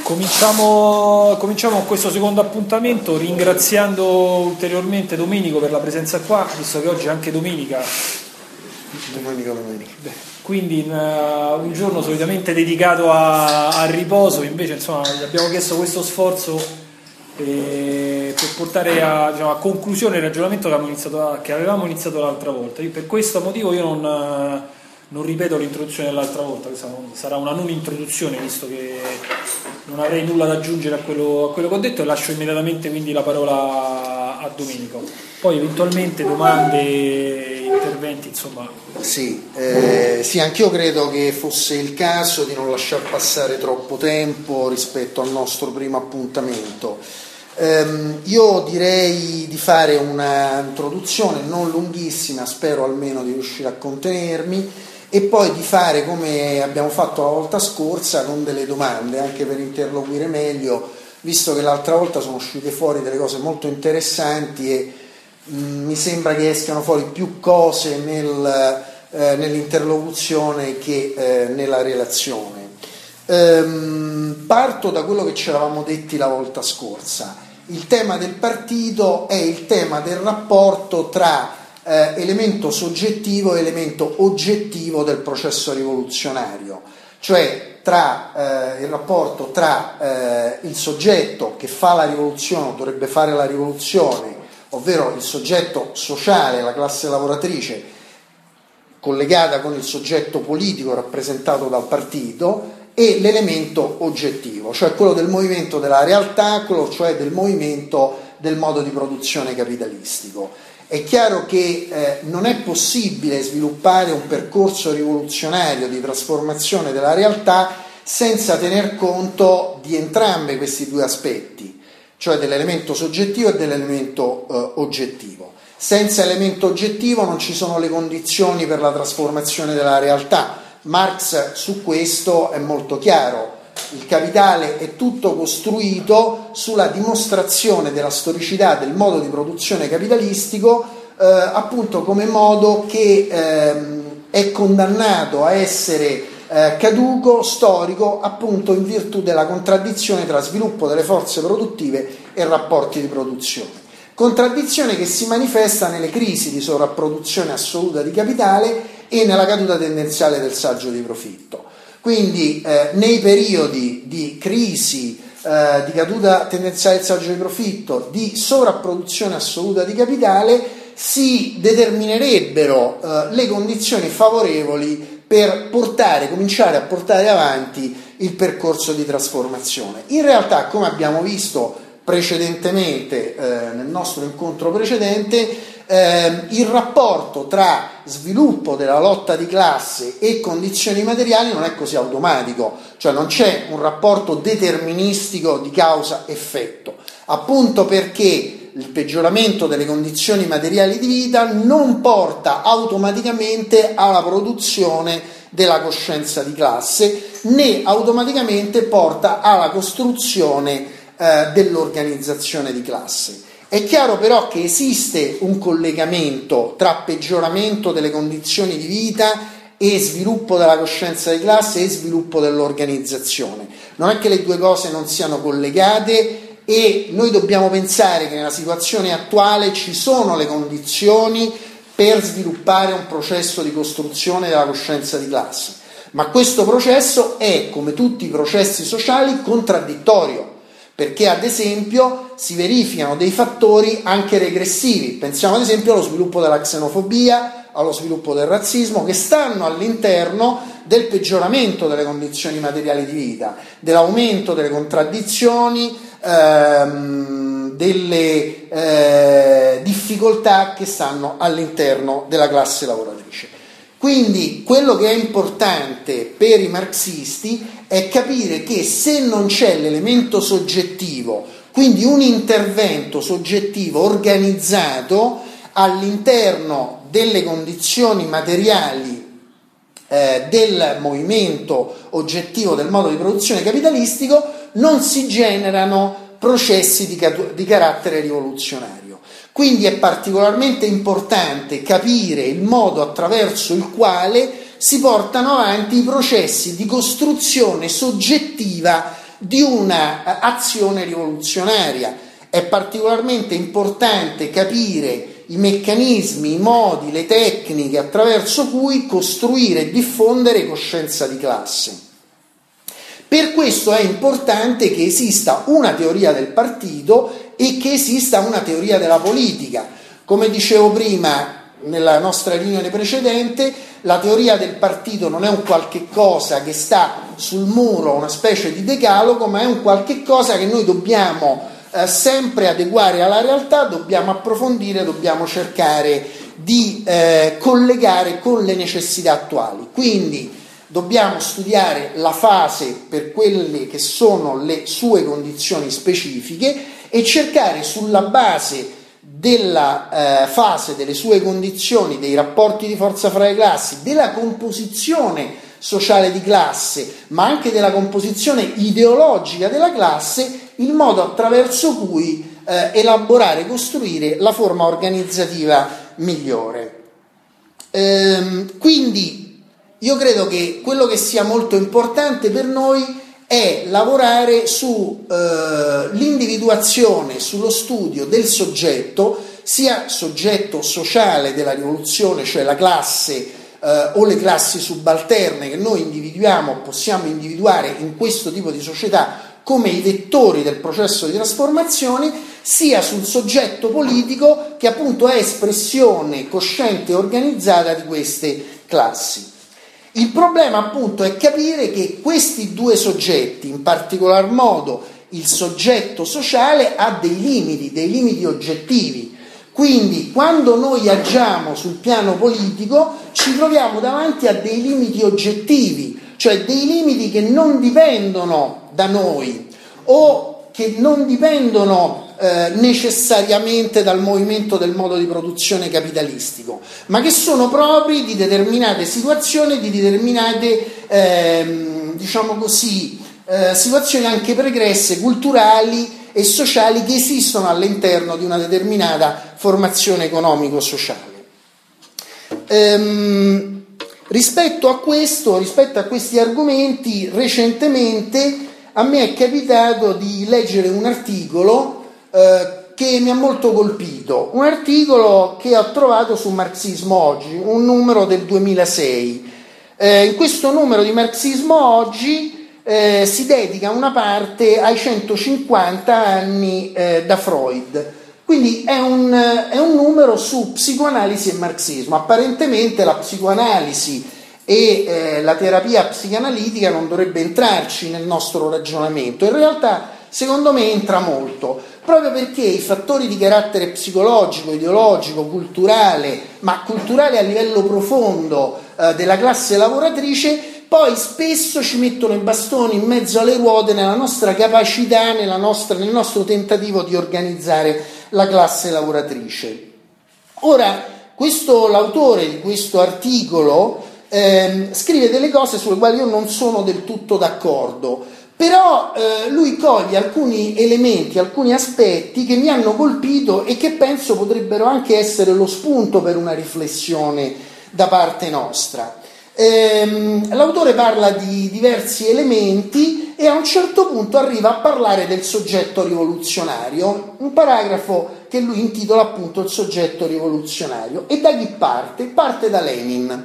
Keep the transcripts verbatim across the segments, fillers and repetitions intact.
Cominciamo, cominciamo questo secondo appuntamento ringraziando ulteriormente Domenico per la presenza qua, visto che oggi è anche domenica. Domenica, domenica. Quindi in, uh, un giorno solitamente dedicato a, al riposo, invece insomma gli abbiamo chiesto questo sforzo eh, per portare a, diciamo, a conclusione il ragionamento che, avevamo iniziato, a, che avevamo iniziato l'altra volta. Io, per questo motivo io non... Uh, non ripeto l'introduzione dell'altra volta, questa sarà una non introduzione visto che non avrei nulla da aggiungere a quello, a quello che ho detto, e lascio immediatamente quindi la parola a Domenico. Poi eventualmente domande, interventi, insomma. Sì, eh, sì, anch'io credo che fosse il caso di non lasciar passare troppo tempo rispetto al nostro primo appuntamento. Um, io direi di fare una introduzione non lunghissima, spero almeno di riuscire a contenermi, e poi di fare come abbiamo fatto la volta scorsa con delle domande, anche per interloquire meglio, visto che l'altra volta sono uscite fuori delle cose molto interessanti e mh, mi sembra che escano fuori più cose nel, eh, nell'interlocuzione che eh, nella relazione. Ehm, parto da quello che ci eravamo detti la volta scorsa. Il tema del partito è il tema del rapporto tra eh, elemento soggettivo e elemento oggettivo del processo rivoluzionario, cioè tra eh, il rapporto tra eh, il soggetto che fa la rivoluzione o dovrebbe fare la rivoluzione, ovvero il soggetto sociale, la classe lavoratrice, collegata con il soggetto politico rappresentato dal partito, e l'elemento oggettivo, cioè quello del movimento della realtà, quello cioè del movimento del modo di produzione capitalistico. È chiaro che eh, non è possibile sviluppare un percorso rivoluzionario di trasformazione della realtà senza tener conto di entrambi questi due aspetti, cioè dell'elemento soggettivo e dell'elemento eh, oggettivo. Senza elemento oggettivo non ci sono le condizioni per la trasformazione della realtà. Marx su questo è molto chiaro. Il capitale è tutto costruito sulla dimostrazione della storicità del modo di produzione capitalistico, eh, appunto come modo che ehm, è condannato a essere eh, caduco, storico, appunto in virtù della contraddizione tra sviluppo delle forze produttive e rapporti di produzione. Contraddizione che si manifesta nelle crisi di sovrapproduzione assoluta di capitale e nella caduta tendenziale del saggio di profitto. Quindi eh, nei periodi di crisi, eh, di caduta tendenziale del saggio di profitto, di sovrapproduzione assoluta di capitale, si determinerebbero eh, le condizioni favorevoli per portare, cominciare a portare avanti il percorso di trasformazione. In realtà, come abbiamo visto precedentemente, eh, nel nostro incontro precedente, eh, il rapporto tra sviluppo della lotta di classe e condizioni materiali non è così automatico, cioè non c'è un rapporto deterministico di causa-effetto, appunto perché il peggioramento delle condizioni materiali di vita non porta automaticamente alla produzione della coscienza di classe, né automaticamente porta alla costruzione eh, dell'organizzazione di classe. È chiaro però che esiste un collegamento tra peggioramento delle condizioni di vita e sviluppo della coscienza di classe e sviluppo dell'organizzazione. Non è che le due cose non siano collegate, e noi dobbiamo pensare che nella situazione attuale ci sono le condizioni per sviluppare un processo di costruzione della coscienza di classe, ma questo processo è, come tutti i processi sociali, contraddittorio, perché ad esempio si verificano dei fattori anche regressivi. Pensiamo ad esempio allo sviluppo della xenofobia, allo sviluppo del razzismo, che stanno all'interno del peggioramento delle condizioni materiali di vita, dell'aumento delle contraddizioni, ehm, delle eh, difficoltà che stanno all'interno della classe lavoratrice. Quindi quello che è importante per i marxisti è capire che se non c'è l'elemento soggettivo, quindi un intervento soggettivo organizzato all'interno delle condizioni materiali eh, del movimento oggettivo del modo di produzione capitalistico, non si generano processi di, di carattere rivoluzionario. Quindi è particolarmente importante capire il modo attraverso il quale si portano avanti i processi di costruzione soggettiva di una azione rivoluzionaria. È particolarmente importante capire i meccanismi, i modi, le tecniche attraverso cui costruire e diffondere coscienza di classe. Per questo è importante che esista una teoria del partito e che esista una teoria della politica. Come dicevo prima nella nostra riunione precedente, la teoria del partito non è un qualche cosa che sta sul muro, una specie di decalogo, ma è un qualche cosa che noi dobbiamo eh, sempre adeguare alla realtà, dobbiamo approfondire, dobbiamo cercare di eh, collegare con le necessità attuali. Quindi dobbiamo studiare la fase per quelle che sono le sue condizioni specifiche e cercare sulla base della eh, fase, delle sue condizioni, dei rapporti di forza fra le classi, della composizione sociale di classe, ma anche della composizione ideologica della classe, il modo attraverso cui eh, elaborare e costruire la forma organizzativa migliore. Ehm, quindi io credo che quello che sia molto importante per noi è lavorare sull'individuazione, eh, sullo studio del soggetto, sia soggetto sociale della rivoluzione, cioè la classe eh, o le classi subalterne che noi individuiamo, possiamo individuare in questo tipo di società come i vettori del processo di trasformazione, sia sul soggetto politico che appunto è espressione cosciente e organizzata di queste classi. Il problema appunto è capire che questi due soggetti, in particolar modo il soggetto sociale, ha dei limiti, dei limiti oggettivi. Quindi quando noi agiamo sul piano politico ci troviamo davanti a dei limiti oggettivi, cioè dei limiti che non dipendono da noi o che non dipendono Eh, necessariamente dal movimento del modo di produzione capitalistico, ma che sono propri di determinate situazioni, di determinate ehm, diciamo così eh, situazioni anche pregresse, culturali e sociali che esistono all'interno di una determinata formazione economico-sociale. Ehm, rispetto a questo, rispetto a questi argomenti, recentemente a me è capitato di leggere un articolo Eh, che mi ha molto colpito, un articolo che ho trovato su Marxismo Oggi, un numero del duemilasei. Eh, in questo numero di Marxismo Oggi eh, si dedica una parte ai centocinquanta anni eh, da Freud, quindi è un, è un numero su psicoanalisi e marxismo. Apparentemente la psicoanalisi e eh, la terapia psicanalitica non dovrebbe entrarci nel nostro ragionamento, in realtà secondo me entra molto, proprio perché i fattori di carattere psicologico, ideologico, culturale, ma culturale a livello profondo eh, della classe lavoratrice, poi spesso ci mettono i bastoni in mezzo alle ruote nella nostra capacità, nella nostra, nel nostro tentativo di organizzare la classe lavoratrice. Ora, questo, l'autore di questo articolo eh, scrive delle cose sulle quali io non sono del tutto d'accordo, però eh, lui coglie alcuni elementi, alcuni aspetti che mi hanno colpito e che penso potrebbero anche essere lo spunto per una riflessione da parte nostra. Ehm, l'autore parla di diversi elementi e a un certo punto arriva a parlare del soggetto rivoluzionario, un paragrafo che lui intitola appunto il soggetto rivoluzionario. E da chi parte? Parte da Lenin.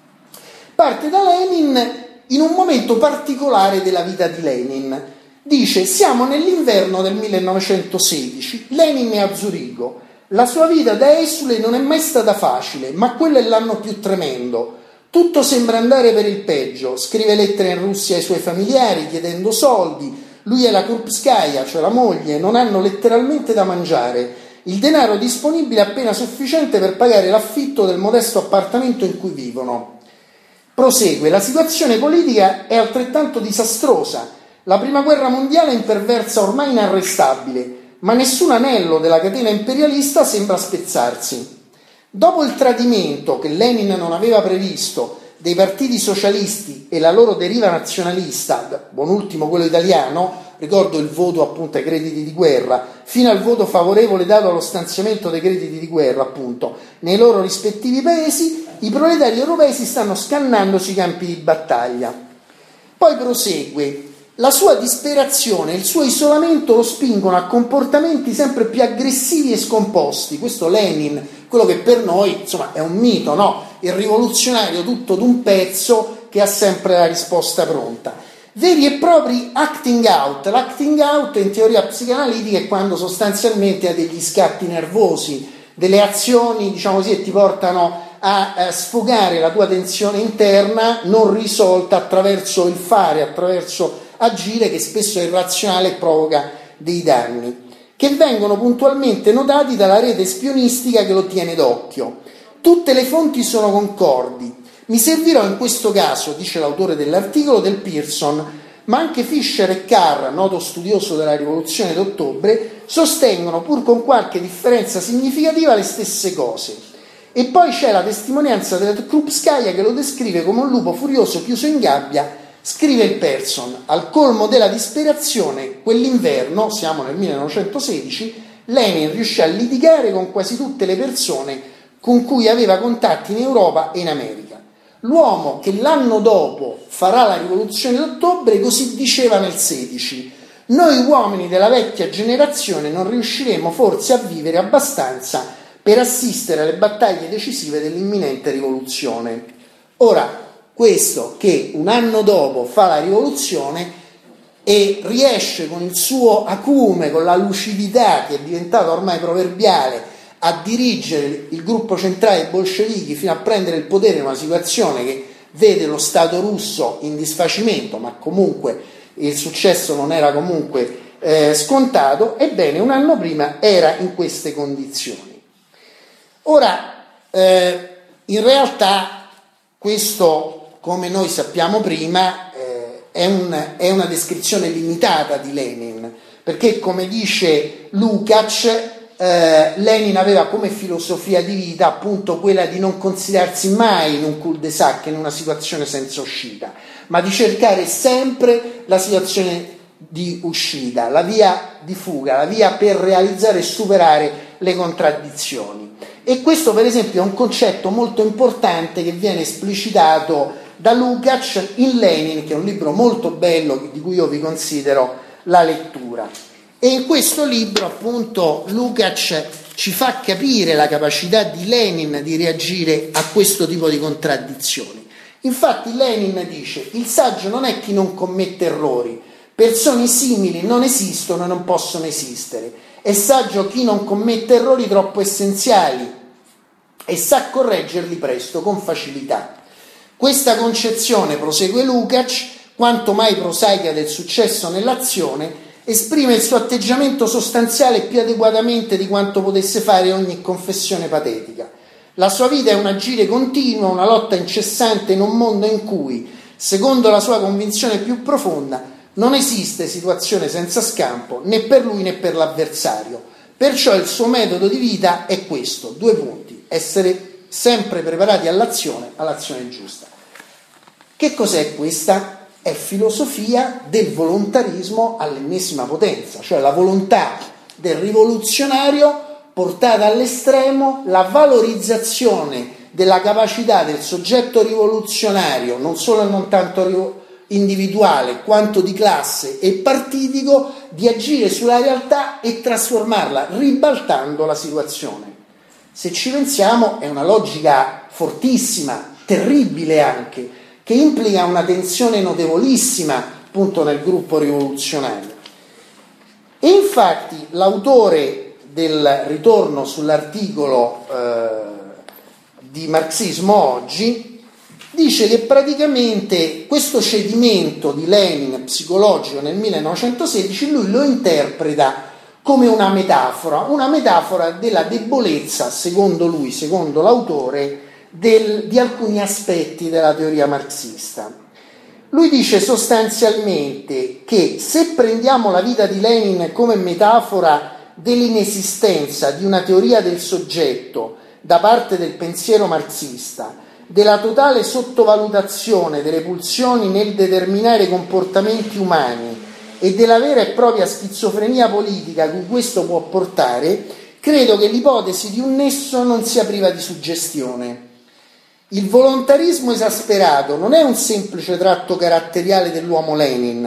Parte da Lenin in un momento particolare della vita di Lenin. Dice: siamo nell'inverno del millenovecentosedici, Lenin è a Zurigo, la sua vita da esule non è mai stata facile, ma quello è l'anno più tremendo. Tutto sembra andare per il peggio, scrive lettere in Russia ai suoi familiari chiedendo soldi, lui e la Krupskaya, cioè la moglie, non hanno letteralmente da mangiare, il denaro disponibile è appena sufficiente per pagare l'affitto del modesto appartamento in cui vivono. Prosegue: la situazione politica è altrettanto disastrosa, la prima guerra mondiale è imperversa ormai inarrestabile, ma nessun anello della catena imperialista sembra spezzarsi. Dopo il tradimento, che Lenin non aveva previsto, dei partiti socialisti e la loro deriva nazionalista, buon ultimo quello italiano, ricordo il voto appunto ai crediti di guerra, fino al voto favorevole dato allo stanziamento dei crediti di guerra appunto nei loro rispettivi paesi, i proletari europei si stanno scannando sui campi di battaglia. Poi prosegue: la sua disperazione e il suo isolamento lo spingono a comportamenti sempre più aggressivi e scomposti. Questo Lenin, quello che per noi insomma è un mito, no? Il rivoluzionario tutto d'un pezzo che ha sempre la risposta pronta. Veri e propri acting out. L'acting out in teoria psicanalitica è quando sostanzialmente hai degli scatti nervosi, delle azioni, diciamo così, che ti portano a, a sfogare la tua tensione interna non risolta attraverso il fare, attraverso agire, che spesso è irrazionale e provoca dei danni, che vengono puntualmente notati dalla rete spionistica che lo tiene d'occhio. Tutte le fonti sono concordi. Mi servirò in questo caso, dice l'autore dell'articolo, del Pearson, ma anche Fisher e Carr, noto studioso della rivoluzione d'ottobre, sostengono, pur con qualche differenza significativa, le stesse cose. E poi c'è la testimonianza della Krupskaya che lo descrive come un lupo furioso chiuso in gabbia. Scrive il Pearson: al colmo della disperazione, quell'inverno, siamo nel millenovecentosedici, Lenin riuscì a litigare con quasi tutte le persone con cui aveva contatti in Europa e in America. L'uomo che l'anno dopo farà la rivoluzione d'ottobre così diceva nel sedici: noi uomini della vecchia generazione non riusciremo forse a vivere abbastanza per assistere alle battaglie decisive dell'imminente rivoluzione. Ora, questo che un anno dopo fa la rivoluzione e riesce con il suo acume, con la lucidità che è diventata ormai proverbiale, a dirigere il gruppo centrale dei bolscevichi fino a prendere il potere in una situazione che vede lo Stato russo in disfacimento, ma comunque il successo non era comunque eh, scontato, ebbene un anno prima era in queste condizioni. Ora, eh, in realtà questo, come noi sappiamo prima, eh, è, un, è una descrizione limitata di Lenin, perché come dice Lukács, eh, Lenin aveva come filosofia di vita appunto quella di non considerarsi mai in un cul-de-sac, in una situazione senza uscita, ma di cercare sempre la situazione di uscita, la via di fuga, la via per realizzare e superare le contraddizioni. E questo per esempio è un concetto molto importante che viene esplicitato da Lukács in Lenin, che è un libro molto bello di cui io vi considero la lettura. E in questo libro appunto Lukács ci fa capire la capacità di Lenin di reagire a questo tipo di contraddizioni. Infatti Lenin dice: il saggio non è chi non commette errori, persone simili non esistono e non possono esistere, è saggio chi non commette errori troppo essenziali e sa correggerli presto, con facilità. Questa concezione, prosegue Lukács, quanto mai prosaica del successo nell'azione, esprime il suo atteggiamento sostanziale più adeguatamente di quanto potesse fare ogni confessione patetica. La sua vita è un agire continuo, una lotta incessante in un mondo in cui, secondo la sua convinzione più profonda, non esiste situazione senza scampo né per lui né per l'avversario. Perciò il suo metodo di vita è questo: due punti, essere sempre preparati all'azione, all'azione giusta. Che cos'è questa? È filosofia del volontarismo all'ennesima potenza, cioè la volontà del rivoluzionario portata all'estremo, la valorizzazione della capacità del soggetto rivoluzionario, non solo e non tanto individuale, quanto di classe e partitico, di agire sulla realtà e trasformarla, ribaltando la situazione. Se ci pensiamo è una logica fortissima, terribile anche, che implica una tensione notevolissima appunto nel gruppo rivoluzionario. E infatti l'autore del ritorno sull'articolo eh, di Marxismo Oggi dice che praticamente questo cedimento di Lenin psicologico nel millenovecentosedici lui lo interpreta come una metafora, una metafora della debolezza, secondo lui, secondo l'autore, Del, di alcuni aspetti della teoria marxista. Lui dice sostanzialmente che se prendiamo la vita di Lenin come metafora dell'inesistenza di una teoria del soggetto da parte del pensiero marxista, della totale sottovalutazione delle pulsioni nel determinare comportamenti umani e della vera e propria schizofrenia politica cui questo può portare, credo che l'ipotesi di un nesso non sia priva di suggestione. Il volontarismo esasperato non è un semplice tratto caratteriale dell'uomo Lenin,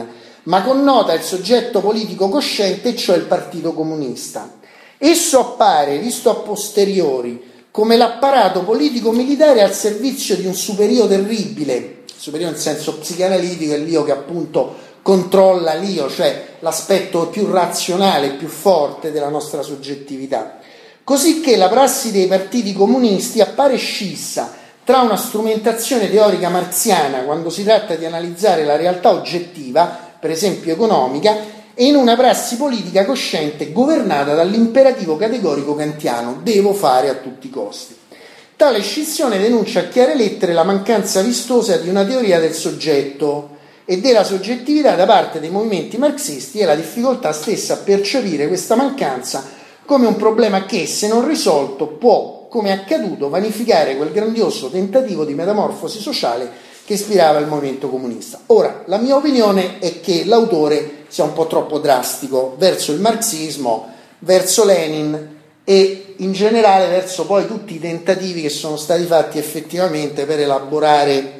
ma connota il soggetto politico cosciente, cioè il Partito Comunista. Esso appare, visto a posteriori, come l'apparato politico-militare al servizio di un superio terribile, superio nel senso psicanalitico, è l'io che appunto controlla l'io, cioè l'aspetto più razionale, più forte della nostra soggettività. Cosicché la prassi dei partiti comunisti appare scissa tra una strumentazione teorica marxiana, quando si tratta di analizzare la realtà oggettiva, per esempio economica, e in una prassi politica cosciente governata dall'imperativo categorico kantiano: devo fare a tutti i costi. Tale scissione denuncia a chiare lettere la mancanza vistosa di una teoria del soggetto e della soggettività da parte dei movimenti marxisti, e la difficoltà stessa a percepire questa mancanza come un problema che, se non risolto, può, come è accaduto, vanificare quel grandioso tentativo di metamorfosi sociale che ispirava il movimento comunista. Ora, la mia opinione è che l'autore sia un po' troppo drastico verso il marxismo, verso Lenin e in generale verso poi tutti i tentativi che sono stati fatti effettivamente per elaborare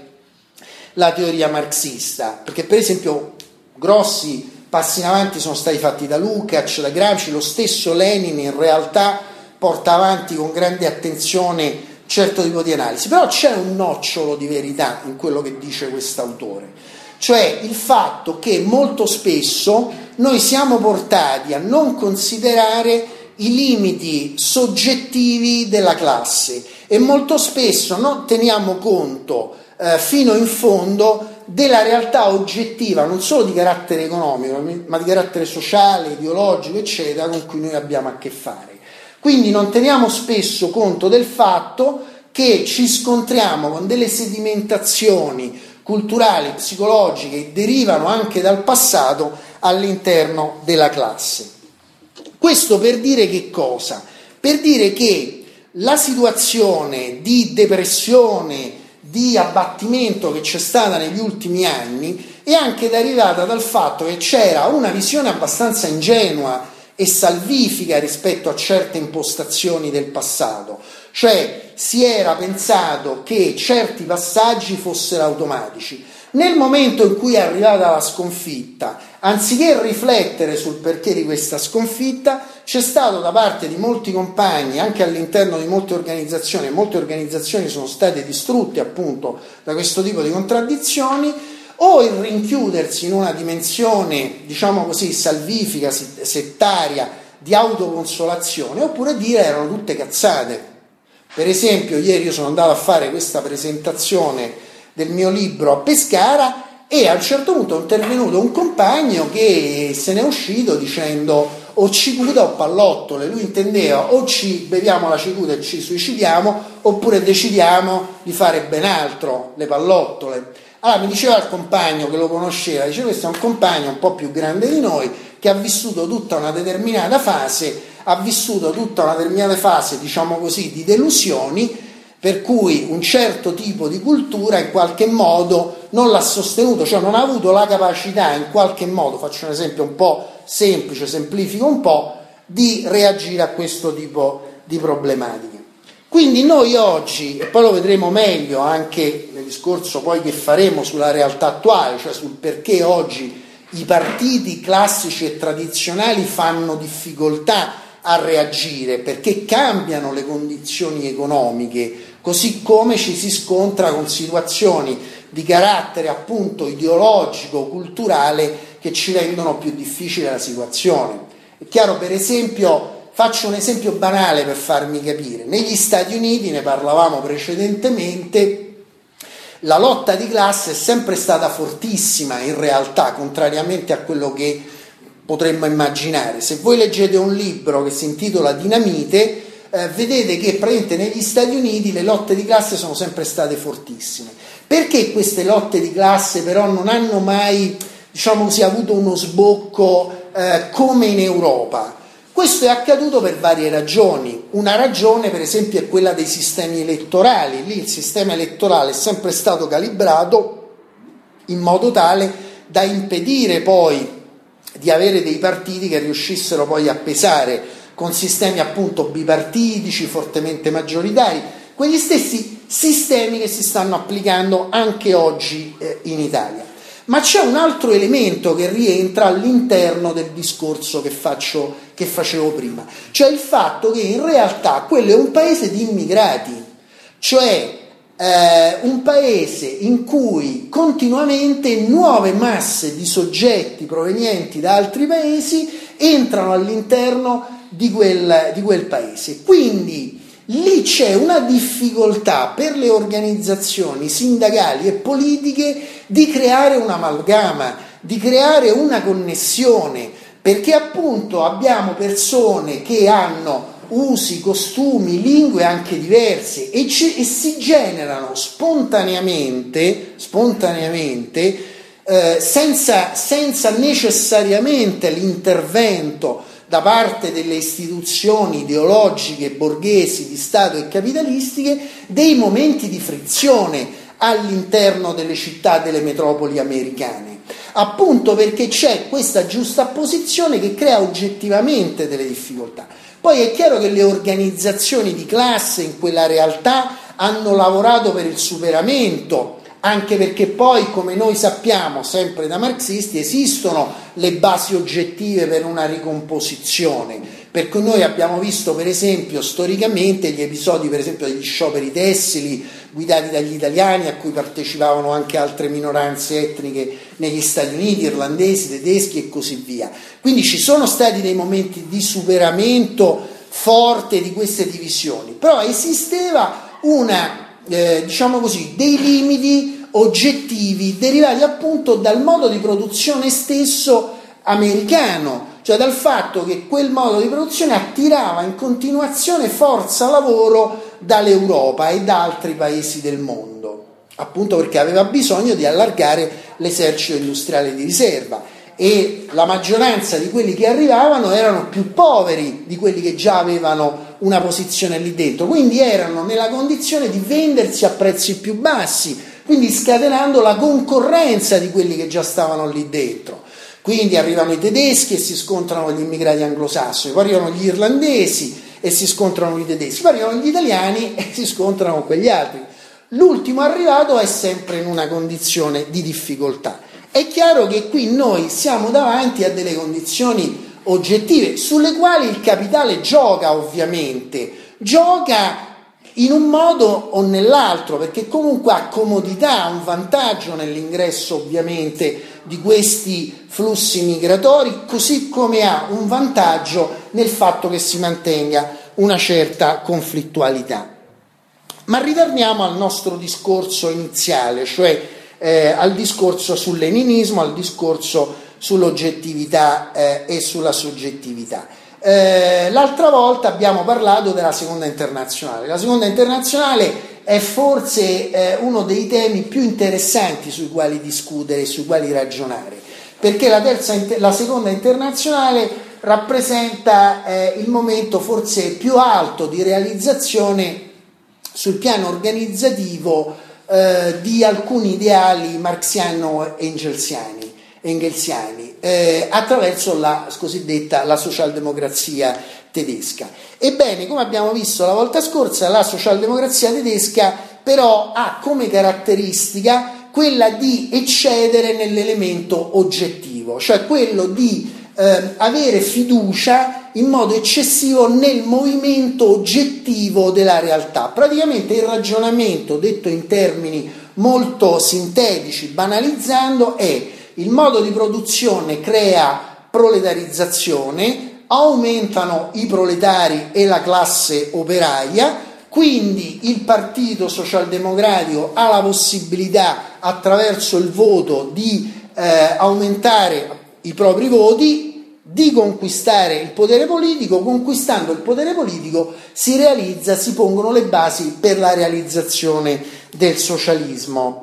la teoria marxista, perché per esempio grossi passi in avanti sono stati fatti da Lukács, da Gramsci, lo stesso Lenin in realtà porta avanti con grande attenzione certo tipo di analisi, però c'è un nocciolo di verità in quello che dice quest'autore, cioè il fatto che molto spesso noi siamo portati a non considerare i limiti soggettivi della classe e molto spesso non teniamo conto eh, fino in fondo della realtà oggettiva, non solo di carattere economico, ma di carattere sociale, ideologico, eccetera, con cui noi abbiamo a che fare. Quindi non teniamo spesso conto del fatto che ci scontriamo con delle sedimentazioni culturali, psicologiche, che derivano anche dal passato all'interno della classe. Questo per dire che cosa? Per dire che la situazione di depressione, di abbattimento che c'è stata negli ultimi anni è anche derivata dal fatto che c'era una visione abbastanza ingenua e salvifica rispetto a certe impostazioni del passato, cioè si era pensato che certi passaggi fossero automatici. Nel momento in cui è arrivata la sconfitta, anziché riflettere sul perché di questa sconfitta, c'è stato da parte di molti compagni, anche all'interno di molte organizzazioni, e molte organizzazioni sono state distrutte appunto da questo tipo di contraddizioni, o il rinchiudersi in una dimensione, diciamo così, salvifica, settaria, di autoconsolazione, oppure dire erano tutte cazzate. Per esempio, ieri io sono andato a fare questa presentazione del mio libro a Pescara e a un certo punto è intervenuto un compagno che se n'è uscito dicendo o cicuta o pallottole. Lui intendeva o ci beviamo la cicuta e ci suicidiamo, oppure decidiamo di fare ben altro, le pallottole. Allora mi diceva il compagno che lo conosceva, diceva questo è un compagno un po' più grande di noi che ha vissuto tutta una determinata fase, ha vissuto tutta una determinata fase, diciamo così, di delusioni, per cui un certo tipo di cultura in qualche modo non l'ha sostenuto, cioè non ha avuto la capacità in qualche modo, faccio un esempio un po' semplice, semplifico un po', di reagire a questo tipo di problematiche. Quindi noi oggi, e poi lo vedremo meglio anche nel discorso poi che faremo sulla realtà attuale, cioè sul perché oggi i partiti classici e tradizionali fanno difficoltà a reagire, perché cambiano le condizioni economiche, così come ci si scontra con situazioni di carattere appunto ideologico, culturale, che ci rendono più difficile la situazione. È chiaro, per esempio, faccio un esempio banale per farmi capire. Negli Stati Uniti, ne parlavamo precedentemente, la lotta di classe è sempre stata fortissima in realtà, contrariamente a quello che potremmo immaginare. Se voi leggete un libro che si intitola Dinamite, eh, vedete che praticamente negli Stati Uniti le lotte di classe sono sempre state fortissime. Perché queste lotte di classe però non hanno mai, diciamo così, avuto uno sbocco eh, come in Europa? Questo è accaduto per varie ragioni. Una ragione, per esempio, è quella dei sistemi elettorali. Lì il sistema elettorale è sempre stato calibrato in modo tale da impedire poi di avere dei partiti che riuscissero poi a pesare con sistemi appunto bipartitici, fortemente maggioritari, quegli stessi sistemi che si stanno applicando anche oggi eh, in Italia. Ma c'è un altro elemento che rientra all'interno del discorso che faccio, che facevo prima, cioè il fatto che in realtà quello è un paese di immigrati, cioè eh, un paese in cui continuamente nuove masse di soggetti provenienti da altri paesi entrano all'interno di quel, di quel paese. Quindi lì c'è una difficoltà per le organizzazioni sindacali e politiche di creare un'amalgama, di creare una connessione, perché appunto abbiamo persone che hanno usi, costumi, lingue anche diverse e, ci, e si generano spontaneamente, spontaneamente eh, senza, senza necessariamente l'intervento da parte delle istituzioni ideologiche, borghesi, di Stato e capitalistiche, dei momenti di frizione all'interno delle città, delle metropoli americane, appunto perché c'è questa giustapposizione che crea oggettivamente delle difficoltà. Poi è chiaro che le organizzazioni di classe in quella realtà hanno lavorato per il superamento, anche perché poi, come noi sappiamo, sempre da marxisti, esistono le basi oggettive per una ricomposizione, per cui noi abbiamo visto per esempio storicamente gli episodi per esempio degli scioperi tessili guidati dagli italiani, a cui partecipavano anche altre minoranze etniche negli Stati Uniti, irlandesi, tedeschi e così via. Quindi ci sono stati dei momenti di superamento forte di queste divisioni, però esisteva una, eh, diciamo così, dei limiti oggettivi derivati appunto dal modo di produzione stesso americano, cioè dal fatto che quel modo di produzione attirava in continuazione forza lavoro dall'Europa e da altri paesi del mondo, appunto perché aveva bisogno di allargare l'esercito industriale di riserva, e la maggioranza di quelli che arrivavano erano più poveri di quelli che già avevano una posizione lì dentro, quindi erano nella condizione di vendersi a prezzi più bassi, quindi scatenando la concorrenza di quelli che già stavano lì dentro. Quindi arrivano i tedeschi e si scontrano con gli immigrati anglosassoni, poi arrivano gli irlandesi e si scontrano con i tedeschi, poi arrivano gli italiani e si scontrano con quegli altri. L'ultimo arrivato è sempre in una condizione di difficoltà. È chiaro che qui noi siamo davanti a delle condizioni oggettive sulle quali il capitale gioca, ovviamente, gioca in un modo o nell'altro, perché comunque ha comodità, ha un vantaggio nell'ingresso ovviamente di questi flussi migratori, così come ha un vantaggio nel fatto che si mantenga una certa conflittualità. Ma ritorniamo al nostro discorso iniziale, cioè eh, al discorso sul leninismo, al discorso sull'oggettività eh, e sulla soggettività. Eh, l'altra volta abbiamo parlato della seconda internazionale. La seconda internazionale è forse eh, uno dei temi più interessanti sui quali discutere, sui quali ragionare, perché la, terza, la seconda internazionale rappresenta eh, il momento forse più alto di realizzazione sul piano organizzativo eh, di alcuni ideali marxiano-engelsiani, engelsiani eh, attraverso la cosiddetta la socialdemocrazia tedesca. Ebbene, come abbiamo visto la volta scorsa, la socialdemocrazia tedesca però ha come caratteristica quella di eccedere nell'elemento oggettivo, cioè quello di eh, avere fiducia in modo eccessivo nel movimento oggettivo della realtà. Praticamente il ragionamento, detto in termini molto sintetici, banalizzando, è: il modo di produzione crea proletarizzazione, aumentano i proletari e la classe operaia, quindi il partito socialdemocratico ha la possibilità attraverso il voto di eh, aumentare i propri voti, di conquistare il potere politico. Conquistando il potere politico si realizza, si pongono le basi per la realizzazione del socialismo.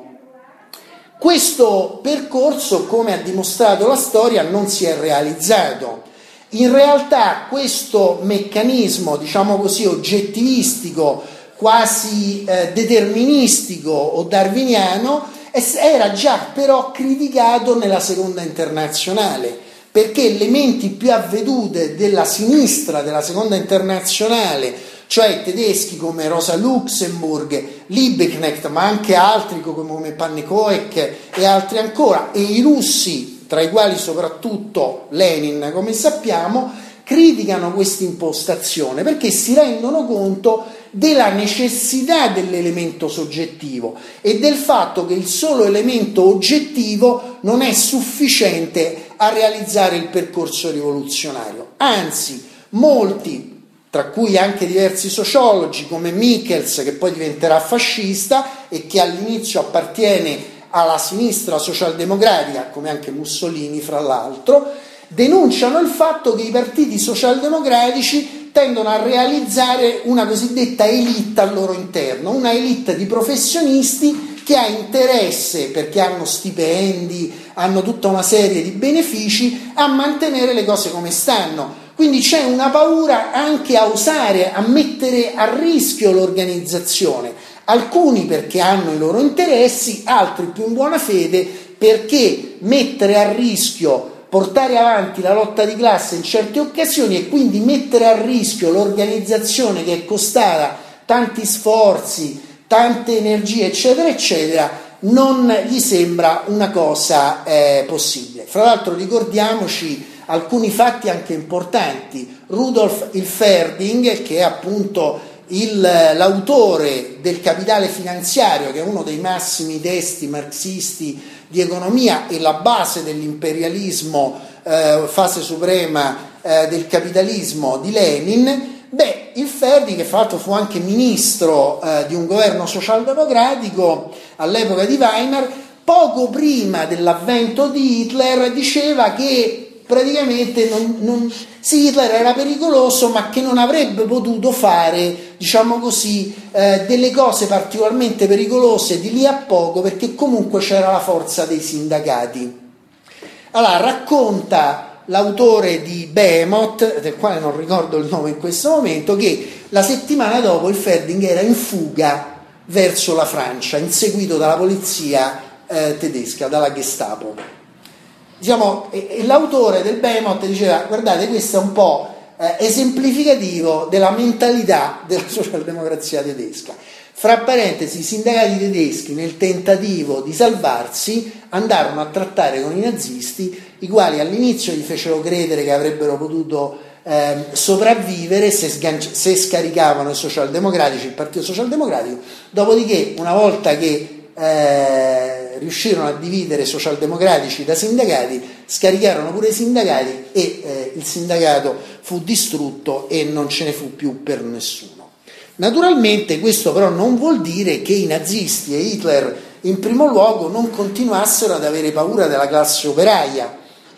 Questo percorso, come ha dimostrato la storia, non si è realizzato. In realtà questo meccanismo, diciamo così, oggettivistico, quasi eh, deterministico o darwiniano, era già però criticato nella seconda internazionale, perché le menti più avvedute della sinistra della seconda internazionale, cioè tedeschi come Rosa Luxemburg, Liebknecht, ma anche altri come Pannekoek e altri ancora, e i russi, tra i quali soprattutto Lenin, come sappiamo, criticano questa impostazione perché si rendono conto della necessità dell'elemento soggettivo e del fatto che il solo elemento oggettivo non è sufficiente a realizzare il percorso rivoluzionario. Anzi, molti, tra cui anche diversi sociologi come Michels, che poi diventerà fascista e che all'inizio appartiene alla sinistra socialdemocratica, come anche Mussolini fra l'altro, denunciano il fatto che i partiti socialdemocratici tendono a realizzare una cosiddetta élite al loro interno, una élite di professionisti che ha interesse, perché hanno stipendi, hanno tutta una serie di benefici, a mantenere le cose come stanno. Quindi c'è una paura anche a osare, a mettere a rischio l'organizzazione, alcuni perché hanno i loro interessi, altri più in buona fede perché mettere a rischio, portare avanti la lotta di classe in certe occasioni e quindi mettere a rischio l'organizzazione che è costata tanti sforzi, tante energie, eccetera, eccetera, non gli sembra una cosa eh, possibile. Fra l'altro ricordiamoci alcuni fatti anche importanti. Rudolf Hilferding, che è appunto il, l'autore del Capitale finanziario, che è uno dei massimi testi marxisti di economia e la base dell'imperialismo, eh, fase suprema eh, del capitalismo di Lenin, beh, Hilferding, che fra l'altro fu anche ministro eh, di un governo socialdemocratico all'epoca di Weimar, poco prima dell'avvento di Hitler diceva che praticamente non, non, sì, Hitler era pericoloso, ma che non avrebbe potuto fare, diciamo così, eh, delle cose particolarmente pericolose di lì a poco, perché comunque c'era la forza dei sindacati. Allora, racconta l'autore di Behemoth, del quale non ricordo il nome in questo momento, che la settimana dopo il Hilferding era in fuga verso la Francia, inseguito dalla polizia eh, tedesca, dalla Gestapo. Diciamo, e, e l'autore del Behemoth diceva: guardate, questo è un po' eh, esemplificativo della mentalità della socialdemocrazia tedesca. Fra parentesi, i sindacati tedeschi, nel tentativo di salvarsi, andarono a trattare con i nazisti, i quali all'inizio gli fecero credere che avrebbero potuto eh, sopravvivere se, sganci- se scaricavano i socialdemocratici, il partito socialdemocratico. Dopodiché, una volta che Eh, riuscirono a dividere i socialdemocratici da sindacati, scaricarono pure i sindacati e eh, il sindacato fu distrutto e non ce ne fu più per nessuno. Naturalmente questo però non vuol dire che i nazisti e Hitler in primo luogo non continuassero ad avere paura della classe operaia,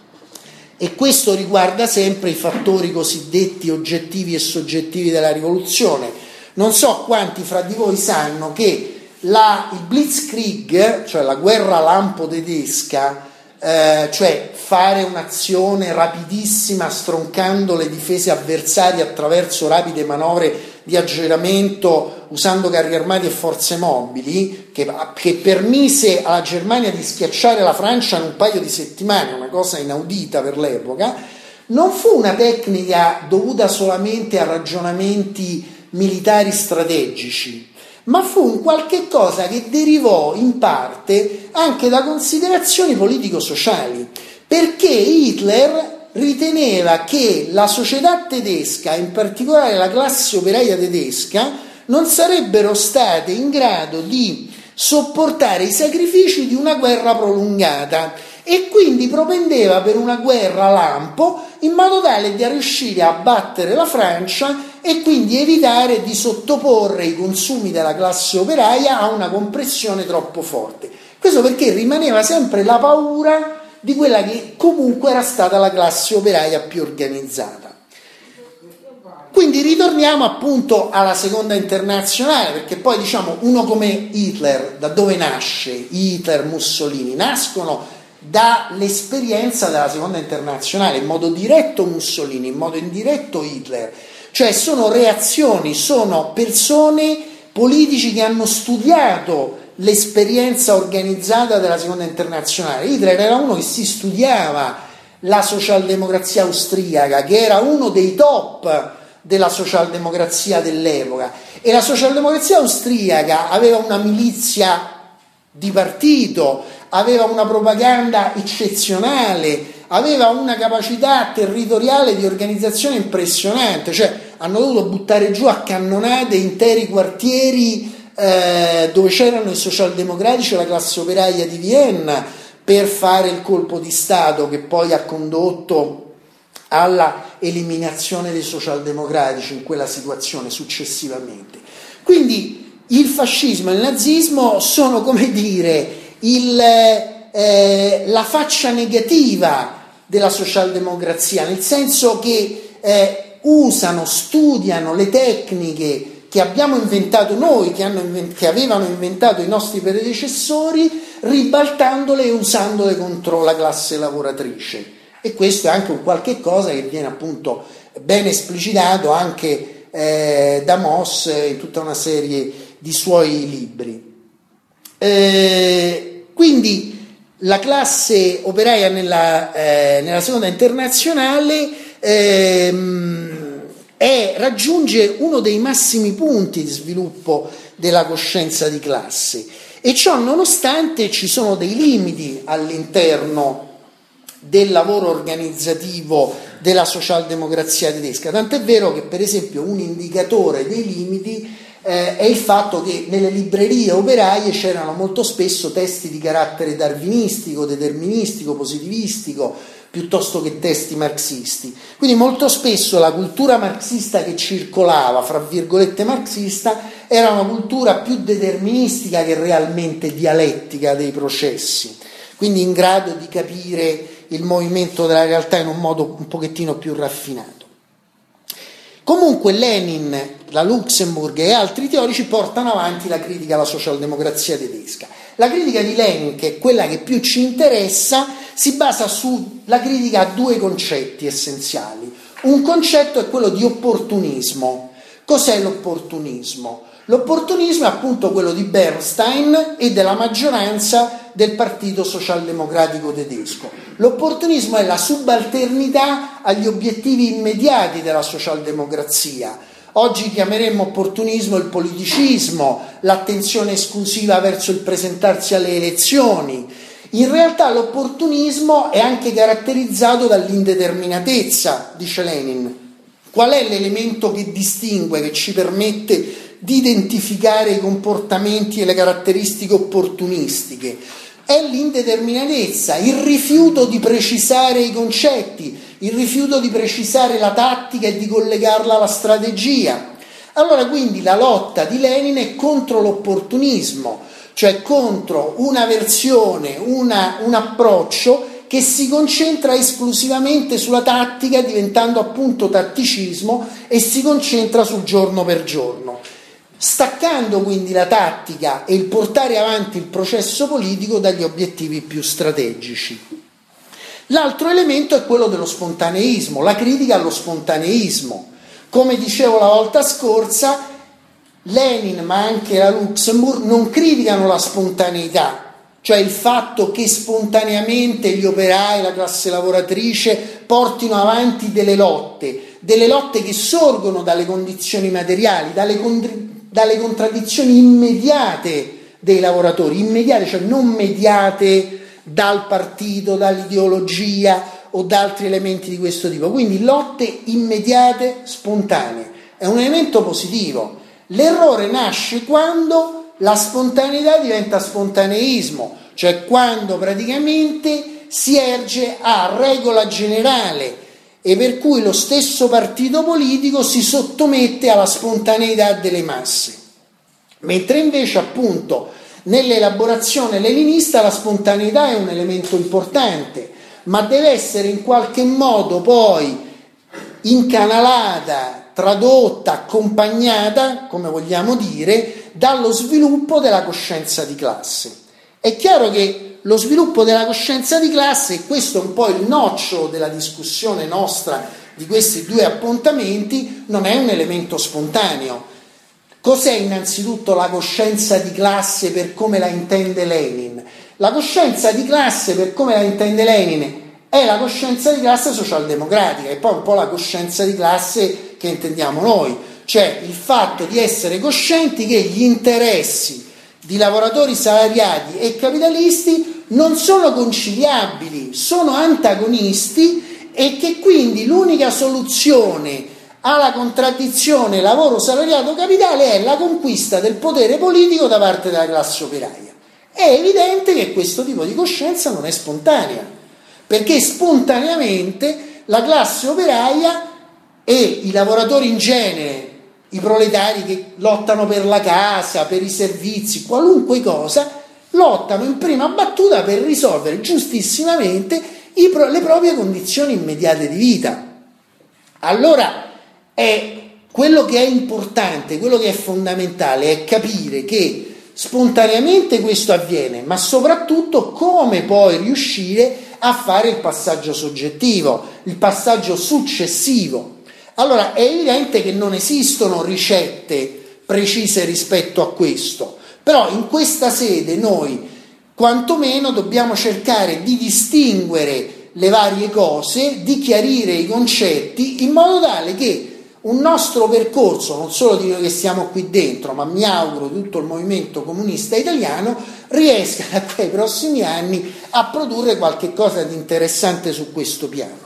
e questo riguarda sempre i fattori cosiddetti oggettivi e soggettivi della rivoluzione. Non so quanti fra di voi sanno che La, il Blitzkrieg, cioè la guerra lampo tedesca, eh, cioè fare un'azione rapidissima stroncando le difese avversarie attraverso rapide manovre di aggiramento usando carri armati e forze mobili, che, che permise alla Germania di schiacciare la Francia in un paio di settimane, una cosa inaudita per l'epoca, non fu una tecnica dovuta solamente a ragionamenti militari strategici, ma fu un qualche cosa che derivò in parte anche da considerazioni politico-sociali, perché Hitler riteneva che la società tedesca, in particolare la classe operaia tedesca, non sarebbero state in grado di sopportare i sacrifici di una guerra prolungata e quindi propendeva per una guerra lampo in modo tale da riuscire a battere la Francia e quindi evitare di sottoporre i consumi della classe operaia a una compressione troppo forte. Questo perché rimaneva sempre la paura di quella che comunque era stata la classe operaia più organizzata. Quindi ritorniamo appunto alla seconda internazionale, perché poi diciamo uno come Hitler, da dove nasce Hitler, Mussolini? Nascono dall'esperienza della seconda internazionale, in modo diretto Mussolini, in modo indiretto Hitler. Cioè sono reazioni, sono persone, politici che hanno studiato l'esperienza organizzata della seconda internazionale. Hitler era uno che si studiava la socialdemocrazia austriaca, che era uno dei top della socialdemocrazia dell'epoca, e la socialdemocrazia austriaca aveva una milizia di partito, aveva una propaganda eccezionale, aveva una capacità territoriale di organizzazione impressionante, cioè hanno dovuto buttare giù a cannonate interi quartieri eh, dove c'erano i socialdemocratici e la classe operaia di Vienna per fare il colpo di Stato che poi ha condotto alla eliminazione dei socialdemocratici in quella situazione successivamente. Quindi il fascismo e il nazismo sono, come dire, il, eh, la faccia negativa della socialdemocrazia, nel senso che eh, usano, studiano le tecniche che abbiamo inventato noi, che, hanno invent- che avevano inventato i nostri predecessori, ribaltandole e usandole contro la classe lavoratrice. E questo è anche un qualche cosa che viene appunto ben esplicitato anche eh, da Moss in tutta una serie di suoi libri. Eh, quindi la classe operaia nella, eh, nella seconda internazionale ehm, è, raggiunge uno dei massimi punti di sviluppo della coscienza di classe, e ciò nonostante ci sono dei limiti all'interno del lavoro organizzativo della socialdemocrazia tedesca, tant'è vero che per esempio un indicatore dei limiti eh, è il fatto che nelle librerie operaie c'erano molto spesso testi di carattere darwinistico, deterministico, positivistico, piuttosto che testi marxisti. Quindi molto spesso la cultura marxista che circolava, fra virgolette marxista, era una cultura più deterministica che realmente dialettica dei processi, quindi in grado di capire il movimento della realtà in un modo un pochettino più raffinato. Comunque Lenin, la Luxemburg e altri teorici portano avanti la critica alla socialdemocrazia tedesca. La critica di Lenin, che è quella che più ci interessa, si basa sulla critica a due concetti essenziali. Un concetto è quello di opportunismo. Cos'è l'opportunismo? L'opportunismo è appunto quello di Bernstein e della maggioranza del Partito Socialdemocratico tedesco. L'opportunismo è la subalternità agli obiettivi immediati della socialdemocrazia. Oggi chiameremmo opportunismo il politicismo, l'attenzione esclusiva verso il presentarsi alle elezioni. In realtà l'opportunismo è anche caratterizzato dall'indeterminatezza, dice Lenin. Qual è l'elemento che distingue, che ci permette di identificare i comportamenti e le caratteristiche opportunistiche? È l'indeterminatezza, il rifiuto di precisare i concetti, il rifiuto di precisare la tattica e di collegarla alla strategia. Allora quindi la lotta di Lenin è contro l'opportunismo, cioè contro una versione, una, un approccio che si concentra esclusivamente sulla tattica, diventando appunto tatticismo, e si concentra sul giorno per giorno, staccando quindi la tattica e il portare avanti il processo politico dagli obiettivi più strategici. L'altro elemento è quello dello spontaneismo, la critica allo spontaneismo. Come dicevo la volta scorsa, Lenin ma anche la Luxemburg non criticano la spontaneità, cioè il fatto che spontaneamente gli operai, la classe lavoratrice portino avanti delle lotte, delle lotte che sorgono dalle condizioni materiali, dalle, contri- dalle contraddizioni immediate dei lavoratori, immediate, cioè non mediate dal partito, dall'ideologia o da altri elementi di questo tipo. Quindi lotte immediate, spontanee. È un elemento positivo. L'errore nasce quando la spontaneità diventa spontaneismo, cioè quando praticamente si erge a regola generale e per cui lo stesso partito politico si sottomette alla spontaneità delle masse. Mentre invece appunto nell'elaborazione leninista la spontaneità è un elemento importante, ma deve essere in qualche modo poi incanalata, tradotta, accompagnata, come vogliamo dire, dallo sviluppo della coscienza di classe. È chiaro che lo sviluppo della coscienza di classe, e questo è un po' il nocciolo della discussione nostra di questi due appuntamenti, non è un elemento spontaneo. Cos'è innanzitutto la coscienza di classe per come la intende Lenin? La coscienza di classe per come la intende Lenin è la coscienza di classe socialdemocratica, e poi un po' la coscienza di classe che intendiamo noi, cioè il fatto di essere coscienti che gli interessi di lavoratori salariati e capitalisti non sono conciliabili, sono antagonisti, e che quindi l'unica soluzione alla contraddizione lavoro salariato capitale è la conquista del potere politico da parte della classe operaia. È evidente che questo tipo di coscienza non è spontanea, perché spontaneamente la classe operaia e i lavoratori in genere, i proletari che lottano per la casa, per i servizi, qualunque cosa, lottano in prima battuta per risolvere giustissimamente i pro- le proprie condizioni immediate di vita. Allora è quello che è importante, quello che è fondamentale è capire che spontaneamente questo avviene, ma soprattutto come poi riuscire a fare il passaggio soggettivo, il passaggio successivo. Allora è evidente che non esistono ricette precise rispetto a questo, però in questa sede noi quantomeno dobbiamo cercare di distinguere le varie cose, di chiarire i concetti in modo tale che un nostro percorso, non solo di noi che siamo qui dentro, ma mi auguro tutto il movimento comunista italiano, riesca a quei prossimi anni a produrre qualche cosa di interessante su questo piano.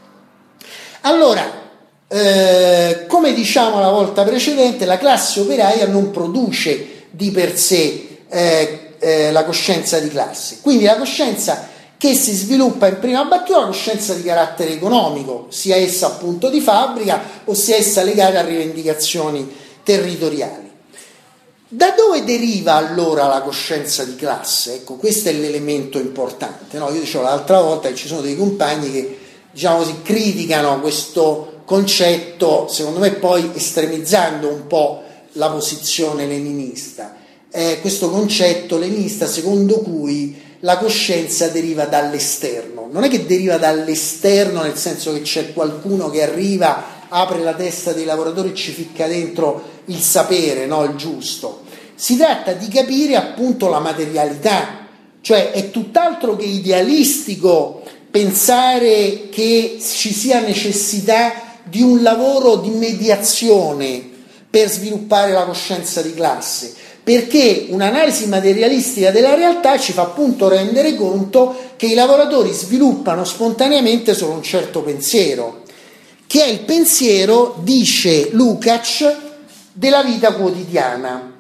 Allora, eh, come diciamo la volta precedente, la classe operaia non produce di per sé eh, eh, la coscienza di classe, quindi la coscienza che si sviluppa in prima battuta è una coscienza di carattere economico, sia essa appunto di fabbrica o sia essa legata a rivendicazioni territoriali. Da dove deriva allora la coscienza di classe? Ecco, questo è l'elemento importante, no? Io dicevo l'altra volta che ci sono dei compagni che, diciamo così, criticano questo concetto, secondo me poi estremizzando un po' la posizione leninista, eh, questo concetto leninista secondo cui la coscienza deriva dall'esterno. Non è che deriva dall'esterno nel senso che c'è qualcuno che arriva, apre la testa dei lavoratori e ci ficca dentro il sapere, no? Il giusto. Si tratta di capire appunto la materialità, cioè è tutt'altro che idealistico pensare che ci sia necessità di un lavoro di mediazione per sviluppare la coscienza di classe, perché un'analisi materialistica della realtà ci fa appunto rendere conto che i lavoratori sviluppano spontaneamente solo un certo pensiero, che è il pensiero, dice Lukács, della vita quotidiana.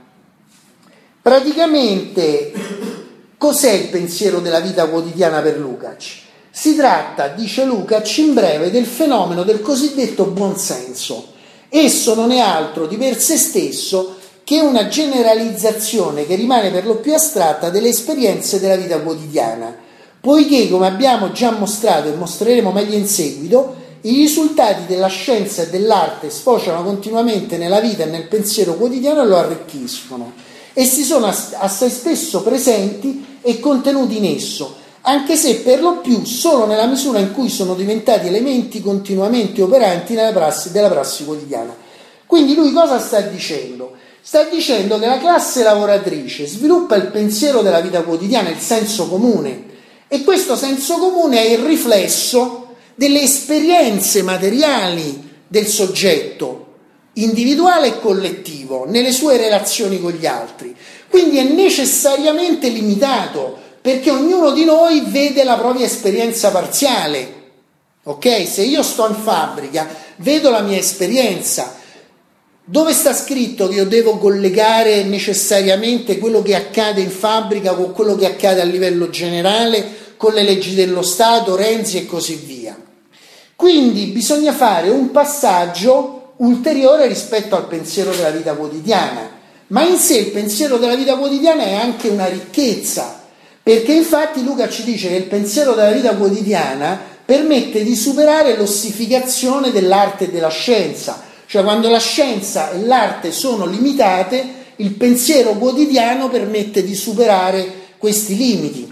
Praticamente cos'è il pensiero della vita quotidiana per Lukács? Si tratta, dice Lukács in breve, del fenomeno del cosiddetto buonsenso. Esso non è altro di per sé stesso che una generalizzazione che rimane per lo più astratta delle esperienze della vita quotidiana, poiché, come abbiamo già mostrato e mostreremo meglio in seguito, i risultati della scienza e dell'arte sfociano continuamente nella vita e nel pensiero quotidiano e lo arricchiscono. Essi sono assai spesso presenti e contenuti in esso, anche se per lo più solo nella misura in cui sono diventati elementi continuamente operanti nella prassi, della prassi quotidiana. Quindi lui cosa sta dicendo? Sta dicendo che la classe lavoratrice sviluppa il pensiero della vita quotidiana, il senso comune, e questo senso comune è il riflesso delle esperienze materiali del soggetto, individuale e collettivo, nelle sue relazioni con gli altri. Quindi è necessariamente limitato, perché ognuno di noi vede la propria esperienza parziale. Ok? Se io sto in fabbrica, vedo la mia esperienza. Dove sta scritto che io devo collegare necessariamente quello che accade in fabbrica con quello che accade a livello generale, con le leggi dello Stato, Renzi e così via? Quindi bisogna fare un passaggio ulteriore rispetto al pensiero della vita quotidiana, ma in sé il pensiero della vita quotidiana è anche una ricchezza, perché infatti Luca ci dice che il pensiero della vita quotidiana permette di superare l'ossificazione dell'arte e della scienza. Cioè quando la scienza e l'arte sono limitate, il pensiero quotidiano permette di superare questi limiti.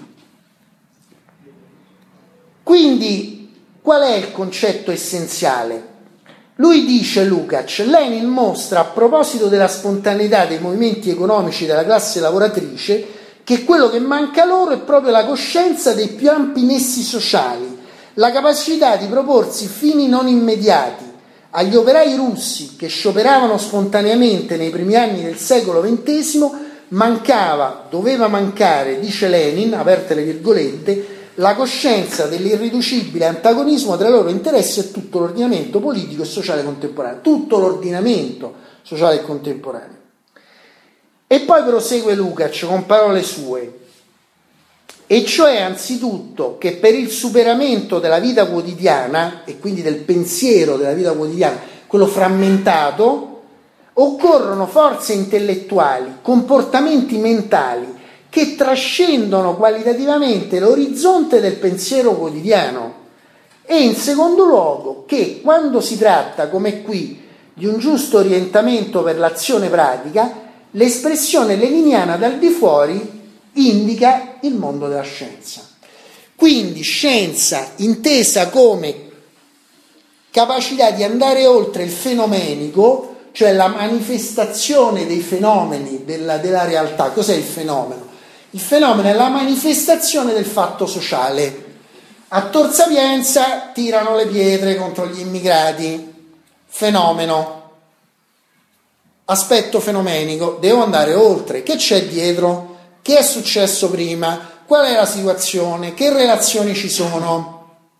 Quindi qual è il concetto essenziale? Lui dice, Lukács, Lenin mostra a proposito della spontaneità dei movimenti economici della classe lavoratrice che quello che manca loro è proprio la coscienza dei più ampi nessi sociali, la capacità di proporsi fini non immediati, agli operai russi che scioperavano spontaneamente nei primi anni del secolo ventesimo mancava, doveva mancare, dice Lenin, aperte le virgolette, la coscienza dell'irriducibile antagonismo tra i loro interessi e tutto l'ordinamento politico e sociale contemporaneo. Tutto l'ordinamento sociale e contemporaneo. E poi prosegue Lukács con parole sue, e cioè anzitutto che per il superamento della vita quotidiana, e quindi del pensiero della vita quotidiana, quello frammentato, occorrono forze intellettuali, comportamenti mentali che trascendono qualitativamente l'orizzonte del pensiero quotidiano, e in secondo luogo che quando si tratta, come qui, di un giusto orientamento per l'azione pratica, l'espressione leniniana dal di fuori indica il mondo della scienza. Quindi scienza intesa come capacità di andare oltre il fenomenico, cioè la manifestazione dei fenomeni della, della realtà. Cos'è il fenomeno? Il fenomeno è la manifestazione del fatto sociale. A Tor Sapienza tirano le pietre contro gli immigrati. Fenomeno. Aspetto fenomenico. Devo andare oltre. Che c'è dietro? Che è successo prima? Qual è la situazione? Che relazioni ci sono?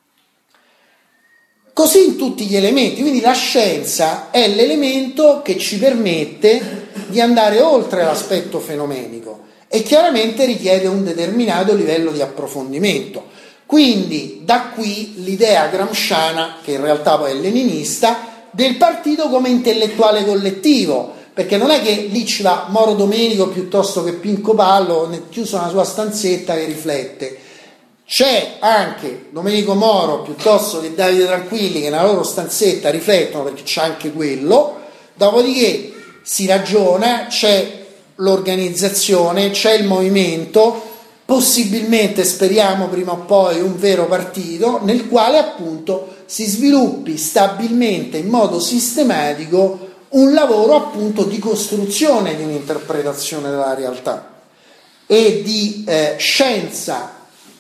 Così in tutti gli elementi. Quindi la scienza è l'elemento che ci permette di andare oltre l'aspetto fenomenico e chiaramente richiede un determinato livello di approfondimento. Quindi da qui l'idea gramsciana, che in realtà poi è leninista, del partito come intellettuale collettivo, perché non è che lì ci va Moro Domenico piuttosto che Pinco Pallo chiuso nella sua stanzetta che riflette. C'è anche Domenico Moro piuttosto che Davide Tranquilli che nella loro stanzetta riflettono, perché c'è anche quello, dopodiché si ragiona, c'è l'organizzazione, c'è il movimento, possibilmente speriamo prima o poi un vero partito nel quale appunto si sviluppi stabilmente in modo sistematico un lavoro appunto di costruzione di un'interpretazione della realtà e di eh, scienza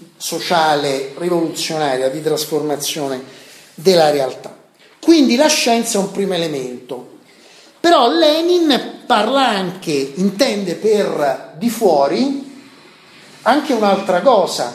sociale rivoluzionaria, di trasformazione della realtà. Quindi la scienza è un primo elemento. Però Lenin parla anche, intende per di fuori, anche un'altra cosa.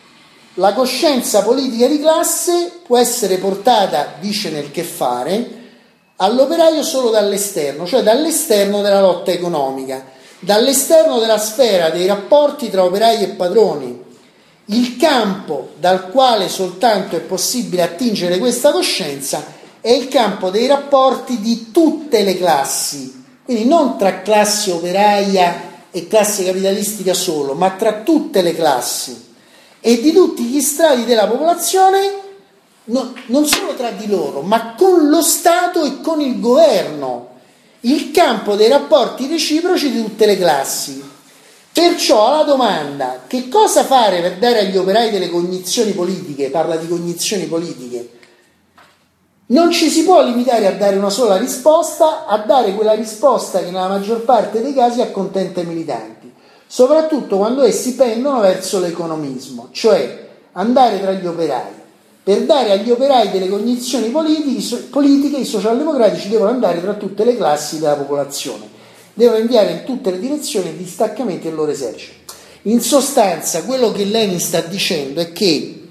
La coscienza politica di classe può essere portata, dice nel Che fare, all'operaio solo dall'esterno, cioè dall'esterno della lotta economica, dall'esterno della sfera dei rapporti tra operai e padroni. Il campo dal quale soltanto è possibile attingere questa coscienza è il campo dei rapporti di tutte le classi, quindi non tra classe operaia e classe capitalistica solo, ma tra tutte le classi e di tutti gli strati della popolazione, no, non solo tra di loro, ma con lo Stato e con il governo, il campo dei rapporti reciproci di tutte le classi. Perciò la domanda, che cosa fare per dare agli operai delle cognizioni politiche, parla di cognizioni politiche, non ci si può limitare a dare una sola risposta, a dare quella risposta che nella maggior parte dei casi accontenta i militanti, soprattutto quando essi pendono verso l'economismo, cioè andare tra gli operai. Per dare agli operai delle cognizioni politiche, i socialdemocratici devono andare tra tutte le classi della popolazione, devono inviare in tutte le direzioni i distaccamenti del loro esercito. In sostanza, quello che Lenin sta dicendo è che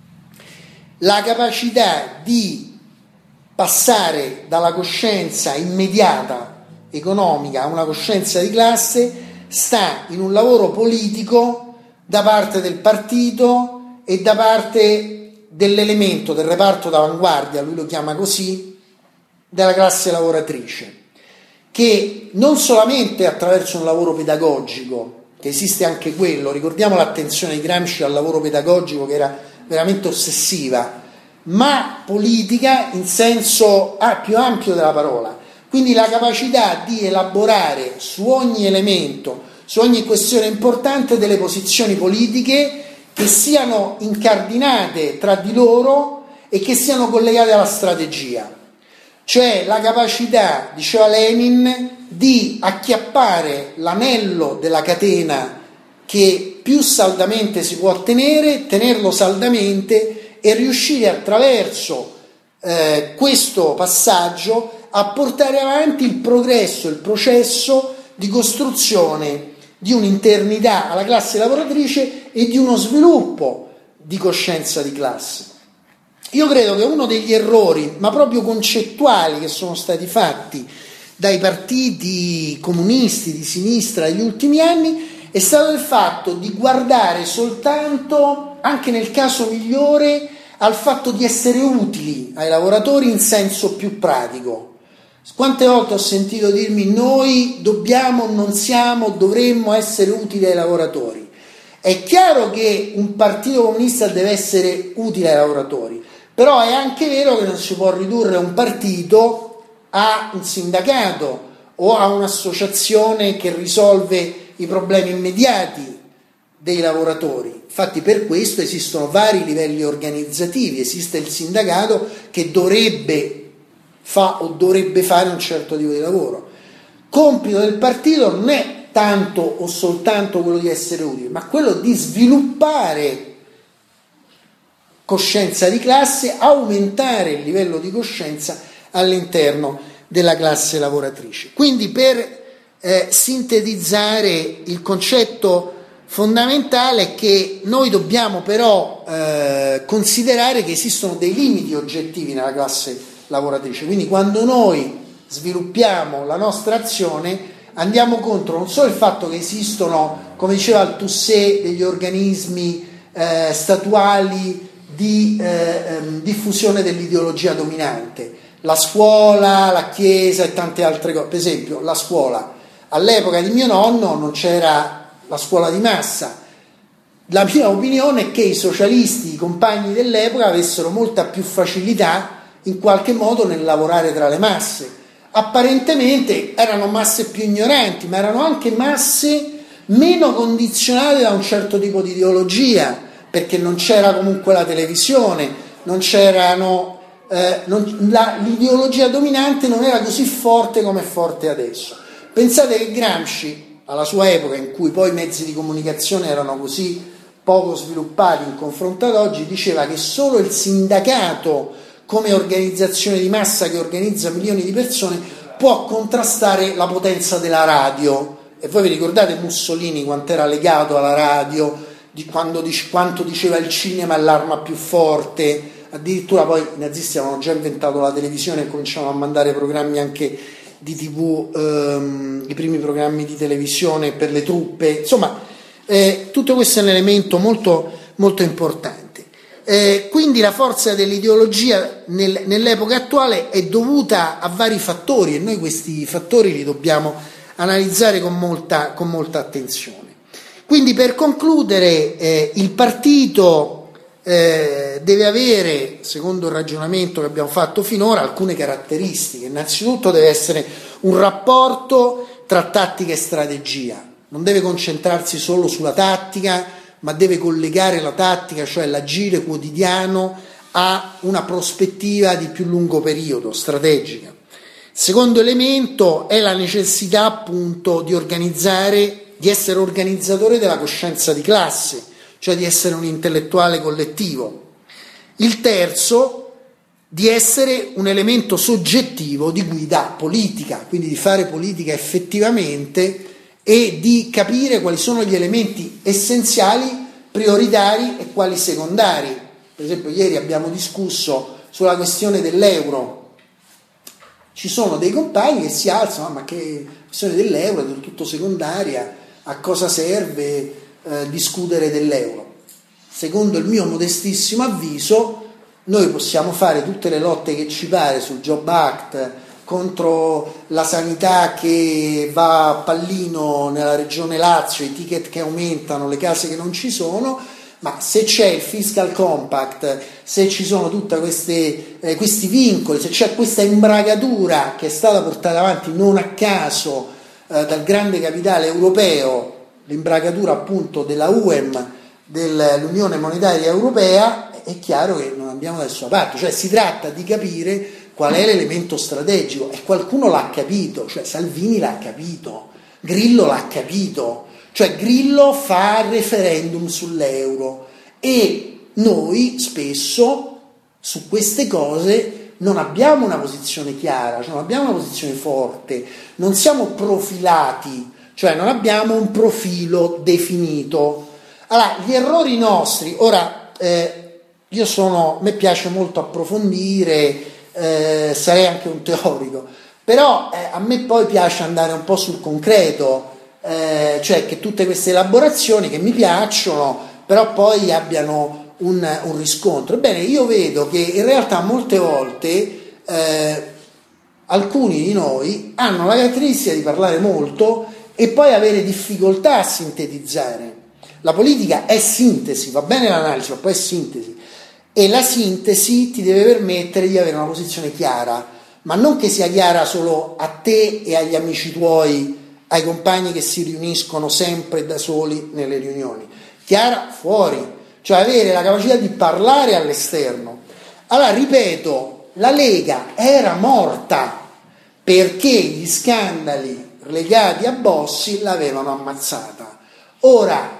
la capacità di passare dalla coscienza immediata economica a una coscienza di classe sta in un lavoro politico da parte del partito e da parte dell'elemento del reparto d'avanguardia, lui lo chiama così, della classe lavoratrice, che non solamente attraverso un lavoro pedagogico, che esiste anche quello, ricordiamo l'attenzione di Gramsci al lavoro pedagogico che era veramente ossessiva, ma politica in senso ah, più ampio della parola, quindi la capacità di elaborare su ogni elemento, su ogni questione importante delle posizioni politiche che siano incardinate tra di loro e che siano collegate alla strategia, cioè la capacità, diceva Lenin, di acchiappare l'anello della catena che più saldamente si può tenere, tenerlo saldamente e riuscire attraverso eh, questo passaggio a portare avanti il progresso, il processo di costruzione di un'internità alla classe lavoratrice e di uno sviluppo di coscienza di classe. Io credo che uno degli errori, ma proprio concettuali, che sono stati fatti dai partiti comunisti di sinistra negli ultimi anni è stato il fatto di guardare soltanto, anche nel caso migliore, al fatto di essere utili ai lavoratori in senso più pratico. Quante volte ho sentito dirmi: noi dobbiamo, non siamo, dovremmo essere utili ai lavoratori. È chiaro che un partito comunista deve essere utile ai lavoratori, però è anche vero che non si può ridurre un partito a un sindacato o a un'associazione che risolve i problemi immediati dei lavoratori. Infatti per questo esistono vari livelli organizzativi, esiste il sindacato che dovrebbe fa o dovrebbe fare un certo tipo di lavoro. Compito del partito non è tanto o soltanto quello di essere utile, ma quello di sviluppare coscienza di classe, aumentare il livello di coscienza all'interno della classe lavoratrice. Quindi, per eh, sintetizzare, il concetto fondamentale è che noi dobbiamo però eh, considerare che esistono dei limiti oggettivi nella classe lavoratrice. Quindi quando noi sviluppiamo la nostra azione andiamo contro non solo il fatto che esistono, come diceva Althusser, degli organismi eh, statuali di eh, ehm, diffusione dell'ideologia dominante, la scuola, la chiesa e tante altre cose. Per esempio la scuola, all'epoca di mio nonno non c'era la scuola di massa. La mia opinione è che i socialisti, i compagni dell'epoca, avessero molta più facilità in qualche modo nel lavorare tra le masse. Apparentemente erano masse più ignoranti, ma erano anche masse meno condizionate da un certo tipo di ideologia, perché non c'era comunque la televisione, non c'erano eh, non, la, l'ideologia dominante non era così forte come è forte adesso. Pensate che Gramsci, alla sua epoca, in cui poi i mezzi di comunicazione erano così poco sviluppati in confronto ad oggi, diceva che solo il sindacato, come organizzazione di massa che organizza milioni di persone, può contrastare la potenza della radio. E voi vi ricordate Mussolini quanto era legato alla radio, di quando, di quanto diceva il cinema è l'arma più forte, addirittura poi i nazisti avevano già inventato la televisione e cominciavano a mandare programmi anche di tivù, ehm, i primi programmi di televisione per le truppe. Insomma, eh, tutto questo è un elemento molto, molto importante. Eh, quindi la forza dell'ideologia nel, nell'epoca attuale è dovuta a vari fattori e noi questi fattori li dobbiamo analizzare con molta, con molta attenzione. Quindi, per concludere, eh, il partito eh, deve avere, secondo il ragionamento che abbiamo fatto finora, alcune caratteristiche. Innanzitutto deve essere un rapporto tra tattica e strategia, non deve concentrarsi solo sulla tattica, ma deve collegare la tattica, cioè l'agire quotidiano, a una prospettiva di più lungo periodo, strategica. Il secondo elemento è la necessità appunto di organizzare, di essere organizzatore della coscienza di classe, cioè di essere un intellettuale collettivo. Il terzo, di essere un elemento soggettivo di guida politica, quindi di fare politica effettivamente e di capire quali sono gli elementi essenziali, prioritari e quali secondari. Per esempio ieri abbiamo discusso sulla questione dell'euro. Ci sono dei compagni che si alzano: ma che questione dell'euro è del tutto secondaria, a cosa serve eh, discutere dell'euro? Secondo il mio modestissimo avviso, noi possiamo fare tutte le lotte che ci pare sul Job Act, contro la sanità che va a pallino nella regione Lazio, i ticket che aumentano, le case che non ci sono, ma se c'è il fiscal compact, se ci sono tutti eh, questi vincoli, se c'è questa imbragatura che è stata portata avanti non a caso eh, dal grande capitale europeo, l'imbragatura appunto della U E M, dell'Unione Monetaria Europea, è chiaro che non andiamo da nessuna parte. Cioè si tratta di capire qual è l'elemento strategico, e qualcuno l'ha capito, cioè Salvini l'ha capito, Grillo l'ha capito, cioè Grillo fa referendum sull'euro e noi spesso su queste cose non abbiamo una posizione chiara, cioè non abbiamo una posizione forte, non siamo profilati, cioè non abbiamo un profilo definito. Allora, gli errori nostri, ora eh, io sono, a me piace molto approfondire, eh, sarei anche un teorico, però eh, a me poi piace andare un po' sul concreto, eh, cioè che tutte queste elaborazioni che mi piacciono, però poi abbiano un, un riscontro. Ebbene, io vedo che in realtà molte volte eh, alcuni di noi hanno la caratteristica di parlare molto e poi avere difficoltà a sintetizzare. La politica è sintesi, va bene l'analisi, ma poi è sintesi, e la sintesi ti deve permettere di avere una posizione chiara, ma non che sia chiara solo a te e agli amici tuoi, ai compagni che si riuniscono sempre da soli nelle riunioni, chiara fuori, cioè avere la capacità di parlare all'esterno. Allora, ripeto, la Lega era morta perché gli scandali legati a Bossi l'avevano ammazzata. Ora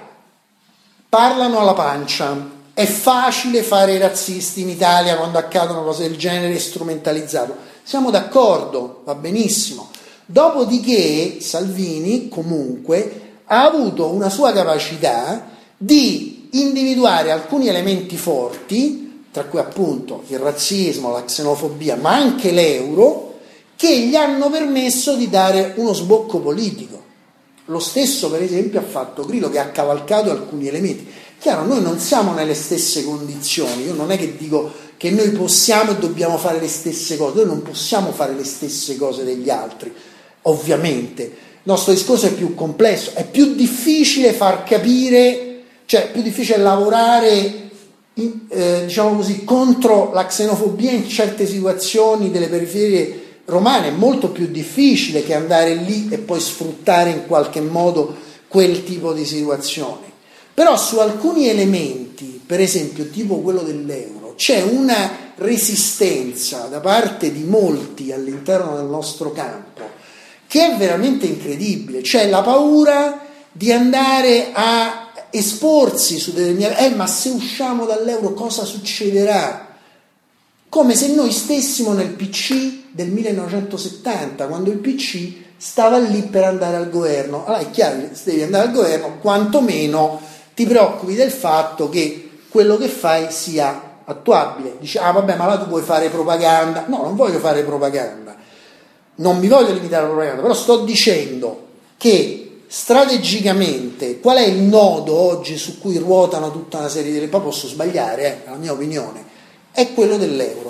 parlano alla pancia, è facile fare i razzisti in Italia quando accadono cose del genere, strumentalizzato, siamo d'accordo, va benissimo. Dopodiché Salvini comunque ha avuto una sua capacità di individuare alcuni elementi forti, tra cui appunto il razzismo, la xenofobia, ma anche l'euro, che gli hanno permesso di dare uno sbocco politico. Lo stesso per esempio ha fatto Grillo, che ha cavalcato alcuni elementi. Chiaro, noi non siamo nelle stesse condizioni, io non è che dico che noi possiamo e dobbiamo fare le stesse cose, noi non possiamo fare le stesse cose degli altri, ovviamente. Il nostro discorso è più complesso, è più difficile far capire, cioè è più difficile lavorare in, eh, diciamo così, contro la xenofobia in certe situazioni delle periferie romane, è molto più difficile che andare lì e poi sfruttare in qualche modo quel tipo di situazioni. Però su alcuni elementi, per esempio tipo quello dell'euro, c'è una resistenza da parte di molti all'interno del nostro campo che è veramente incredibile. C'è la paura di andare a esporsi su determinate... Eh, ma se usciamo dall'euro cosa succederà? Come se noi stessimo nel P C del millenovecentosettanta, quando il P C stava lì per andare al governo. Allora è chiaro, se devi andare al governo, quantomeno ti preoccupi del fatto che quello che fai sia attuabile. Dici, ah vabbè, ma là tu puoi fare propaganda. No, non voglio fare propaganda, non mi voglio limitare alla propaganda, però sto dicendo che strategicamente qual è il nodo oggi su cui ruotano tutta una serie di... poi posso sbagliare, eh, la mia opinione, è quello dell'euro.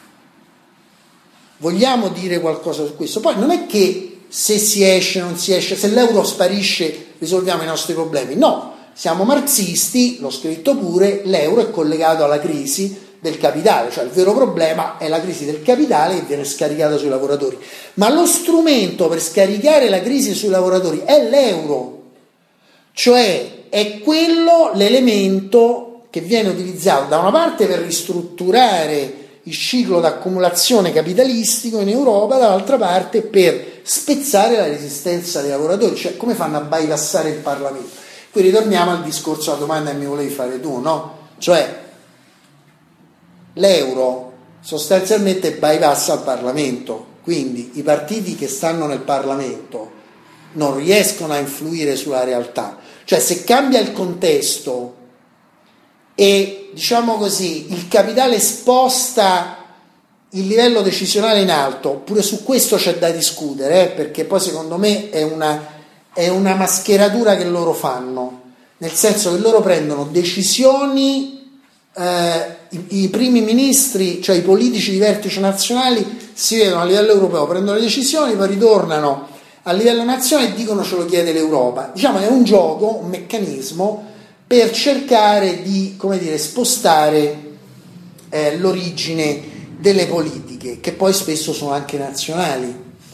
Vogliamo dire qualcosa su questo? Poi non è che se si esce, non si esce, se l'euro sparisce risolviamo i nostri problemi, no, siamo marxisti, l'ho scritto pure, l'euro è collegato alla crisi del capitale, cioè il vero problema è la crisi del capitale che viene scaricata sui lavoratori, ma lo strumento per scaricare la crisi sui lavoratori è l'euro, cioè è quello l'elemento che viene utilizzato da una parte per ristrutturare il ciclo d'accumulazione capitalistico in Europa, dall'altra parte per spezzare la resistenza dei lavoratori, cioè come fanno a bypassare il Parlamento. Qui ritorniamo al discorso, alla domanda che mi volevi fare tu, no? Cioè l'euro sostanzialmente bypassa il Parlamento, quindi i partiti che stanno nel Parlamento non riescono a influire sulla realtà, cioè se cambia il contesto e diciamo così il capitale sposta il livello decisionale in alto, pure su questo c'è da discutere, eh, perché poi secondo me è una, è una mascheratura che loro fanno, nel senso che loro prendono decisioni, eh, i, i primi ministri, cioè i politici di vertice nazionali si vedono a livello europeo, prendono le decisioni, poi ritornano a livello nazionale e dicono ce lo chiede l'Europa. Diciamo è un gioco, un meccanismo per cercare di, come dire, spostare eh, l'origine delle politiche, che poi spesso sono anche nazionali.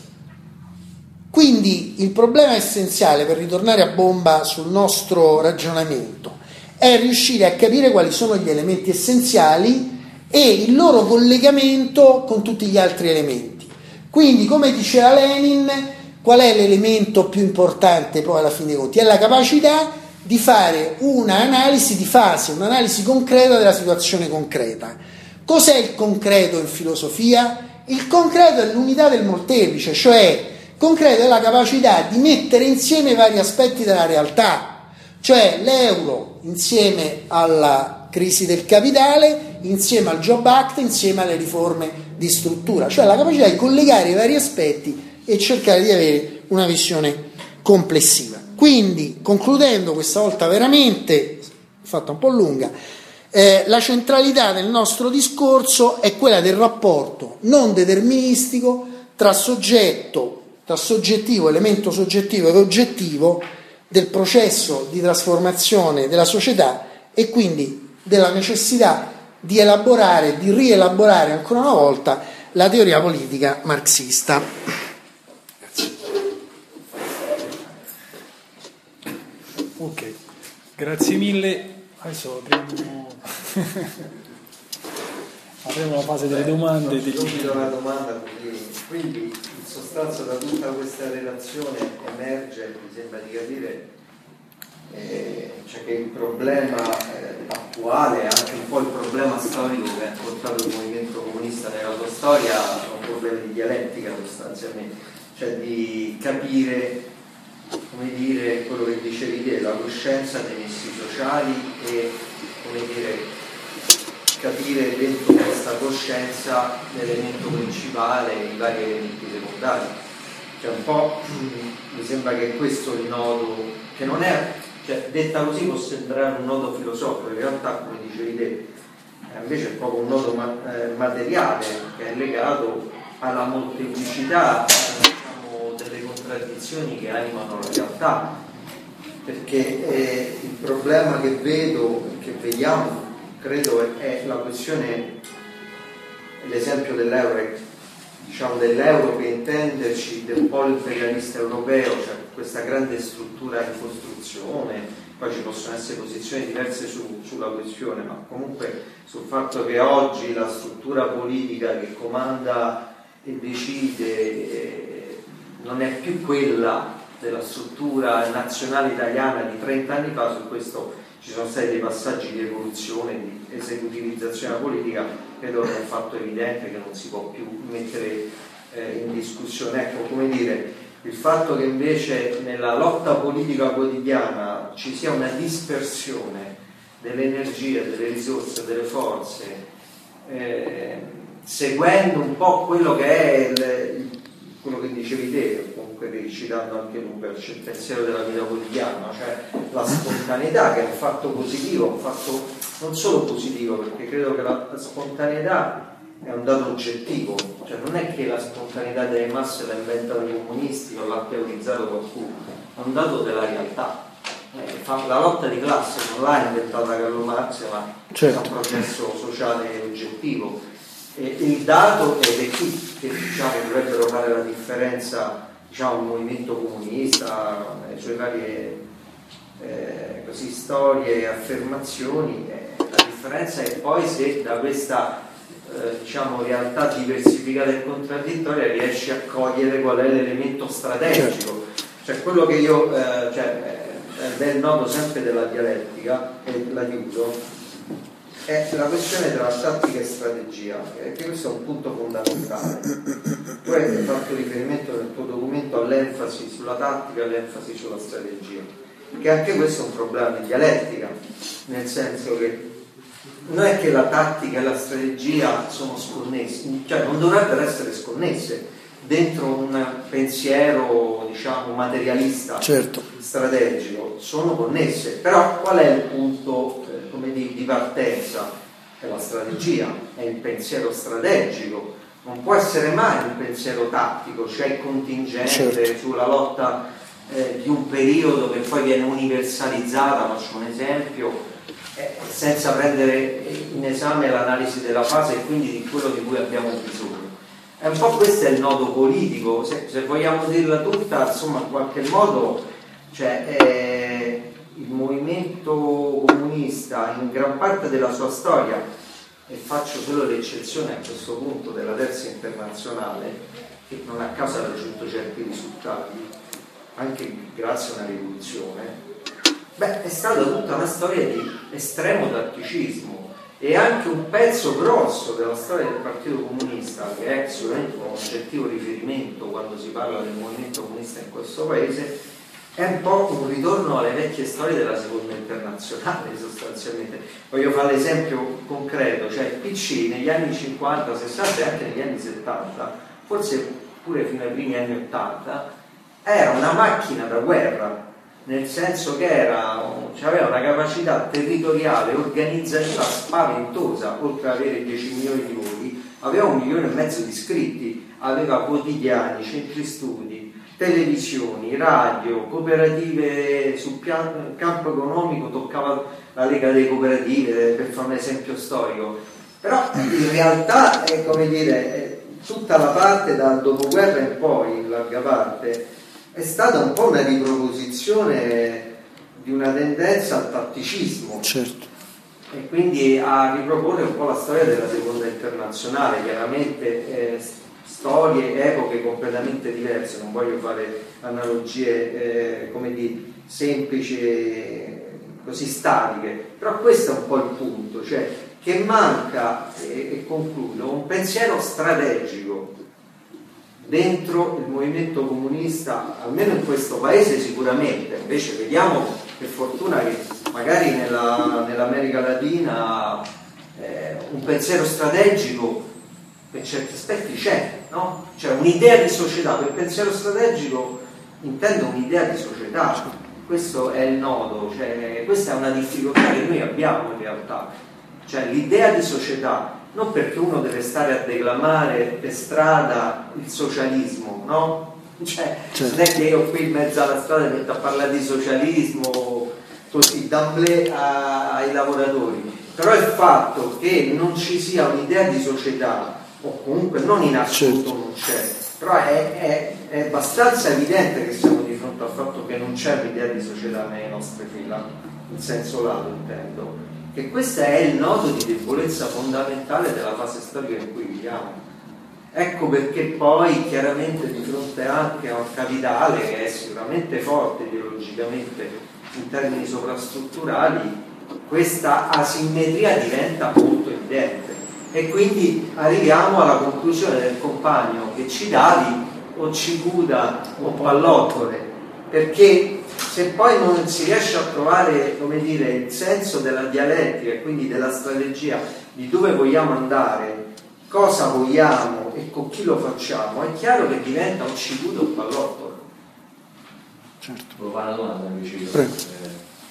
Quindi il problema essenziale, per ritornare a bomba sul nostro ragionamento, è riuscire a capire quali sono gli elementi essenziali e il loro collegamento con tutti gli altri elementi. Quindi, come diceva Lenin, qual è l'elemento più importante poi alla fine dei conti? È la capacità di fare un'analisi di fase, un'analisi concreta della situazione concreta. Cos'è il concreto in filosofia? Il concreto è l'unità del molteplice, cioè concreto è la capacità di mettere insieme i vari aspetti della realtà, cioè l'euro insieme alla crisi del capitale, insieme al Job Act, insieme alle riforme di struttura, cioè la capacità di collegare i vari aspetti e cercare di avere una visione complessiva. Quindi, concludendo questa volta veramente, fatta un po' lunga, Eh, la centralità del nostro discorso è quella del rapporto non deterministico tra soggetto, tra soggettivo, elemento soggettivo ed oggettivo del processo di trasformazione della società e quindi della necessità di elaborare, di rielaborare ancora una volta la teoria politica marxista. Ok, grazie mille. Adesso apriamo, apriamo la fase delle domande. Faccio subito una domanda, quindi in sostanza da tutta questa relazione emerge, mi sembra di capire, eh, cioè che il problema eh, attuale, anche un po' il problema storico che ha portato il movimento comunista nella sua storia, è un problema di dialettica sostanzialmente, cioè di capire, come dire, quello che dicevi te, la coscienza dei messi sociali e, come dire, capire dentro questa coscienza l'elemento principale e i vari elementi secondari. Cioè un po' mi sembra che questo è il nodo, che non è, cioè detta così può sembrare un nodo filosofico, in realtà come dicevi te, invece è proprio un nodo ma- eh, materiale che è legato alla molteplicità delle contraddizioni che animano la realtà, perché eh, il problema che vedo, che vediamo, credo è, è la questione, l'esempio dell'euro, diciamo dell'euro per intenderci, del polo imperialista europeo, cioè questa grande struttura in costruzione, poi ci possono essere posizioni diverse su, sulla questione, ma comunque sul fatto che oggi la struttura politica che comanda e decide eh, non è più quella della struttura nazionale italiana di trenta anni fa. Su questo ci sono stati dei passaggi di evoluzione, di esecutivizzazione della politica, credo che è un fatto evidente che non si può più mettere eh, in discussione. Ecco, come dire, il fatto che invece nella lotta politica quotidiana ci sia una dispersione delle energie, delle risorse, delle forze, eh, seguendo un po' quello che è il, il quello che dicevi te, comunque citando anche tu per il pensiero della vita quotidiana, cioè la spontaneità, che è un fatto positivo, un fatto non solo positivo, perché credo che la, la spontaneità è un dato oggettivo, cioè non è che la spontaneità delle masse la inventano i comunisti o l'ha teorizzato qualcuno, è un dato della realtà. Eh, la lotta di classe non l'ha inventata Carlo Marx, ma certo, è un processo sociale oggettivo. E il dato, ed è qui che diciamo dovrebbero fare la differenza, diciamo, il movimento comunista, le sue varie eh, così, storie e affermazioni, eh, la differenza è poi se da questa eh, diciamo, realtà diversificata e contraddittoria riesce a cogliere qual è l'elemento strategico, cioè quello che io, eh, cioè, eh, del nodo sempre della dialettica, e la chiudo, è la questione tra tattica e strategia, perché questo è un punto fondamentale. Tu hai fatto riferimento nel tuo documento all'enfasi sulla tattica e all'enfasi sulla strategia, che anche questo è un problema di dialettica, nel senso che non è che la tattica e la strategia sono sconnesse, cioè non dovrebbero essere sconnesse dentro un pensiero, diciamo, materialista, certo, strategico, sono connesse, però qual è il punto eh, come di, di partenza? È la strategia, è il pensiero strategico, non può essere mai un pensiero tattico, cioè contingente, certo, sulla lotta eh, di un periodo che poi viene universalizzata. Faccio un esempio, eh, senza prendere in esame l'analisi della fase e quindi di quello di cui abbiamo bisogno. È un po' questo è il nodo politico, se, se vogliamo dirla tutta, insomma, in qualche modo, cioè, eh, il movimento comunista in gran parte della sua storia, e faccio solo l'eccezione a questo punto della terza internazionale, che non a caso ha raggiunto certi risultati, anche grazie a una rivoluzione, beh, è stata tutta una storia di estremo tatticismo, e anche un pezzo grosso della storia del Partito Comunista, che è sicuramente un oggettivo riferimento quando si parla del movimento comunista in questo paese, è un po' un ritorno alle vecchie storie della seconda internazionale sostanzialmente. Voglio fare l'esempio concreto, cioè il P C negli anni cinquanta, sessanta e anche negli anni settanta, forse pure fino ai primi anni ottanta, era una macchina da guerra, nel senso che era, aveva una capacità territoriale, organizzativa spaventosa, oltre ad avere dieci milioni di voti, aveva un milione e mezzo di iscritti, aveva quotidiani, centri studi, televisioni, radio, cooperative sul piano, campo economico, toccava la Lega delle Cooperative, per fare un esempio storico. Però in realtà è, come dire, tutta la parte dal dopoguerra in poi, in larga parte, è stata un po' una riproposizione di una tendenza al tatticismo. Certo. E quindi a riproporre un po' la storia della seconda internazionale, chiaramente eh, storie, epoche completamente diverse, non voglio fare analogie eh, come dire, semplici, così statiche, però questo è un po' il punto, cioè che manca, e, e concludo, un pensiero strategico dentro il movimento comunista, almeno in questo paese sicuramente. Invece vediamo, per fortuna, che magari nella, nell'America Latina eh, un pensiero strategico per certi aspetti c'è, no? Cioè un'idea di società. Per pensiero strategico intendo un'idea di società, questo è il nodo, cioè questa è una difficoltà che noi abbiamo in realtà, cioè l'idea di società. Non perché uno deve stare a declamare per strada il socialismo, no? Cioè, certo. Non è che io qui in mezzo alla strada metto a parlare di socialismo così d'amblè ai lavoratori, però il fatto che non ci sia un'idea di società, o comunque non in assoluto, certo, non c'è, però è, è, è abbastanza evidente che siamo di fronte al fatto che non c'è un'idea di società nelle nostre fila, in senso lato intendo. E questo è il nodo di debolezza fondamentale della fase storica in cui viviamo. Ecco perché poi chiaramente di fronte anche a un capitale che è sicuramente forte ideologicamente in termini sovrastrutturali, questa asimmetria diventa molto evidente e quindi arriviamo alla conclusione del compagno che ci davi o Cicuda o Pallottole, perché se poi non si riesce a trovare, come dire, il senso della dialettica e quindi della strategia di dove vogliamo andare, cosa vogliamo e con chi lo facciamo, è chiaro che diventa un Cicuda o un Pallottole. Certo. Volevo fare una domanda invece io, Prego. Eh,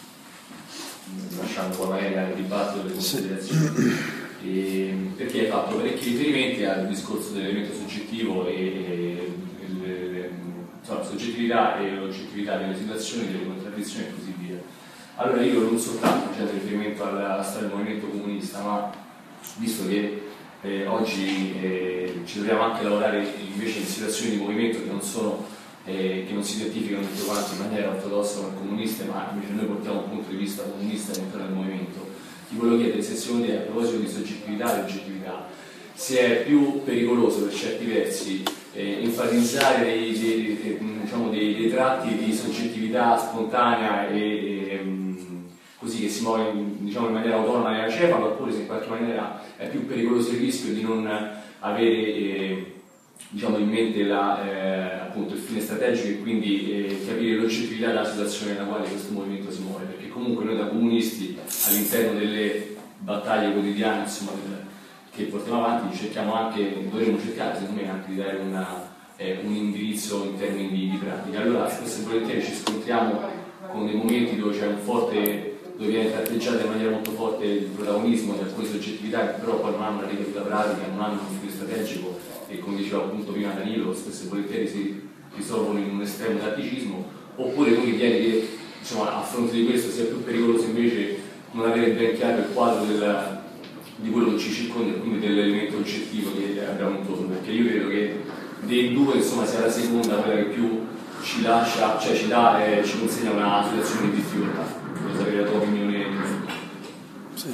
lasciando poi magari al dibattito delle considerazioni. Sì. E, perché hai fatto parecchi riferimenti al discorso dell'elemento soggettivo e, e insomma, soggettività e oggettività delle situazioni, delle contraddizioni e così via. Allora io non soltanto facendo riferimento alla storia del movimento comunista, ma visto che eh, oggi eh, ci dobbiamo anche lavorare invece in situazioni di movimento che non sono eh, che non si identificano tutti quanti in maniera ortodossa come comuniste, ma invece noi portiamo un punto di vista comunista all'interno del movimento, ti volevo chiedere se secondo te, a proposito di soggettività e oggettività, se è più pericoloso per certi versi eh, enfatizzare dei, dei, dei, diciamo dei, dei tratti di soggettività spontanea e, e così che si muove in, diciamo, in maniera autonoma nella cefalo, oppure se in qualche maniera è più pericoloso il rischio di non avere eh, diciamo, in mente la, eh, appunto, il fine strategico e quindi eh, capire l'oggettività della situazione nella quale questo movimento si muove, perché comunque noi da comunisti all'interno delle battaglie quotidiane, insomma, del, che portiamo avanti, cerchiamo anche, dovremmo cercare secondo me anche di dare una, eh, un indirizzo in termini di, di pratica. Allora spesso e volentieri ci scontriamo con dei momenti dove c'è un forte, dove viene tratteggiato in maniera molto forte il protagonismo di alcune soggettività che però poi non hanno una ricaduta pratica, non hanno un fine strategico e, come diceva appunto prima Danilo, spesso e volentieri si risolvono in un estremo tatticismo, oppure lui viene che insomma, a fronte di questo sia più pericoloso invece non avere ben chiaro il quadro del, di quello che ci circonda e quindi dell'elemento oggettivo che abbiamo intorno, perché io credo che dei due insomma sia la seconda quella che più ci lascia, cioè ci dà e ci consegna una situazione di difficoltà. Voglio sapere la tua opinione. Sì.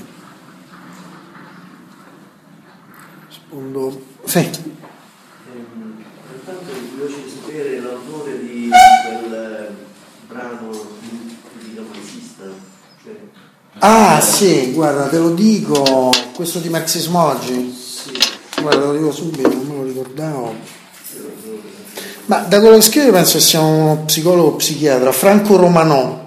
Rispondo. Sì. Ehm, intanto mi piace sapere l'autore di quel brano di marxista, cioè Ah sì, guarda, te lo dico, questo di marxismo oggi? Sì. Guarda, te lo dico subito, non me lo ricordavo. Ma da quello che scrive penso che sia uno psicologo psichiatra, Franco Romanò.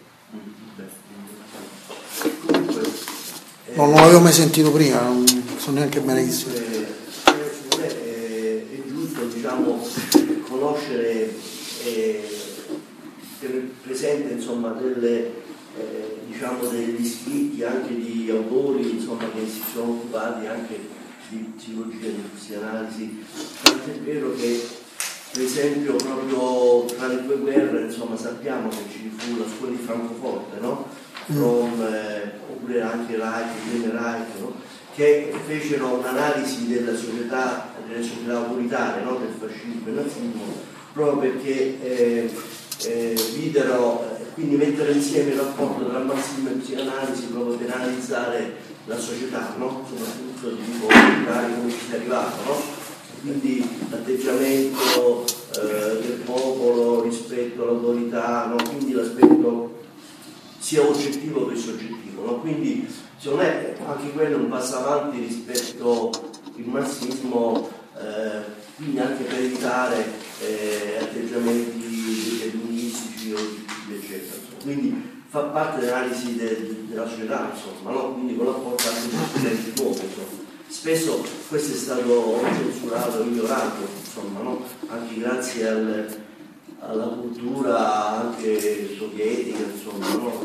No, non l'avevo mai sentito prima, non so neanche bene chi sia. Secondo me è giusto, diciamo, conoscere e tenere presente, insomma, delle, eh, diciamo, degli scritti anche di autori, insomma, che si sono occupati anche di psicologia, di psicanalisi. Tanto è vero che, per esempio, proprio tra le due guerre, insomma, sappiamo che ci fu la scuola di Francoforte, no? From, eh, oppure anche Reich, Wilhelm Reich, no? Che fecero un'analisi della società, delle società autoritarie, no? Del fascismo e del nazismo, proprio perché eh, eh, videro, eh, quindi mettere insieme il rapporto tra marxismo e psicanalisi proprio per analizzare la società, no? Soprattutto di tipo autoritario, come ci si è arrivato, no? Quindi l'atteggiamento eh, del popolo rispetto all'autorità, no? Quindi l'aspetto sia oggettivo che soggettivo, no? Quindi secondo me anche quello è un passo avanti rispetto al marxismo, eh, quindi anche per evitare eh, atteggiamenti hedonistici o eccetera. Quindi fa parte dell'analisi de, della società, insomma, no? Quindi con l'apporto anche di studenti nuovi, insomma. Spesso questo è stato censurato e ignorato, insomma, no? Anche grazie al, alla cultura anche sovietica, insomma, no?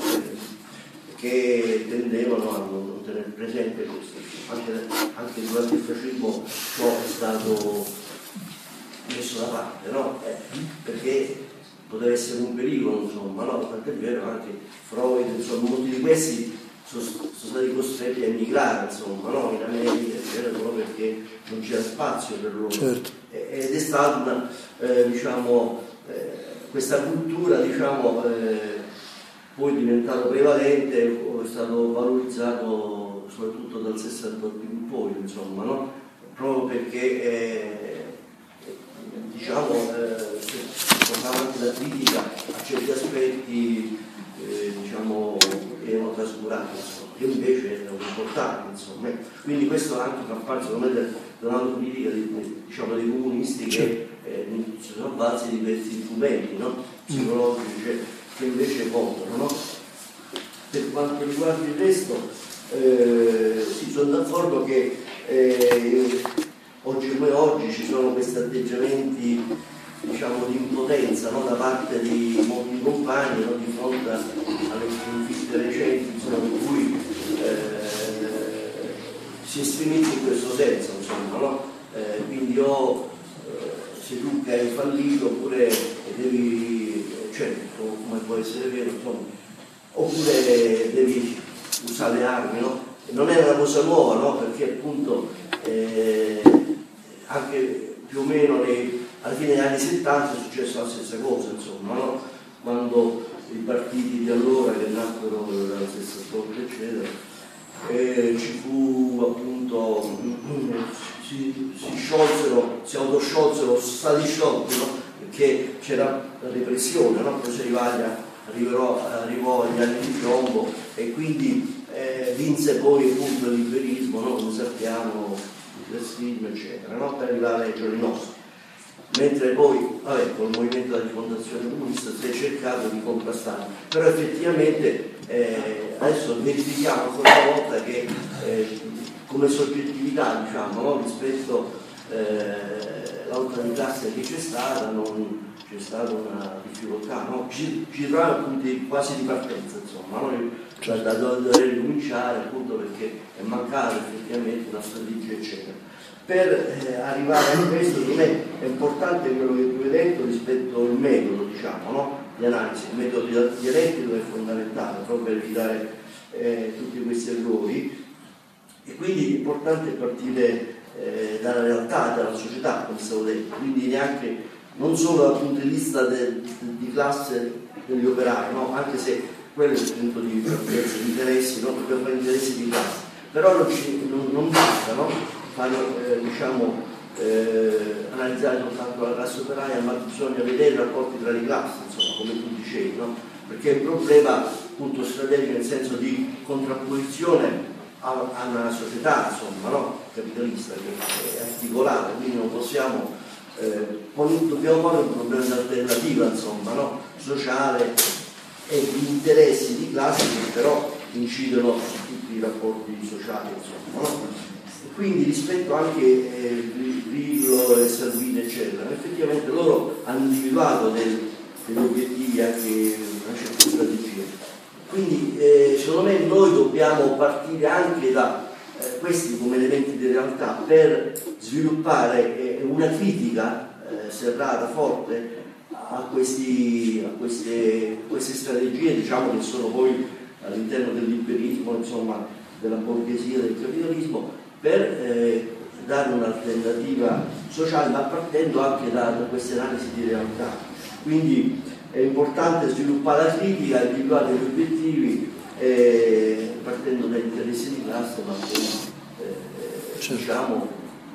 Che tendevano a non tenere presente questo. Anche, anche durante il fascismo ciò è stato messo da parte, no? Eh, perché poteva essere un pericolo, insomma, no? Tant'è vero anche Freud, insomma, molti di questi sono, sono stati costretti a emigrare, insomma, no? In America, eccetera, proprio perché non c'era spazio per loro. Certo. Ed è stata una, eh, diciamo, eh, questa cultura, diciamo, eh, poi è diventato prevalente, è stato valorizzato soprattutto dal sessantotto in poi, insomma, no? Proprio perché eh, diciamo eh, portava anche la critica a certi aspetti eh, diciamo erano trascurati, insomma, che invece erano importanti, insomma. Quindi questo anche fa parte secondo me dell'autocritica diciamo, dei comunisti che eh, si sono avvalsi di questi strumenti, no? Psicologici che invece contano, no? Per quanto riguarda il resto, eh, sì, sono d'accordo che eh, oggi come oggi ci sono questi atteggiamenti, diciamo, di impotenza, no? Da parte di molti compagni, no? Di fronte alle sconfitte recenti, insomma, in cui eh, si esprimisce in questo senso, insomma, no? Eh, quindi o eh, sei tu che hai fallito oppure devi, cioè, come può essere vero, insomma, oppure devi usare le armi, no? Non è una cosa nuova, no? Perché appunto eh, anche più o meno nei, alla fine degli anni settanta è successa la stessa cosa, insomma, no? Quando i partiti di allora che nacquero dalla stessa storia, eccetera, eh, ci fu appunto si, si sciolsero, si autosciolsero, sono stati sciolti, no? Perché c'era la repressione, no? Poi Rivaglia arrivò, arrivò agli anni di piombo e quindi eh, vinse poi appunto il liberismo, no? Come sappiamo, il fascismo, eccetera, no? Per arrivare ai giorni nostri. Mentre poi, vabbè, con il movimento della rifondazione comunista si è cercato di contrastare, però effettivamente eh, adesso verifichiamo ancora una volta che eh, come soggettività, diciamo, no? Rispetto eh, alla lotta di classe che c'è stata, non c'è stata una difficoltà, no? Ci, ci troviamo appunti quasi di partenza, insomma, no? Cioè, da dover ricominciare appunto perché è mancata effettivamente una strategia, eccetera. Per eh, arrivare a questo, secondo me è importante quello che tu hai detto rispetto al metodo, diciamo, no? Di analisi. Il metodo dialettico è fondamentale proprio per evitare eh, tutti questi errori, e quindi è importante partire eh, dalla realtà, dalla società, come stavo detto, quindi neanche non solo dal punto di vista de, de, di classe degli operai, no? Anche se quello è il punto di partenza, di interessi, no? Dobbiamo fare interessi di classe, però non, ci, non, non basta, no? Fanno, eh, diciamo, eh, analizzare soltanto la classe operaia, ma bisogna vedere i rapporti tra le classi, insomma, come tu dicevi, no? Perché il problema appunto strategiche nel senso di contrapposizione a, a una società, insomma, no? Capitalista che è articolata, quindi non possiamo, eh, dobbiamo fare un problema di alternativa, insomma, no? Sociale e di interessi di classe che però incidono su tutti i rapporti sociali, insomma, no? Quindi rispetto anche eh, Grillo e Salvini eccetera, effettivamente loro hanno individuato del, degli obiettivi, anche una certa strategia. Quindi eh, secondo me noi dobbiamo partire anche da eh, questi come elementi di realtà per sviluppare eh, una critica eh, serrata, forte a, questi, a queste, queste strategie, diciamo, che sono poi all'interno dell'imperismo, insomma, della borghesia, del capitalismo, per eh, dare un'alternativa sociale, ma partendo anche da, da queste analisi di realtà. Quindi è importante sviluppare la critica, individuare gli obiettivi, eh, partendo da interessi di classe, ma poi eh, certo. diciamo,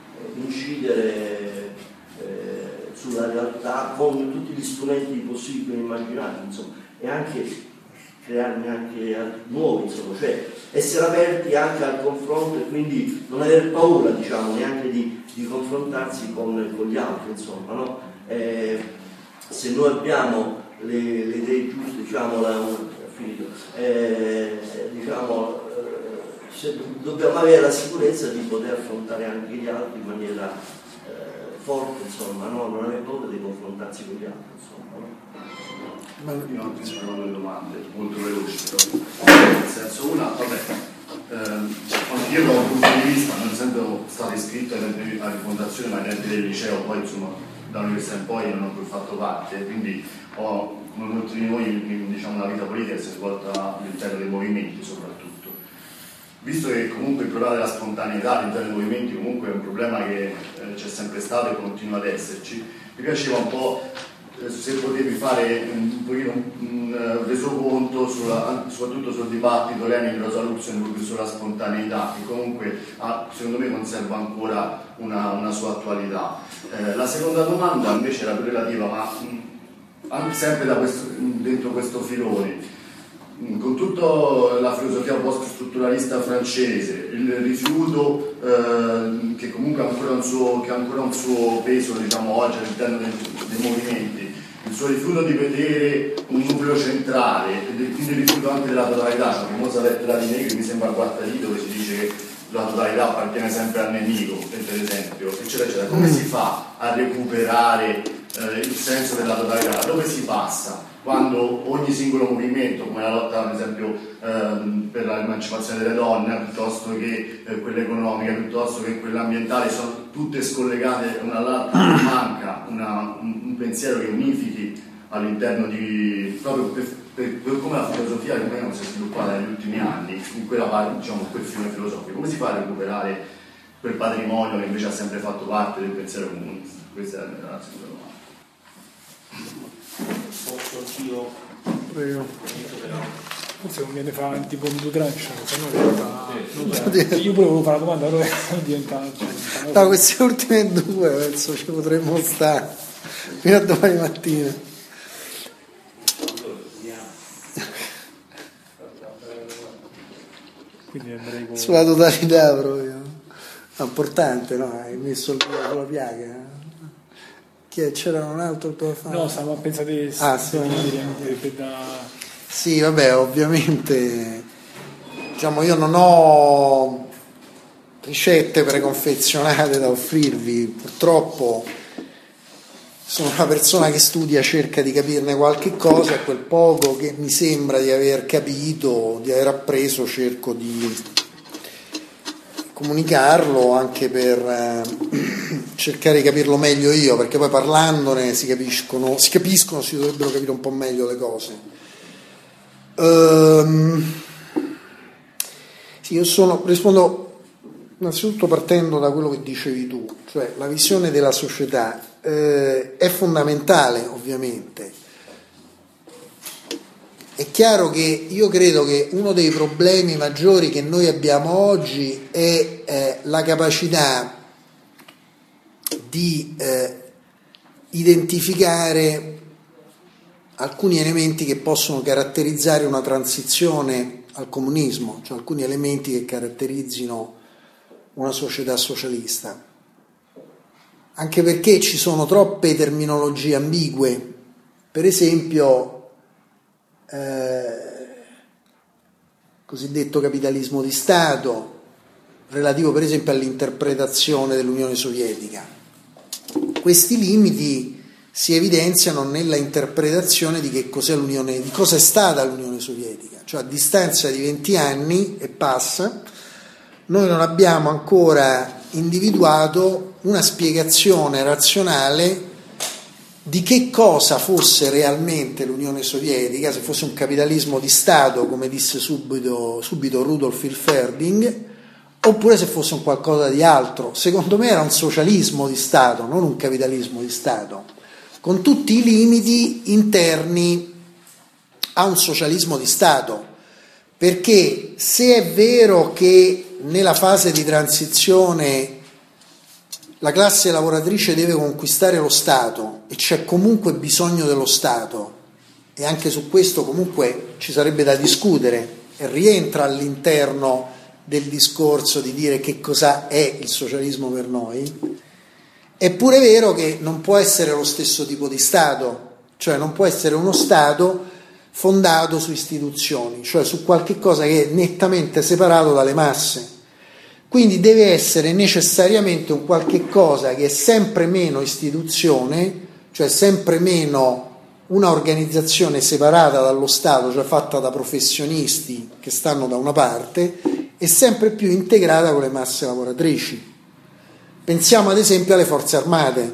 incidere eh, sulla realtà con tutti gli strumenti possibili e immaginabili, insomma, e anche crearne anche nuovi, insomma, cioè essere aperti anche al confronto e quindi non aver paura, diciamo, neanche di, di confrontarsi con, con gli altri, insomma, no? Eh, se noi abbiamo le, le idee giuste, diciamo, la, finito, eh, diciamo eh, se dobbiamo avere la sicurezza di poter affrontare anche gli altri in maniera eh, forte, insomma, no? Non avere paura di confrontarsi con gli altri, insomma, no? Ma io anche sono delle domande molto veloci, però nel senso, una, vabbè, ehm, anche io da un punto di vista, non essendo stato iscritto alla rifondazione, ma neanche del liceo, poi insomma dall'università in poi non ho più fatto parte, quindi ho, come molti di noi, diciamo, la vita politica che si è svolta all'interno dei movimenti soprattutto. Visto che comunque il problema della spontaneità all'interno dei movimenti comunque è un problema che eh, c'è sempre stato e continua ad esserci, mi piaceva un po' se potevi fare un pochino un, un resoconto sulla, soprattutto sul dibattito Lenin Rosa Luxemburg sulla spontaneità, che comunque ha, secondo me conserva ancora una, una sua attualità. Eh, la seconda domanda invece era più relativa, ma mh, anche sempre da questo, dentro questo filone, con tutta la filosofia post-strutturalista francese, il rifiuto eh, che comunque ha ancora un suo, che ha ancora un suo peso, diciamo, oggi all'interno dei, dei movimenti, il suo rifiuto di vedere un nucleo centrale e quindi il rifiuto anche della totalità, cioè la famosa lettera di Negri, mi sembra Guattari, dove si dice che la totalità appartiene sempre al nemico, per esempio, eccetera, eccetera. Come si fa a recuperare eh, il senso della totalità? Dove si passa? Quando ogni singolo movimento, come la lotta ad esempio ehm, per l'emancipazione delle donne, piuttosto che eh, quella economica, piuttosto che quella ambientale, sono tutte scollegate una all'altra, manca una, un, un pensiero che unifichi all'interno di, proprio per, per, per come la filosofia che non si è sviluppata negli ultimi anni, in quella parte, diciamo, quel fiume filosofico, come si fa a recuperare quel patrimonio che invece ha sempre fatto parte del pensiero comunista? Questa è la seconda domanda. Posso anch'io? Prego. Forse non viene fa tipo un due tranche, se no in realtà io pure volevo fare la domanda, però diventa. No, queste ultime due penso ci potremmo stare fino a domani mattina. Quindi andrei con... Sulla totalità proprio. No, importante, no? Hai messo il dito sulla piaga. Che c'era un altro tuo fan? No, stavo a pensare ah, sì, di da... sì, vabbè, ovviamente diciamo io non ho ricette preconfezionate da offrirvi, purtroppo sono una persona che studia, cerca di capirne qualche cosa e quel poco che mi sembra di aver capito, di aver appreso, cerco di comunicarlo anche per eh, cercare di capirlo meglio io, perché poi parlandone si capiscono, si capiscono, si dovrebbero capire un po' meglio le cose. Ehm, sì, io sono, rispondo innanzitutto partendo da quello che dicevi tu, cioè la visione della società eh, è fondamentale, ovviamente. È chiaro che io credo che uno dei problemi maggiori che noi abbiamo oggi è eh, la capacità di eh, identificare alcuni elementi che possono caratterizzare una transizione al comunismo, cioè alcuni elementi che caratterizzino una società socialista, anche perché ci sono troppe terminologie ambigue. Per esempio, eh, cosiddetto capitalismo di Stato, relativo per esempio all'interpretazione dell'Unione Sovietica. Questi limiti si evidenziano nella interpretazione di che cos'è l'Unione, di cosa è stata l'Unione Sovietica, cioè a distanza di venti anni e passa, noi non abbiamo ancora individuato una spiegazione razionale di che cosa fosse realmente l'Unione Sovietica, se fosse un capitalismo di Stato, come disse subito, subito Rudolf Hilferding, oppure se fosse un qualcosa di altro. Secondo me era un socialismo di Stato, non un capitalismo di Stato, con tutti i limiti interni a un socialismo di Stato, perché se è vero che nella fase di transizione la classe lavoratrice deve conquistare lo Stato e c'è comunque bisogno dello Stato, e anche su questo comunque ci sarebbe da discutere e rientra all'interno del discorso di dire che cosa è il socialismo per noi, è pure vero che non può essere lo stesso tipo di Stato, cioè non può essere uno Stato fondato su istituzioni, cioè su qualche cosa che è nettamente separato dalle masse. Quindi deve essere necessariamente un qualche cosa che è sempre meno istituzione, cioè sempre meno una organizzazione separata dallo Stato, cioè fatta da professionisti che stanno da una parte, e sempre più integrata con le masse lavoratrici. Pensiamo ad esempio alle forze armate.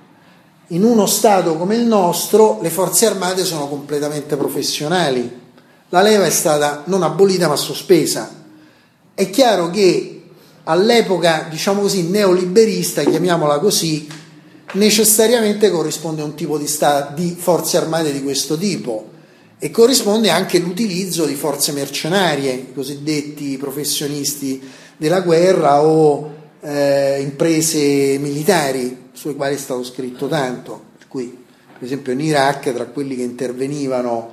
In uno Stato come il nostro le forze armate sono completamente professionali. La leva è stata non abolita ma sospesa. È chiaro che all'epoca, diciamo così, neoliberista, chiamiamola così, necessariamente corrisponde a un tipo di, sta- di forze armate di questo tipo, e corrisponde anche l'utilizzo di forze mercenarie, i cosiddetti professionisti della guerra o eh, imprese militari, sulle quali è stato scritto tanto, per cui per esempio in Iraq tra quelli che intervenivano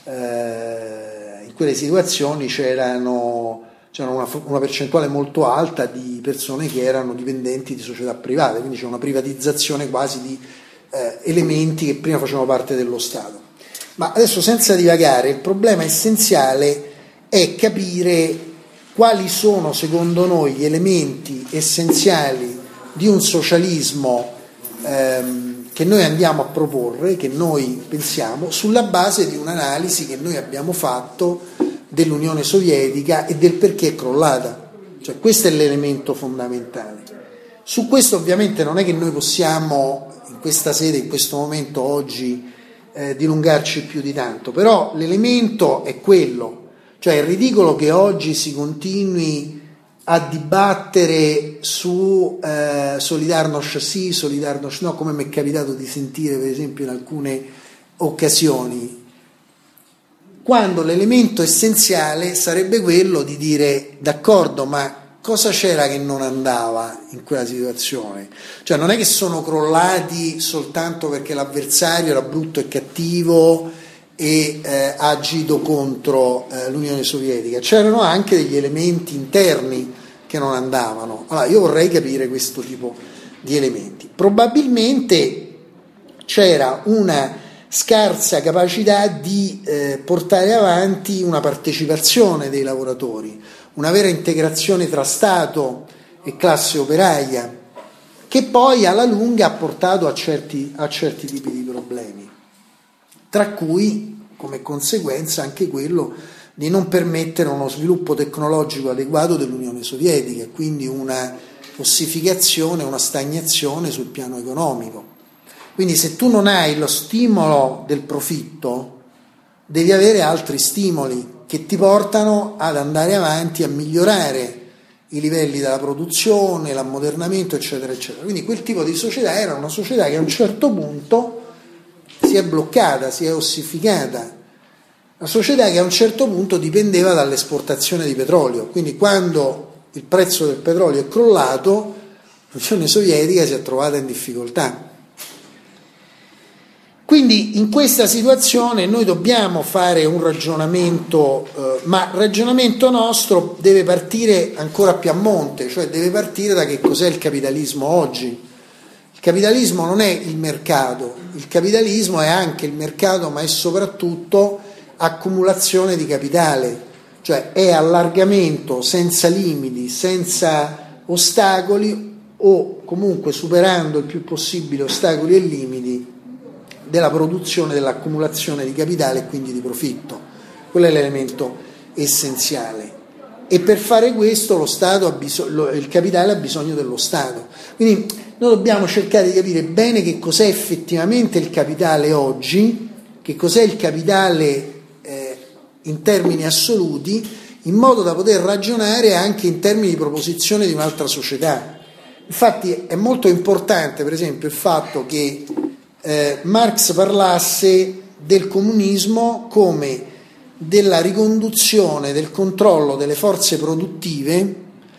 eh, in quelle situazioni c'erano c'era una, una percentuale molto alta di persone che erano dipendenti di società private, quindi c'è una privatizzazione quasi di eh, elementi che prima facevano parte dello Stato. Ma adesso, senza divagare, il problema essenziale è capire quali sono secondo noi gli elementi essenziali di un socialismo ehm, che noi andiamo a proporre, che noi pensiamo, sulla base di un'analisi che noi abbiamo fatto dell'Unione Sovietica e del perché è crollata. Cioè questo è l'elemento fondamentale. Su questo ovviamente non è che noi possiamo in questa sede, in questo momento oggi eh, dilungarci più di tanto, però l'elemento è quello, cioè è ridicolo che oggi si continui a dibattere su eh, Solidarnosc sì, Solidarnosc no, come mi è capitato di sentire per esempio in alcune occasioni, quando l'elemento essenziale sarebbe quello di dire d'accordo, ma cosa c'era che non andava in quella situazione? Cioè non è che sono crollati soltanto perché l'avversario era brutto e cattivo e eh, ha agito contro eh, l'Unione Sovietica, c'erano anche degli elementi interni che non andavano. Allora io vorrei capire questo tipo di elementi. Probabilmente c'era una scarsa capacità di eh, portare avanti una partecipazione dei lavoratori, una vera integrazione tra Stato e classe operaia, che poi alla lunga ha portato a certi, a certi tipi di problemi, tra cui come conseguenza anche quello di non permettere uno sviluppo tecnologico adeguato dell'Unione Sovietica, quindi una ossificazione, una stagnazione sul piano economico. Quindi se tu non hai lo stimolo del profitto, devi avere altri stimoli che ti portano ad andare avanti, a migliorare i livelli della produzione, l'ammodernamento, eccetera, eccetera. Quindi quel tipo di società era una società che a un certo punto si è bloccata, si è ossificata, una società che a un certo punto dipendeva dall'esportazione di petrolio. Quindi quando il prezzo del petrolio è crollato, l'Unione Sovietica si è trovata in difficoltà. Quindi in questa situazione noi dobbiamo fare un ragionamento, eh, ma il ragionamento nostro deve partire ancora più a monte, cioè deve partire da che cos'è il capitalismo oggi. Il capitalismo non è il mercato, il capitalismo è anche il mercato, ma è soprattutto accumulazione di capitale, cioè è allargamento senza limiti, senza ostacoli o comunque superando il più possibile ostacoli e limiti della produzione, dell'accumulazione di capitale e quindi di profitto. Quello è l'elemento essenziale. E per fare questo lo Stato ha bisogno, il capitale ha bisogno dello Stato. Quindi noi dobbiamo cercare di capire bene che cos'è effettivamente il capitale oggi, che cos'è il capitale eh, in termini assoluti, in modo da poter ragionare anche in termini di proposizione di un'altra società. Infatti è molto importante, per esempio, il fatto che Eh, Marx parlasse del comunismo come della riconduzione del controllo delle forze produttive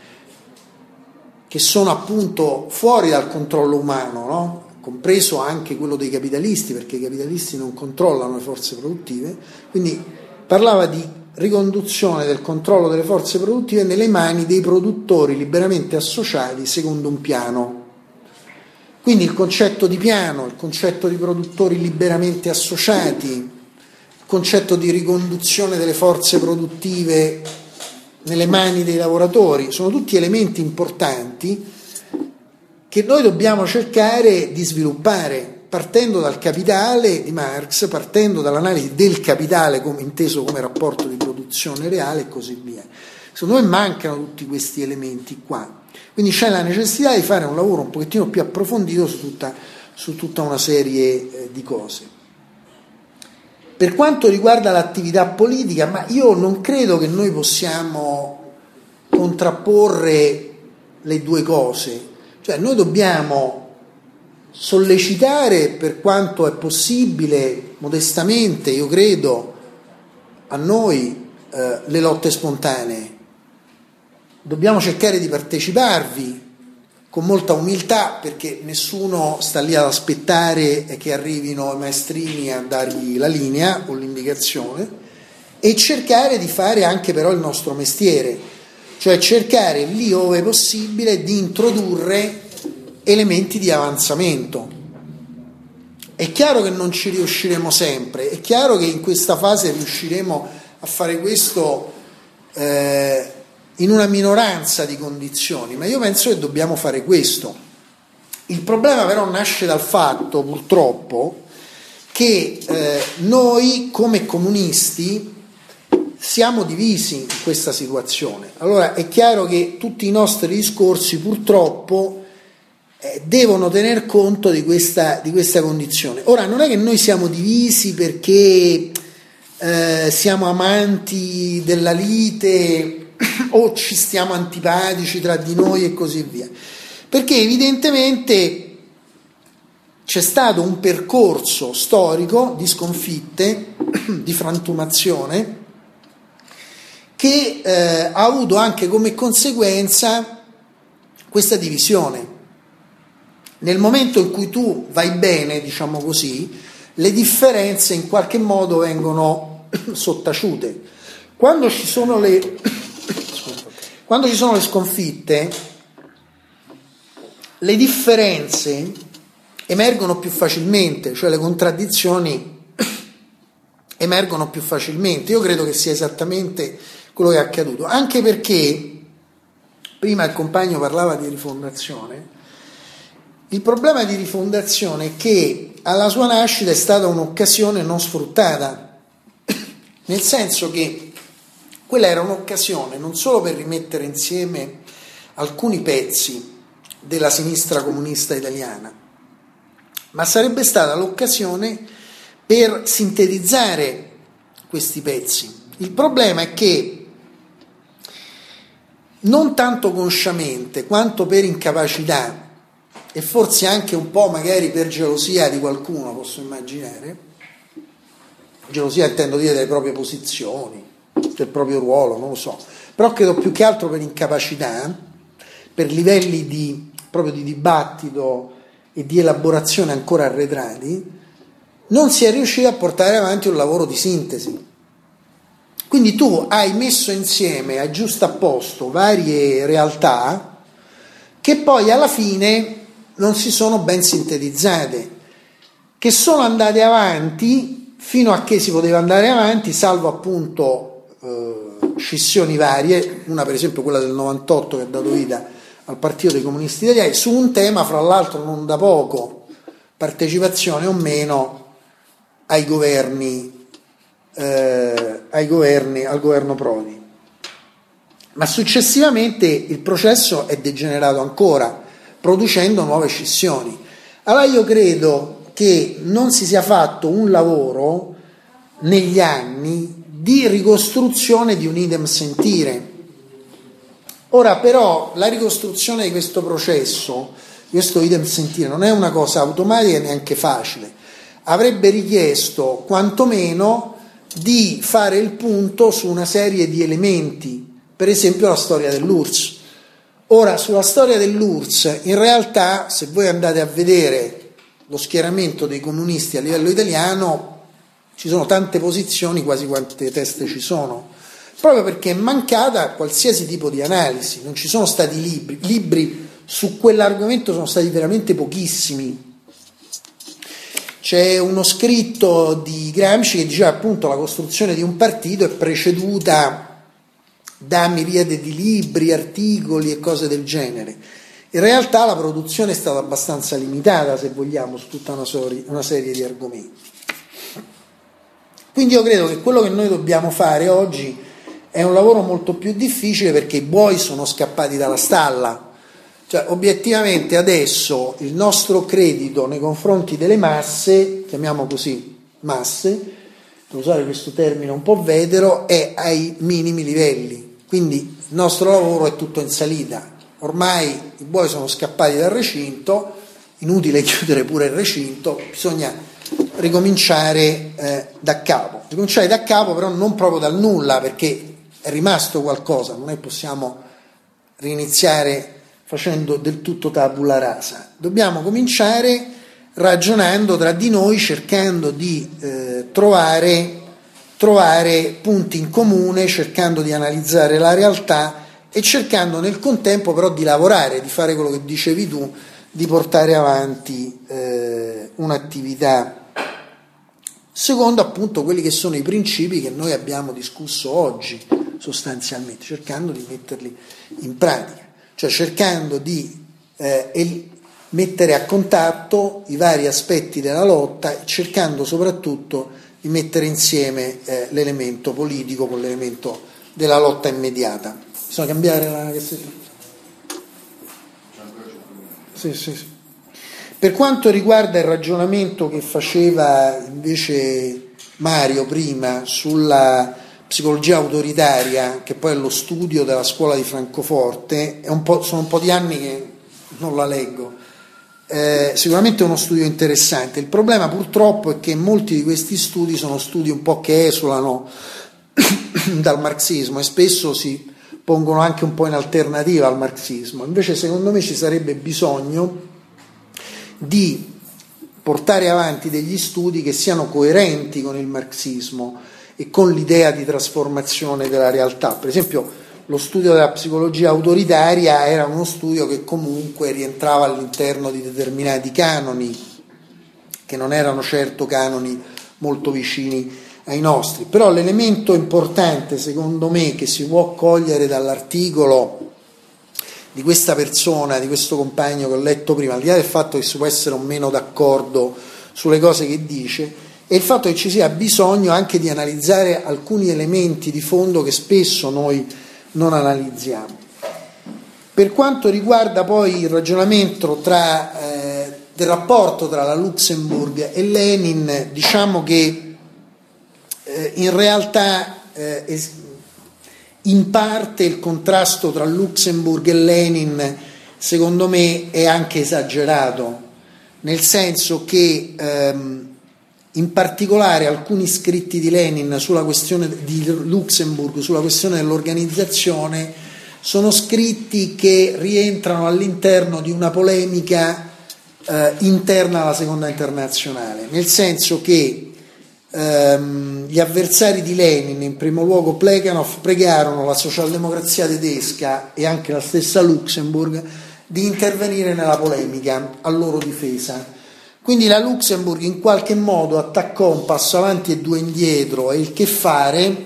che sono appunto fuori dal controllo umano, no? Compreso anche quello dei capitalisti, perché i capitalisti non controllano le forze produttive, quindi parlava di riconduzione del controllo delle forze produttive nelle mani dei produttori liberamente associati secondo un piano. Quindi il concetto di piano, il concetto di produttori liberamente associati, il concetto di riconduzione delle forze produttive nelle mani dei lavoratori, sono tutti elementi importanti che noi dobbiamo cercare di sviluppare, partendo dal capitale di Marx, partendo dall'analisi del capitale come, inteso come rapporto di produzione reale e così via. Secondo me mancano tutti questi elementi qua. Quindi c'è la necessità di fare un lavoro un pochettino più approfondito su tutta, su tutta una serie eh, di cose. Per quanto riguarda l'attività politica, ma io non credo che noi possiamo contrapporre le due cose, cioè noi dobbiamo sollecitare per quanto è possibile, modestamente, io credo, a noi eh, le lotte spontanee. Dobbiamo cercare di parteciparvi con molta umiltà, perché nessuno sta lì ad aspettare che arrivino i maestrini a dargli la linea o l'indicazione, e cercare di fare anche però il nostro mestiere, cioè cercare lì ove possibile di introdurre elementi di avanzamento. È chiaro che non ci riusciremo sempre, è chiaro che in questa fase riusciremo a fare questo eh, in una minoranza di condizioni, ma io penso che dobbiamo fare questo. Il problema però nasce dal fatto, purtroppo, che eh, noi come comunisti siamo divisi in questa situazione. Allora è chiaro che tutti i nostri discorsi purtroppo eh, devono tener conto di questa, di questa condizione. Ora non è che noi siamo divisi perché eh, siamo amanti della lite o ci stiamo antipatici tra di noi e così via, perché evidentemente c'è stato un percorso storico di sconfitte, di frantumazione, che eh, ha avuto anche come conseguenza questa divisione. Nel momento in cui tu vai bene, diciamo così, le differenze in qualche modo vengono sottaciute. Quando ci sono le Quando ci sono le sconfitte, le differenze emergono più facilmente, cioè le contraddizioni emergono più facilmente. Io credo che sia esattamente quello che è accaduto, anche perché prima il compagno parlava di rifondazione. Il problema di rifondazione è che alla sua nascita è stata un'occasione non sfruttata, nel senso che quella era un'occasione non solo per rimettere insieme alcuni pezzi della sinistra comunista italiana, ma sarebbe stata l'occasione per sintetizzare questi pezzi. Il problema è che non tanto consciamente quanto per incapacità e forse anche un po' magari per gelosia di qualcuno, posso immaginare, gelosia intendo dire delle proprie posizioni, del proprio ruolo, non lo so, però credo più che altro per incapacità, per livelli di, proprio di dibattito e di elaborazione ancora arretrati, non si è riuscito a portare avanti un lavoro di sintesi. Quindi tu hai messo insieme, hai giustapposto varie realtà che poi alla fine non si sono ben sintetizzate, che sono andate avanti fino a che si poteva andare avanti, salvo appunto eh, scissioni varie, una per esempio quella del novantotto che ha dato vita al Partito dei Comunisti Italiani, su un tema fra l'altro non da poco, partecipazione o meno ai governi, eh, ai governi, al governo Prodi. Ma successivamente il processo è degenerato ancora, producendo nuove scissioni. Allora io credo che non si sia fatto un lavoro negli anni di ricostruzione di un idem sentire. Ora però la ricostruzione di questo processo, questo idem sentire, non è una cosa automatica e neanche facile. Avrebbe richiesto quantomeno di fare il punto su una serie di elementi, per esempio la storia dell'U R S S. Ora, sulla storia dell'U R S S, in realtà, se voi andate a vedere lo schieramento dei comunisti a livello italiano, ci sono tante posizioni, quasi quante teste ci sono, proprio perché è mancata qualsiasi tipo di analisi, non ci sono stati libri, libri su quell'argomento sono stati veramente pochissimi. C'è uno scritto di Gramsci che diceva appunto la costruzione di un partito è preceduta da miriade di libri, articoli e cose del genere. In realtà la produzione è stata abbastanza limitata, se vogliamo, su tutta una, sori- una serie di argomenti. Quindi io credo che quello che noi dobbiamo fare oggi è un lavoro molto più difficile perché i buoi sono scappati dalla stalla. Cioè, obiettivamente adesso il nostro credito nei confronti delle masse, chiamiamo così masse, per usare questo termine un po' vetero, è ai minimi livelli. Quindi il nostro lavoro è tutto in salita. Ormai i buoi sono scappati dal recinto, inutile chiudere pure il recinto, bisogna ricominciare eh, da capo. Ricominciare da capo però non proprio dal nulla, perché è rimasto qualcosa, non è possiamo riniziare facendo del tutto tabula rasa. Dobbiamo cominciare ragionando tra di noi, cercando di eh, trovare, trovare punti in comune, cercando di analizzare la realtà e cercando nel contempo però di lavorare, di fare quello che dicevi tu, di portare avanti eh, un'attività secondo appunto quelli che sono i principi che noi abbiamo discusso oggi sostanzialmente, cercando di metterli in pratica, cioè cercando di eh, el- mettere a contatto i vari aspetti della lotta e cercando soprattutto di mettere insieme eh, l'elemento politico con l'elemento della lotta immediata. Bisogna cambiare la... Sì, sì, sì. Per quanto riguarda il ragionamento che faceva invece Mario prima sulla psicologia autoritaria, che poi è lo studio della scuola di Francoforte, è un po', sono un po' di anni che non la leggo, eh, sicuramente è uno studio interessante. Il problema purtroppo è che molti di questi studi sono studi un po' che esulano dal marxismo e spesso si pongono anche un po' in alternativa al marxismo. Invece secondo me ci sarebbe bisogno di portare avanti degli studi che siano coerenti con il marxismo e con l'idea di trasformazione della realtà. Per esempio lo studio della psicologia autoritaria era uno studio che comunque rientrava all'interno di determinati canoni che non erano certo canoni molto vicini ai nostri, però l'elemento importante secondo me che si può cogliere dall'articolo di questa persona, di questo compagno che ho letto prima, al di là del fatto che si può essere o meno d'accordo sulle cose che dice, è il fatto che ci sia bisogno anche di analizzare alcuni elementi di fondo che spesso noi non analizziamo. Per quanto riguarda poi il ragionamento tra, eh, del rapporto tra la Luxemburg e Lenin, diciamo che eh, in realtà eh, es- in parte il contrasto tra Luxemburg e Lenin secondo me è anche esagerato, nel senso che ehm, in particolare alcuni scritti di Lenin sulla questione di Luxemburg, sulla questione dell'organizzazione, sono scritti che rientrano all'interno di una polemica eh, interna alla seconda internazionale, nel senso che ehm, gli avversari di Lenin, in primo luogo Plekhanov, pregarono la socialdemocrazia tedesca e anche la stessa Luxemburg di intervenire nella polemica a loro difesa. Quindi la Luxemburg in qualche modo attaccò un passo avanti e due indietro e il che fare,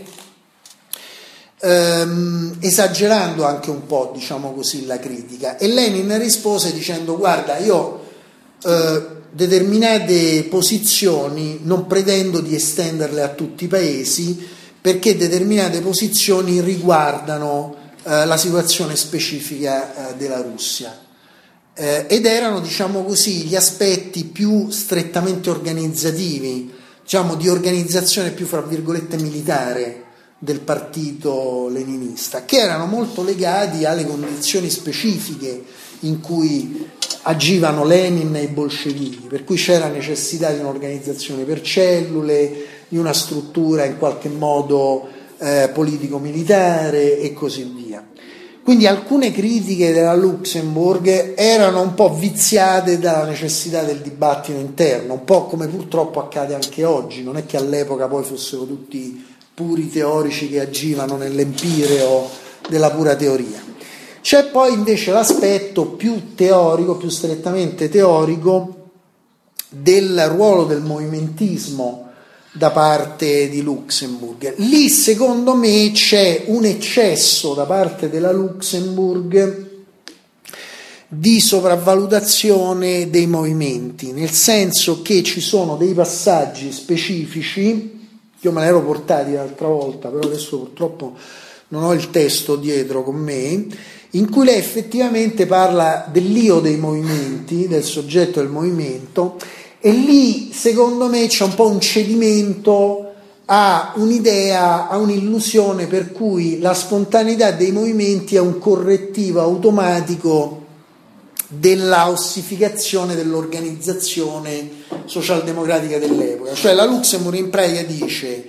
ehm, esagerando anche un po', diciamo così, la critica, e Lenin rispose dicendo: guarda, io eh, determinate posizioni non pretendo di estenderle a tutti i paesi, perché determinate posizioni riguardano eh, la situazione specifica eh, della Russia. Eh, ed erano, diciamo così, gli aspetti più strettamente organizzativi, diciamo di organizzazione più, fra virgolette, militare del partito leninista, che erano molto legati alle condizioni specifiche in cui agivano Lenin e i bolscevichi, per cui c'era necessità di un'organizzazione per cellule, di una struttura in qualche modo eh, politico-militare e così via. Quindi alcune critiche della Luxemburg erano un po' viziate dalla necessità del dibattito interno, un po' come purtroppo accade anche oggi. Non è che all'epoca poi fossero tutti puri teorici che agivano nell'empireo della pura teoria. C'è poi invece l'aspetto più teorico, più strettamente teorico, del ruolo del movimentismo da parte di Luxemburg. Lì secondo me c'è un eccesso da parte della Luxemburg di sopravvalutazione dei movimenti, nel senso che ci sono dei passaggi specifici, io me l'ero portati l'altra volta, però adesso purtroppo non ho il testo dietro con me, in cui lei effettivamente parla dell'io dei movimenti, del soggetto del movimento. E lì, secondo me, c'è un po' un cedimento a un'idea, a un'illusione per cui la spontaneità dei movimenti è un correttivo automatico della ossificazione dell'organizzazione socialdemocratica dell'epoca. Cioè la Luxemburg in pratica dice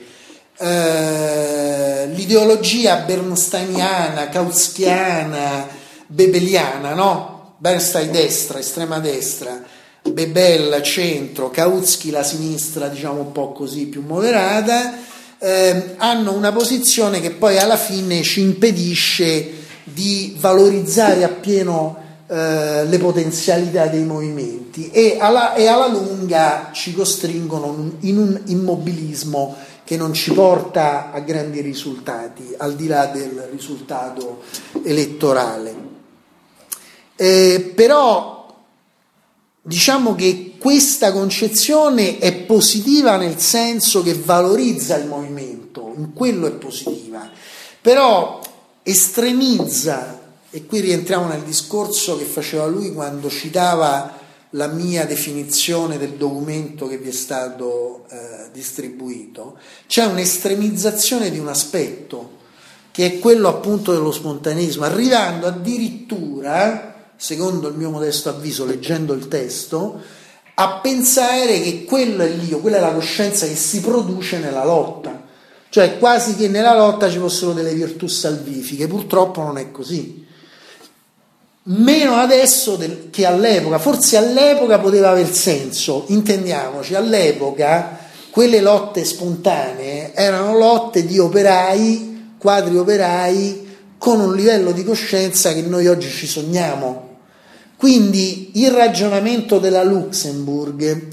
eh, l'ideologia bernsteiniana, kautskiana, bebeliana, no? Bernstein destra, estrema destra, Bebel centro, Kautsky la sinistra, diciamo un po' così più moderata, eh, hanno una posizione che poi alla fine ci impedisce di valorizzare appieno eh, le potenzialità dei movimenti e alla, e alla lunga ci costringono in un immobilismo che non ci porta a grandi risultati, al di là del risultato elettorale. Eh, però diciamo che questa concezione è positiva nel senso che valorizza il movimento, in quello è positiva, però estremizza, e qui rientriamo nel discorso che faceva lui quando citava la mia definizione del documento che vi è stato eh, distribuito, c'è un'estremizzazione di un aspetto che è quello appunto dello spontaneismo, arrivando addirittura, secondo il mio modesto avviso, leggendo il testo, a pensare che quello è l'io, quella è la coscienza che si produce nella lotta, cioè quasi che nella lotta ci fossero delle virtù salvifiche. Purtroppo non è così, meno adesso del, che all'epoca. Forse all'epoca poteva aver senso, intendiamoci, all'epoca quelle lotte spontanee erano lotte di operai, quadri operai, con un livello di coscienza che noi oggi ci sogniamo. Quindi il ragionamento della Luxemburg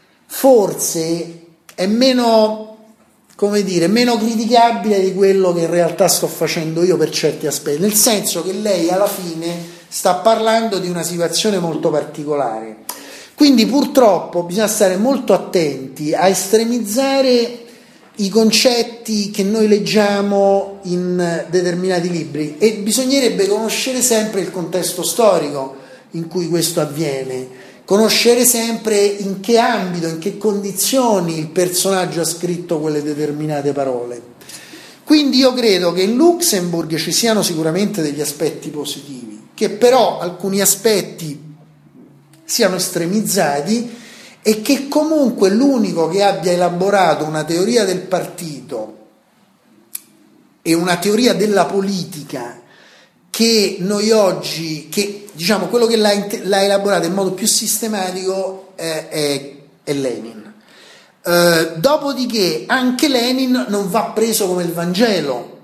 forse è meno, come dire, meno criticabile di quello che in realtà sto facendo io per certi aspetti, nel senso che lei alla fine sta parlando di una situazione molto particolare. Quindi purtroppo bisogna stare molto attenti a estremizzare i concetti che noi leggiamo in determinati libri, e bisognerebbe conoscere sempre il contesto storico in cui questo avviene, conoscere sempre in che ambito, in che condizioni il personaggio ha scritto quelle determinate parole. Quindi io credo che in Luxemburg ci siano sicuramente degli aspetti positivi, che però alcuni aspetti siano estremizzati, e che comunque l'unico che abbia elaborato una teoria del partito e una teoria della politica che noi oggi, che diciamo, quello che l'ha, l'ha elaborato in modo più sistematico è, è, è Lenin. Eh, dopodiché anche Lenin non va preso come il Vangelo,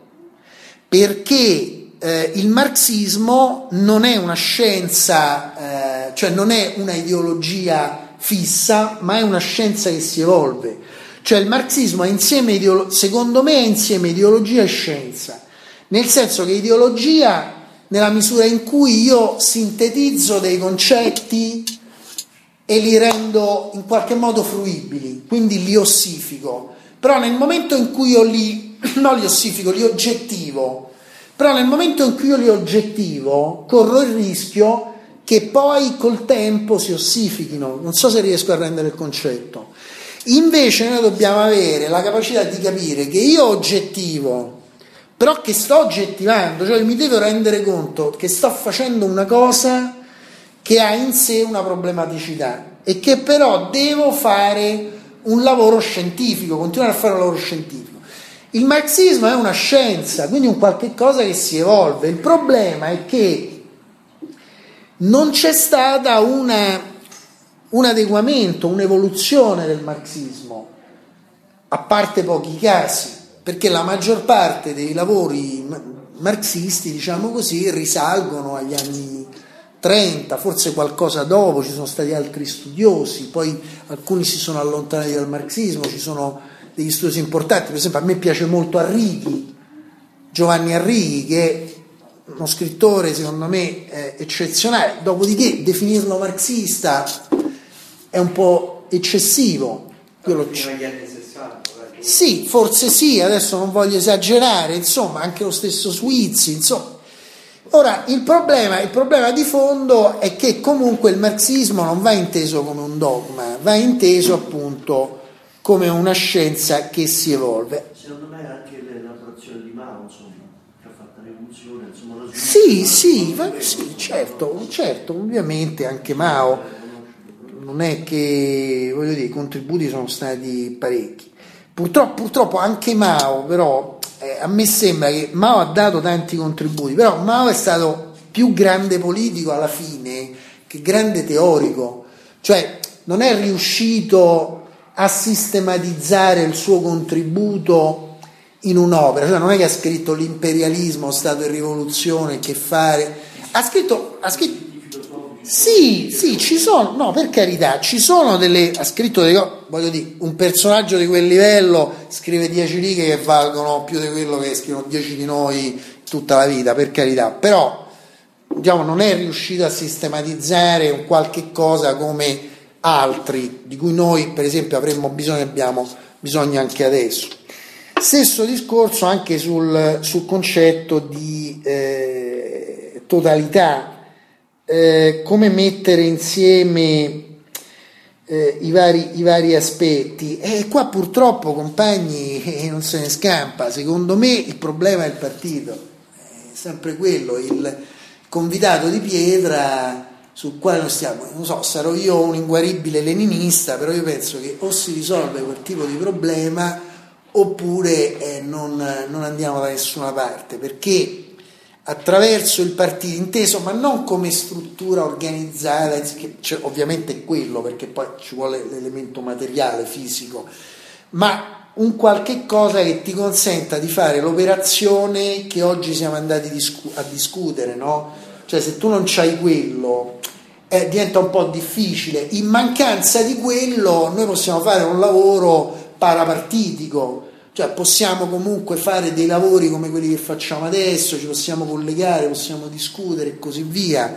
perché eh, il marxismo non è una scienza, eh, cioè non è una ideologia fissa, ma è una scienza che si evolve. Cioè il marxismo è insieme, ideolo- secondo me è insieme ideologia e scienza, nel senso che ideologia nella misura in cui io sintetizzo dei concetti e li rendo in qualche modo fruibili, quindi li ossifico, però nel momento in cui io li, non li ossifico, li oggettivo, però nel momento in cui io li oggettivo corro il rischio che poi col tempo si ossifichino. Non so se riesco a rendere il concetto. Invece noi dobbiamo avere la capacità di capire che io oggettivo, però che sto oggettivando, cioè mi devo rendere conto che sto facendo una cosa che ha in sé una problematicità e che però devo fare un lavoro scientifico, continuare a fare un lavoro scientifico. Il marxismo è una scienza, quindi un qualche cosa che si evolve. Il problema è che non c'è stata una, un adeguamento, un'evoluzione del marxismo, a parte pochi casi, perché la maggior parte dei lavori marxisti, diciamo così, risalgono agli anni trenta, forse qualcosa dopo, ci sono stati altri studiosi, poi alcuni si sono allontanati dal marxismo, ci sono degli studiosi importanti, per esempio a me piace molto Arrighi, Giovanni Arrighi, che è uno scrittore secondo me eh, eccezionale, dopodiché definirlo marxista è un po' eccessivo. Io lo c- Sì, forse sì, adesso non voglio esagerare, insomma, anche lo stesso Swizzi, insomma. Ora, il problema, il problema di fondo è che comunque il marxismo non va inteso come un dogma, va inteso appunto come una scienza che si evolve. Secondo me anche l'elaborazione di Mao, insomma, che ha fatto la rivoluzione, insomma, la Sì, sì, va, sì, certo, certo, ovviamente anche Mao, non è che, voglio dire, i contributi sono stati parecchi. Purtroppo, purtroppo anche Mao, però, eh, a me sembra che Mao ha dato tanti contributi, però Mao è stato più grande politico alla fine che grande teorico, cioè non è riuscito a sistematizzare il suo contributo in un'opera, cioè non è che ha scritto l'imperialismo, Stato e rivoluzione, che fare, ha scritto, ha scritto Sì, sì, ci sono, no, per carità, ci sono delle, ha scritto delle cose, voglio dire, un personaggio di quel livello scrive dieci righe che valgono più di quello che scrivono dieci di noi tutta la vita, per carità, però, diciamo, non è riuscito a sistematizzare un qualche cosa come altri, di cui noi, per esempio, avremmo bisogno, abbiamo bisogno anche adesso. Stesso discorso anche sul, sul concetto di eh, totalità. Eh, come mettere insieme eh, i, vari, i vari aspetti, e qua purtroppo, compagni, eh, non se ne scampa. Secondo me il problema è il partito, è sempre quello, il convitato di pietra sul quale non stiamo, non so, sarò io un inguaribile leninista, però io penso che o si risolve quel tipo di problema oppure eh, non, non andiamo da nessuna parte, perché attraverso il partito inteso, ma non come struttura organizzata, che cioè, ovviamente è quello, perché poi ci vuole l'elemento materiale, fisico, ma un qualche cosa che ti consenta di fare l'operazione che oggi siamo andati discu- a discutere, no? Cioè se tu non c'hai quello eh, diventa un po' difficile. In mancanza di quello noi possiamo fare un lavoro parapartitico, cioè possiamo comunque fare dei lavori come quelli che facciamo adesso, ci possiamo collegare, possiamo discutere e così via,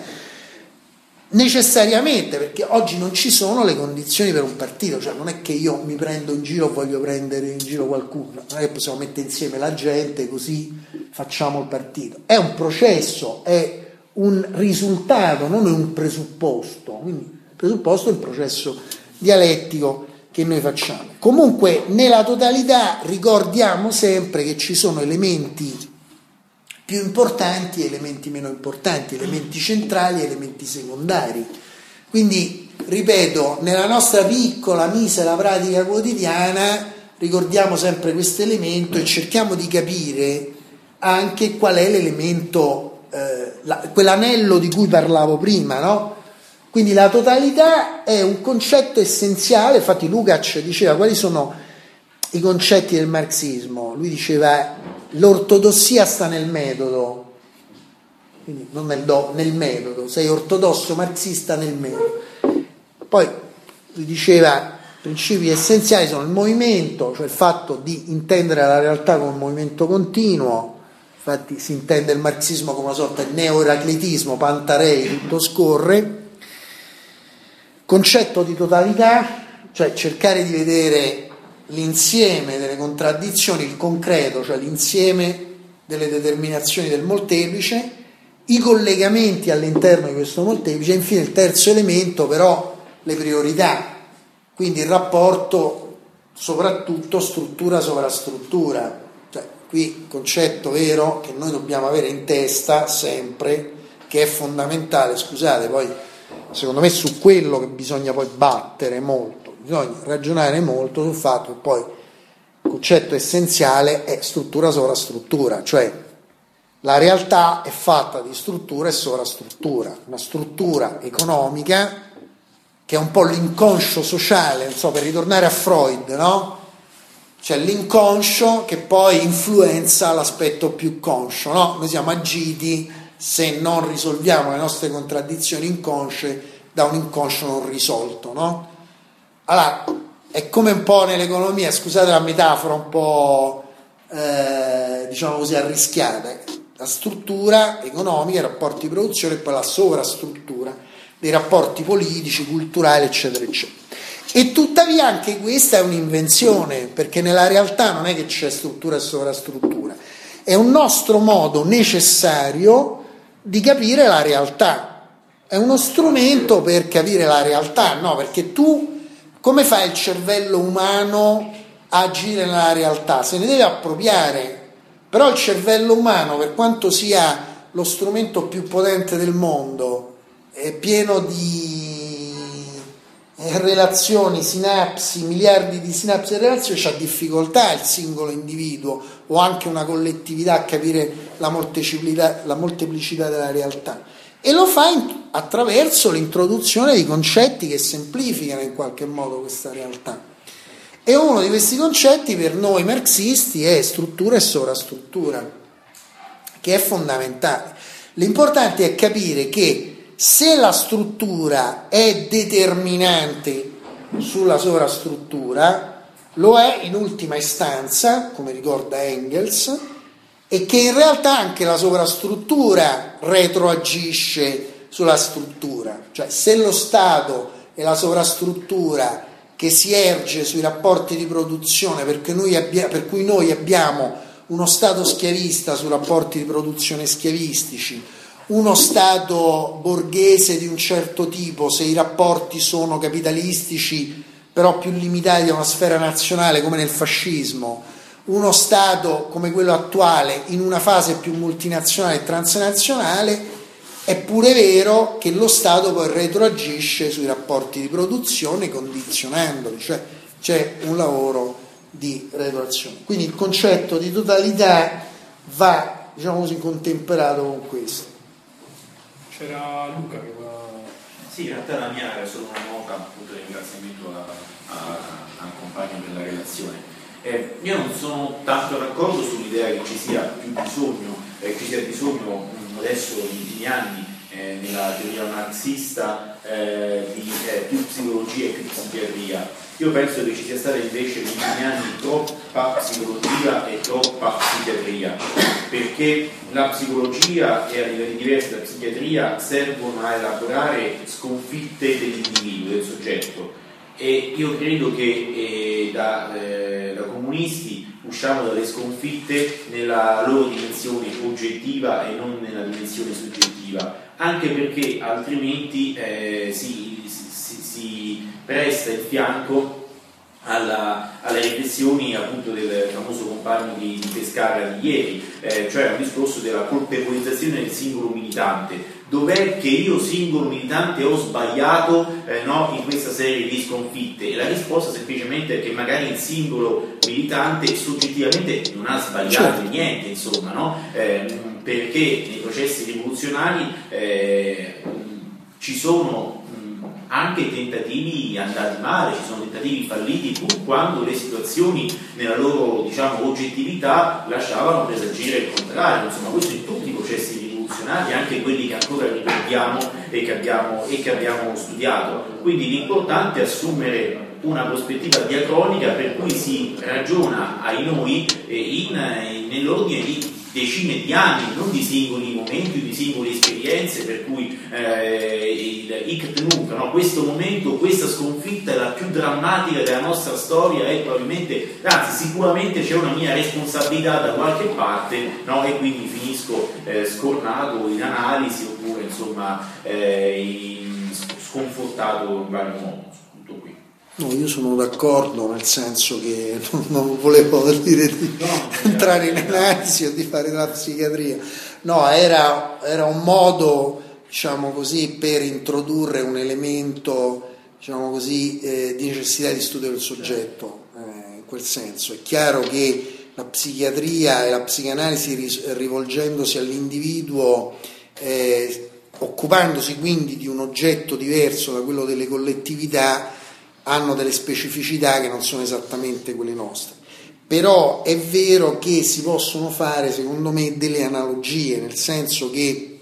necessariamente, perché oggi non ci sono le condizioni per un partito, cioè non è che io mi prendo in giro o voglio prendere in giro qualcuno, non è che possiamo mettere insieme la gente così facciamo il partito, è un processo, è un risultato, non è un presupposto, quindi il presupposto è il processo dialettico che noi facciamo. Comunque nella totalità ricordiamo sempre che ci sono elementi più importanti e elementi meno importanti, elementi centrali e elementi secondari. Quindi, ripeto, nella nostra piccola, misera pratica quotidiana ricordiamo sempre questo elemento e cerchiamo di capire anche qual è l'elemento eh, la, quell'anello di cui parlavo prima, no? Quindi la totalità è un concetto essenziale. Infatti Lukács diceva quali sono i concetti del marxismo. Lui diceva l'ortodossia sta nel metodo, quindi non nel, do, nel metodo, sei ortodosso marxista nel metodo. Poi lui diceva principi essenziali sono il movimento, cioè il fatto di intendere la realtà come un movimento continuo. Infatti si intende il marxismo come una sorta di neo-eraclitismo, Pantarei, tutto scorre. Concetto di totalità, cioè cercare di vedere l'insieme delle contraddizioni, il concreto, cioè l'insieme delle determinazioni del molteplice, i collegamenti all'interno di questo molteplice, e infine il terzo elemento però le priorità, quindi il rapporto soprattutto struttura-sovrastruttura. Cioè, qui il concetto vero che noi dobbiamo avere in testa sempre, che è fondamentale, scusate, poi secondo me su quello che bisogna poi battere molto, bisogna ragionare molto sul fatto che poi il concetto essenziale è struttura-sovrastruttura, cioè la realtà è fatta di struttura e sovrastruttura, una struttura economica che è un po' l'inconscio sociale, non so, per ritornare a Freud, no? Cioè l'inconscio che poi influenza l'aspetto più conscio, no? Noi siamo agiti, se non risolviamo le nostre contraddizioni inconsce, da un inconscio non risolto, no? Allora, è come un po' nell'economia, scusate la metafora un po' eh, diciamo così arrischiata, la struttura economica, i rapporti di produzione e poi la sovrastruttura dei rapporti politici, culturali, eccetera, eccetera. E tuttavia anche questa è un'invenzione, perché nella realtà non è che c'è struttura e sovrastruttura, è un nostro modo necessario di capire la realtà, è uno strumento per capire la realtà, no? Perché tu, come fa il cervello umano a agire nella realtà? Se ne deve appropriare, però il cervello umano, per quanto sia lo strumento più potente del mondo, è pieno di relazioni, sinapsi, miliardi di sinapsi e relazioni, c'ha difficoltà il singolo individuo o anche una collettività a capire la molteplicità, la molteplicità della realtà, e lo fa in, attraverso l'introduzione di concetti che semplificano in qualche modo questa realtà, e uno di questi concetti per noi marxisti è struttura e sovrastruttura, che è fondamentale. L'importante è capire che se la struttura è determinante sulla sovrastruttura, lo è in ultima istanza, come ricorda Engels, e che in realtà anche la sovrastruttura retroagisce sulla struttura. Cioè, se lo Stato è la sovrastruttura che si erge sui rapporti di produzione, perché noi abbia, per cui noi abbiamo uno Stato schiavista su rapporti di produzione schiavistici, uno Stato borghese di un certo tipo se i rapporti sono capitalistici però più limitati a una sfera nazionale come nel fascismo, uno Stato come quello attuale in una fase più multinazionale e transnazionale, è pure vero che lo Stato poi retroagisce sui rapporti di produzione condizionandoli, cioè c'è un lavoro di retroazione. Quindi il concetto di totalità va, diciamo così, contemperato con questo. C'era Luca che va... Sì, in realtà la mia era solo una nota, appunto, di ringraziamento a, a, al compagno della relazione. Eh, io non sono tanto d'accordo sull'idea che ci sia più bisogno, eh, ci sia bisogno adesso in ultimi anni eh, nella teoria marxista eh, di eh, più psicologia e più psichiatria. Io penso che ci sia stata invece negli ultimi anni troppa psicologia e troppa psichiatria, perché la psicologia e a livelli diversi la psichiatria servono a elaborare sconfitte dell'individuo, del soggetto, e io credo che eh, da, eh, da comunisti usciamo dalle sconfitte nella loro dimensione oggettiva e non nella dimensione soggettiva, anche perché altrimenti eh, si, si, si presta il fianco alla, alle riflessioni appunto del famoso compagno di, di Pescara di ieri, eh, cioè un discorso della colpevolizzazione del singolo militante. Dov'è che io singolo militante ho sbagliato eh, no, in questa serie di sconfitte? E la risposta semplicemente è che magari il singolo militante soggettivamente non ha sbagliato certo. niente, insomma, no? Eh, perché nei processi rivoluzionari eh, ci sono anche tentativi andati male, ci sono tentativi falliti pur quando le situazioni nella loro, diciamo, oggettività lasciavano presagire il contrario. Insomma, questo in tutti i processi rivoluzionari, anche quelli che ancora ricordiamo e che abbiamo, e che abbiamo studiato. Quindi l'importante è assumere una prospettiva diacronica per cui si ragiona ai noi in, in, nell'ordine di decine di anni, non di singoli momenti o di singole esperienze, per cui eh, il hic nunc, no? Questo momento, questa sconfitta è la più drammatica della nostra storia e probabilmente, anzi sicuramente c'è una mia responsabilità da qualche parte, no? E quindi finisco eh, scornato in analisi oppure insomma eh, in, sconfortato in vario modo. Tutto qui. No, io sono d'accordo, nel senso che non, non volevo dire di no, entrare in analisi o di fare la psichiatria, no, era, era un modo, diciamo così, per introdurre un elemento, diciamo così, eh, di necessità di studio del soggetto, eh, in quel senso. È chiaro che la psichiatria e la psicanalisi, rivolgendosi all'individuo, eh, occupandosi quindi di un oggetto diverso da quello delle collettività, hanno delle specificità che non sono esattamente quelle nostre. Però è vero che si possono fare, secondo me, delle analogie, nel senso che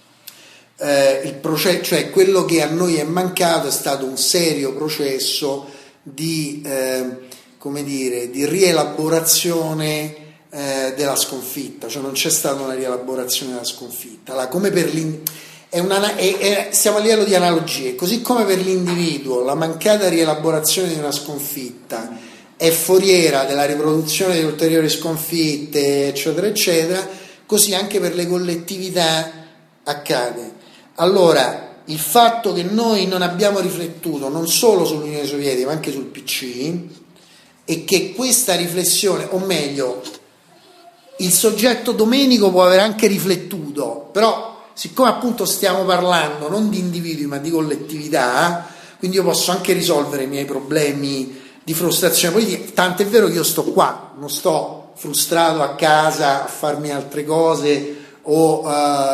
eh, il processo, cioè quello che a noi è mancato è stato un serio processo di, eh, come dire, di rielaborazione eh, della sconfitta, cioè non c'è stata una rielaborazione della sconfitta. Allora, come per l'in... È una, è, è, siamo a livello di analogie, così come per l'individuo la mancata rielaborazione di una sconfitta è foriera della riproduzione di ulteriori sconfitte, eccetera, eccetera, così anche per le collettività accade. Allora, il fatto che noi non abbiamo riflettuto non solo sull'Unione Sovietica, ma anche sul P C, e che questa riflessione, o meglio, il soggetto Domenico può aver anche riflettuto, però siccome appunto stiamo parlando non di individui ma di collettività, quindi io posso anche risolvere i miei problemi di frustrazione politica, tant'è vero che io sto qua, non sto frustrato a casa a farmi altre cose o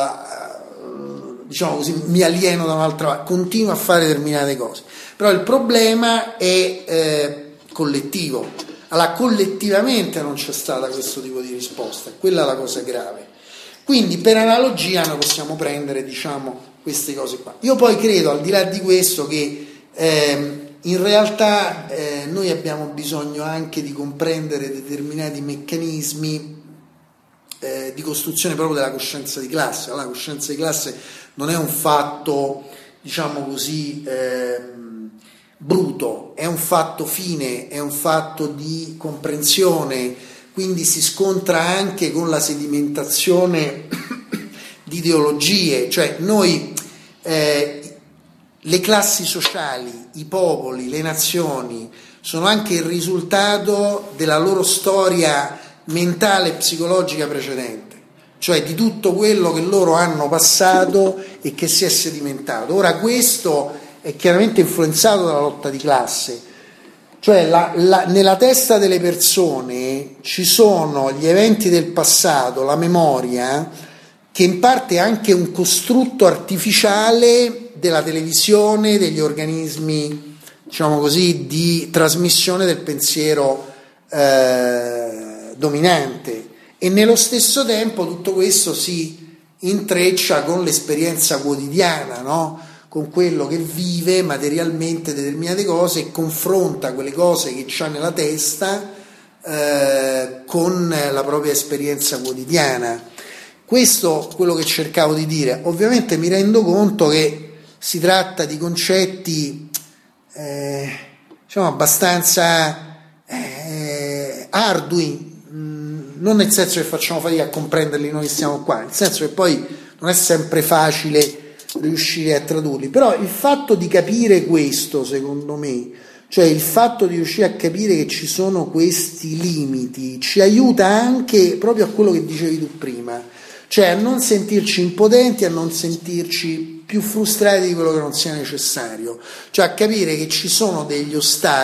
uh, diciamo così mi alieno da un'altra parte, continuo a fare determinate cose, però il problema è eh, collettivo. Allora, collettivamente non c'è stata questo tipo di risposta, quella è la cosa grave. Quindi per analogia noi possiamo prendere, diciamo, queste cose qua. Io poi credo, al di là di questo, che eh, in realtà eh, noi abbiamo bisogno anche di comprendere determinati meccanismi eh, di costruzione proprio della coscienza di classe. Allora, la coscienza di classe non è un fatto, diciamo così, eh, bruto, è un fatto fine, è un fatto di comprensione, quindi si scontra anche con la sedimentazione di ideologie, cioè noi, eh, le classi sociali, i popoli, le nazioni sono anche il risultato della loro storia mentale e psicologica precedente, cioè di tutto quello che loro hanno passato e che si è sedimentato. Ora questo è chiaramente influenzato dalla lotta di classe. Cioè la, la, nella testa delle persone ci sono gli eventi del passato, la memoria, che in parte è anche un costrutto artificiale della televisione, degli organismi, diciamo così, di trasmissione del pensiero eh, dominante, e nello stesso tempo tutto questo si intreccia con l'esperienza quotidiana, no? Con quello che vive materialmente determinate cose e confronta quelle cose che c'ha nella testa eh, con la propria esperienza quotidiana. Questo è quello che cercavo di dire. Ovviamente mi rendo conto che si tratta di concetti eh, diciamo abbastanza eh, ardui, mh, non nel senso che facciamo fatica a comprenderli noi che siamo qua, nel senso che poi non è sempre facile riuscire a tradurli, però il fatto di capire questo, secondo me, cioè il fatto di riuscire a capire che ci sono questi limiti, ci aiuta anche proprio a quello che dicevi tu prima, cioè a non sentirci impotenti, a non sentirci più frustrati di quello che non sia necessario, cioè a capire che ci sono degli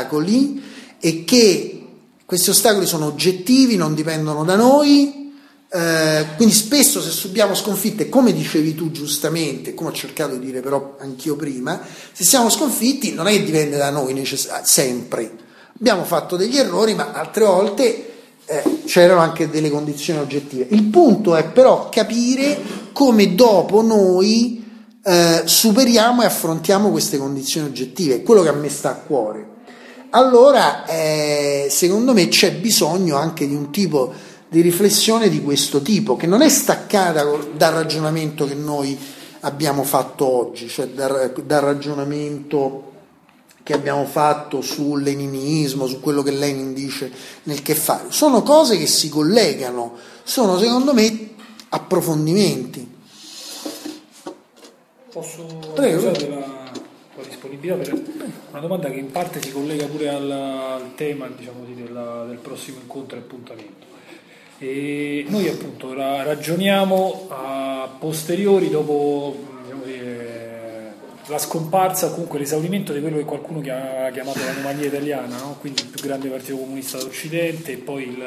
ostacoli e che questi ostacoli sono oggettivi, non dipendono da noi, Eh, quindi spesso se subiamo sconfitte, come dicevi tu giustamente, come ho cercato di dire però anch'io prima, se siamo sconfitti non è che dipende da noi necess- sempre, abbiamo fatto degli errori, ma altre volte eh, c'erano anche delle condizioni oggettive. Il punto è però capire come dopo noi eh, superiamo e affrontiamo queste condizioni oggettive, è quello che a me sta a cuore. Allora eh, secondo me c'è bisogno anche di un tipo di riflessione di questo tipo, che non è staccata dal ragionamento che noi abbiamo fatto oggi, cioè dal, dal ragionamento che abbiamo fatto sul leninismo, su quello che Lenin dice nel Che fare. Sono cose che si collegano, sono secondo me approfondimenti. Posso Prego. usare la, la disponibilità per una domanda che in parte si collega pure al, al tema, diciamo, della, del prossimo incontro e appuntamento. E noi appunto ra- ragioniamo a posteriori dopo, diciamo, eh, la scomparsa o comunque l'esaurimento di quello che qualcuno che ha chiamato l'anomalia italiana, no? Quindi il più grande partito comunista d'Occidente, e poi il,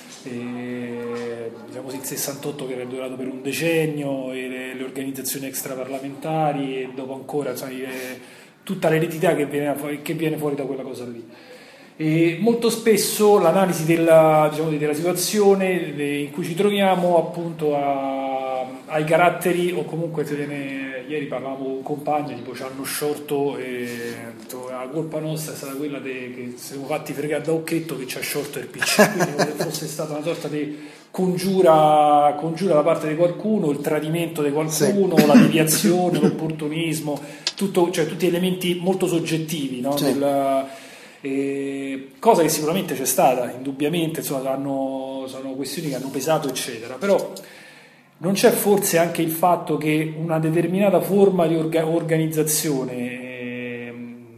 eh, diciamo così, il sessantotto che era durato per un decennio, e le, le organizzazioni extraparlamentari, e dopo ancora, insomma, eh, tutta l'eredità che viene, che viene fuori da quella cosa lì. E molto spesso l'analisi della, diciamo, della situazione in cui ci troviamo appunto a, ai caratteri, o comunque se ne, ieri parlavamo con un compagno, tipo ci hanno sciolto e la colpa nostra è stata quella de, che siamo fatti fregare da Occhetto che ci ha sciolto il P C, quindi come se fosse stata una sorta di congiura, congiura da parte di qualcuno, il tradimento di qualcuno, sì. La deviazione, l'opportunismo, tutto, cioè tutti elementi molto soggettivi, no? Sì. Del, E cosa che sicuramente c'è stata, indubbiamente, insomma, hanno, sono questioni che hanno pesato, eccetera, però non c'è forse anche il fatto che una determinata forma di orga- organizzazione eh,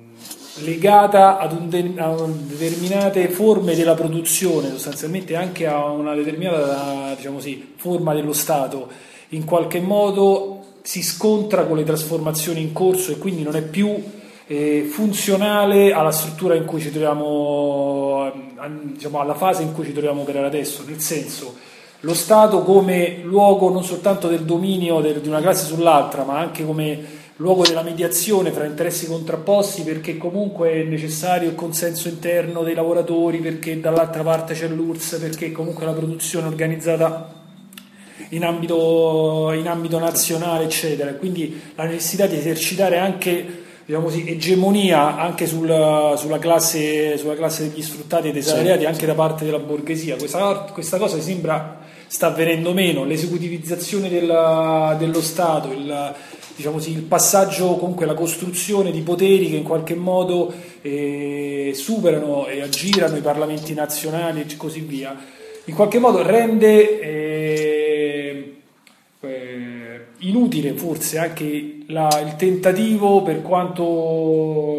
legata ad un de- a determinate forme della produzione, sostanzialmente anche a una determinata, diciamo così, forma dello Stato, in qualche modo si scontra con le trasformazioni in corso, e quindi non è più Eh, funzionale alla struttura in cui ci troviamo, diciamo, alla fase in cui ci troviamo per adesso, nel senso, lo Stato come luogo non soltanto del dominio del, di una classe sull'altra, ma anche come luogo della mediazione fra interessi contrapposti, perché comunque è necessario il consenso interno dei lavoratori, perché dall'altra parte c'è l'U R S S, perché comunque la produzione è organizzata in ambito, in ambito nazionale, eccetera, quindi la necessità di esercitare anche, diciamo così, egemonia anche sul, sulla, classe, sulla classe degli sfruttati e dei salariati, sì, anche da parte della borghesia. Questa, questa cosa sembra sta avvenendo meno, l'esecutivizzazione della, dello Stato, il, diciamo così, il passaggio, comunque la costruzione di poteri che in qualche modo eh, superano e aggirano i parlamenti nazionali e così via, in qualche modo rende eh, eh, inutile forse anche la, il tentativo, per quanto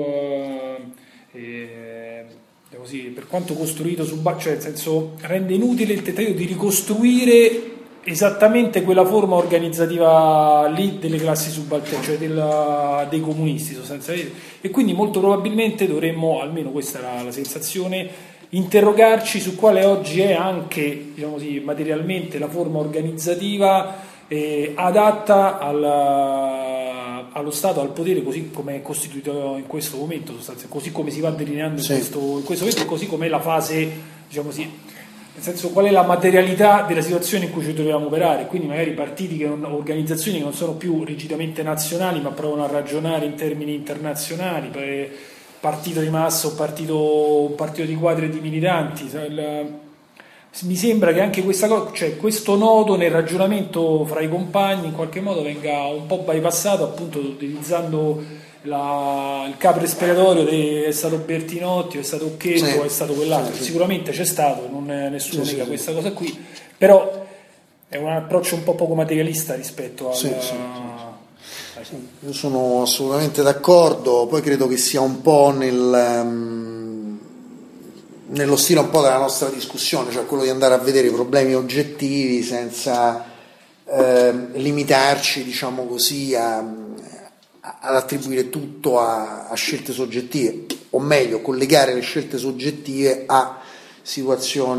eh, così, per quanto costruito su, cioè nel senso, rende inutile il tentativo di ricostruire esattamente quella forma organizzativa lì delle classi subalterne, cioè della, dei comunisti sostanzialmente, e quindi molto probabilmente dovremmo, almeno questa è la, la sensazione, interrogarci su quale oggi è anche, diciamo così, materialmente la forma organizzativa eh, adatta alla, allo Stato, al potere così come è costituito in questo momento, sostanzialmente, così come si va delineando in, sì. questo, in questo momento, e così come è la fase, diciamo così, nel senso, qual è la materialità della situazione in cui ci dobbiamo operare. Quindi magari partiti che non, organizzazioni che non sono più rigidamente nazionali ma provano a ragionare in termini internazionali, per partito di massa o partito, un partito di quadri di militanti. Il, mi sembra che anche questa cosa, cioè questo nodo nel ragionamento fra i compagni in qualche modo venga un po' bypassato, appunto utilizzando la, il capro espiatorio de, è stato Bertinotti, è stato Occhetto, sì, è stato quell'altro, sì, sì. Sicuramente c'è stato, non è, nessuno sì, nega sì, questa cosa qui, però è un approccio un po' poco materialista rispetto al... Sì, sì, sì. Io sono assolutamente d'accordo, poi credo che sia un po' nel, um, nello stile un po' della nostra discussione, cioè quello di andare a vedere i problemi oggettivi senza eh, limitarci, diciamo così, a, a, ad attribuire tutto a, a scelte soggettive, o meglio collegare le scelte soggettive a situazioni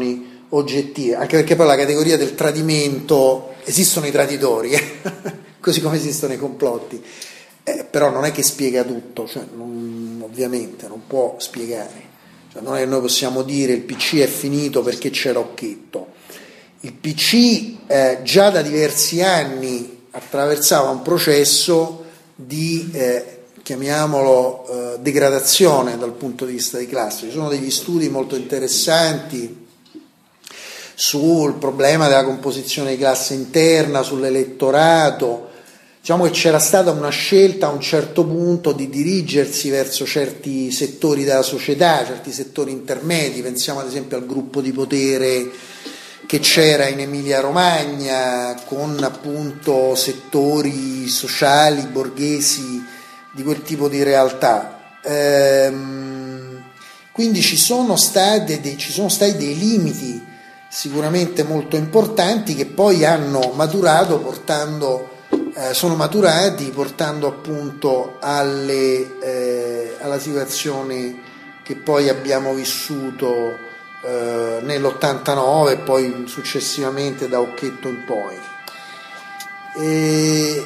oggettive, anche perché poi la categoria del tradimento, esistono i traditori, eh? Così come esistono i complotti, eh, però non è che spiega tutto, cioè non, ovviamente non può spiegare, cioè non è che noi possiamo dire il P C è finito perché c'era Occhetto. Il P C eh, già da diversi anni attraversava un processo di eh, chiamiamolo eh, degradazione dal punto di vista di classe. Ci sono degli studi molto interessanti sul problema della composizione di classe interna, sull'elettorato. Diciamo che c'era stata una scelta a un certo punto di dirigersi verso certi settori della società, certi settori intermedi. Pensiamo ad esempio al gruppo di potere che c'era in Emilia-Romagna, con appunto settori sociali, borghesi, di quel tipo di realtà. Ehm, quindi ci sono, state dei, ci sono stati dei limiti sicuramente molto importanti che poi hanno maturato portando, eh, sono maturati portando appunto alle, eh, alla situazione che poi abbiamo vissuto eh, nell'ottantanove e poi successivamente da Occhetto in poi. E,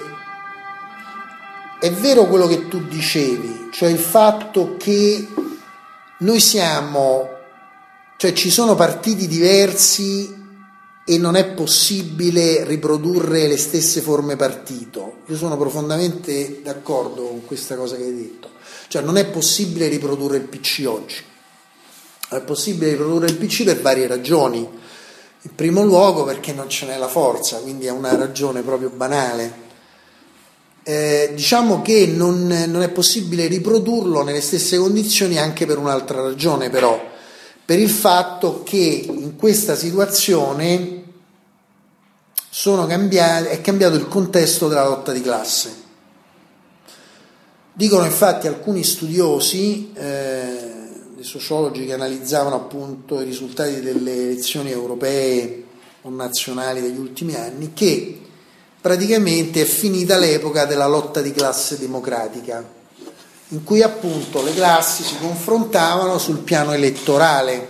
È vero quello che tu dicevi, cioè il fatto che noi siamo, cioè ci sono partiti diversi e non è possibile riprodurre le stesse forme partito. Io sono profondamente d'accordo con questa cosa che hai detto, cioè non è possibile riprodurre il P C oggi, non è possibile riprodurre il P C per varie ragioni. In primo luogo perché non ce n'è la forza, quindi è una ragione proprio banale. Eh, diciamo che non, non è possibile riprodurlo nelle stesse condizioni anche per un'altra ragione, però per il fatto che in questa situazione sono cambiati, è cambiato il contesto della lotta di classe. Dicono infatti alcuni studiosi, eh, dei sociologi che analizzavano appunto i risultati delle elezioni europee o nazionali degli ultimi anni, che praticamente è finita l'epoca della lotta di classe democratica, in cui appunto le classi si confrontavano sul piano elettorale.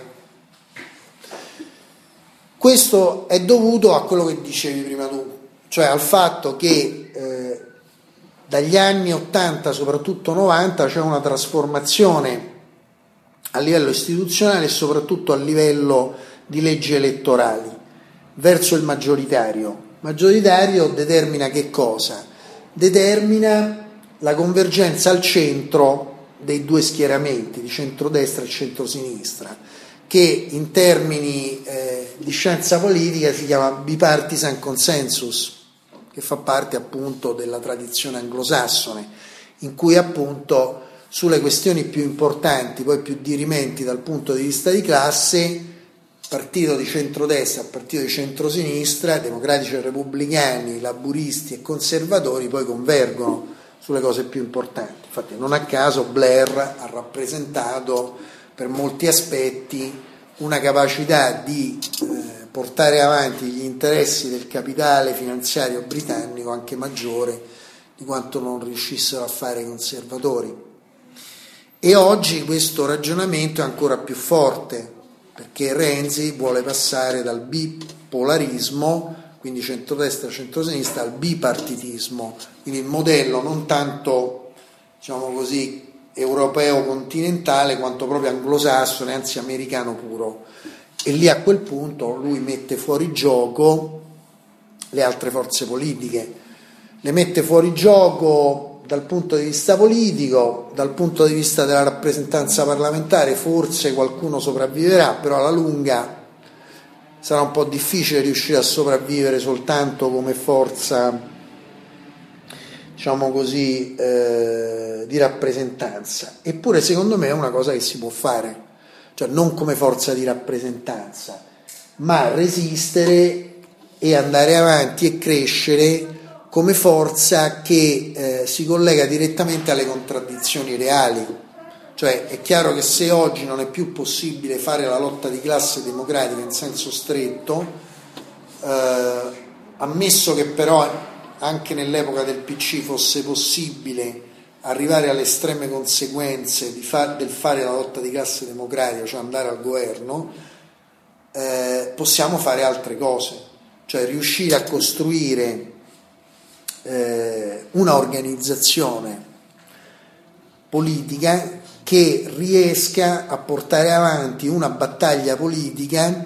Questo è dovuto a quello che dicevi prima tu, cioè al fatto che eh, dagli anni ottanta, soprattutto novanta, c'è una trasformazione a livello istituzionale e soprattutto a livello di leggi elettorali verso il maggioritario. Maggioritario determina che cosa? Determina la convergenza al centro dei due schieramenti, di centrodestra e centrosinistra, che in termini eh, di scienza politica si chiama bipartisan consensus, che fa parte appunto della tradizione anglosassone, in cui appunto sulle questioni più importanti, poi più dirimenti dal punto di vista di classe, partito di centrodestra, partito di centrosinistra, democratici e repubblicani, laburisti e conservatori poi convergono sulle cose più importanti. Infatti non a caso Blair ha rappresentato per molti aspetti una capacità di eh, portare avanti gli interessi del capitale finanziario britannico anche maggiore di quanto non riuscissero a fare i conservatori. E oggi questo ragionamento è ancora più forte, perché Renzi vuole passare dal bipolarismo, quindi centrodestra-centrosinistra, al bipartitismo, quindi il modello non tanto, diciamo così, europeo continentale quanto proprio anglosassone, anzi americano puro. E lì a quel punto lui mette fuori gioco le altre forze politiche, le mette fuori gioco dal punto di vista politico, dal punto di vista della rappresentanza parlamentare forse qualcuno sopravviverà, però alla lunga sarà un po' difficile riuscire a sopravvivere soltanto come forza, diciamo così, eh, di rappresentanza. Eppure secondo me è una cosa che si può fare, cioè non come forza di rappresentanza, ma resistere e andare avanti e crescere come forza che eh, si collega direttamente alle contraddizioni reali. Cioè è chiaro che se oggi non è più possibile fare la lotta di classe democratica in senso stretto, eh, ammesso che però anche nell'epoca del P C fosse possibile arrivare alle estreme conseguenze di far, del fare la lotta di classe democratica, cioè andare al governo, eh, possiamo fare altre cose, cioè riuscire a costruire eh, una organizzazione politica che riesca a portare avanti una battaglia politica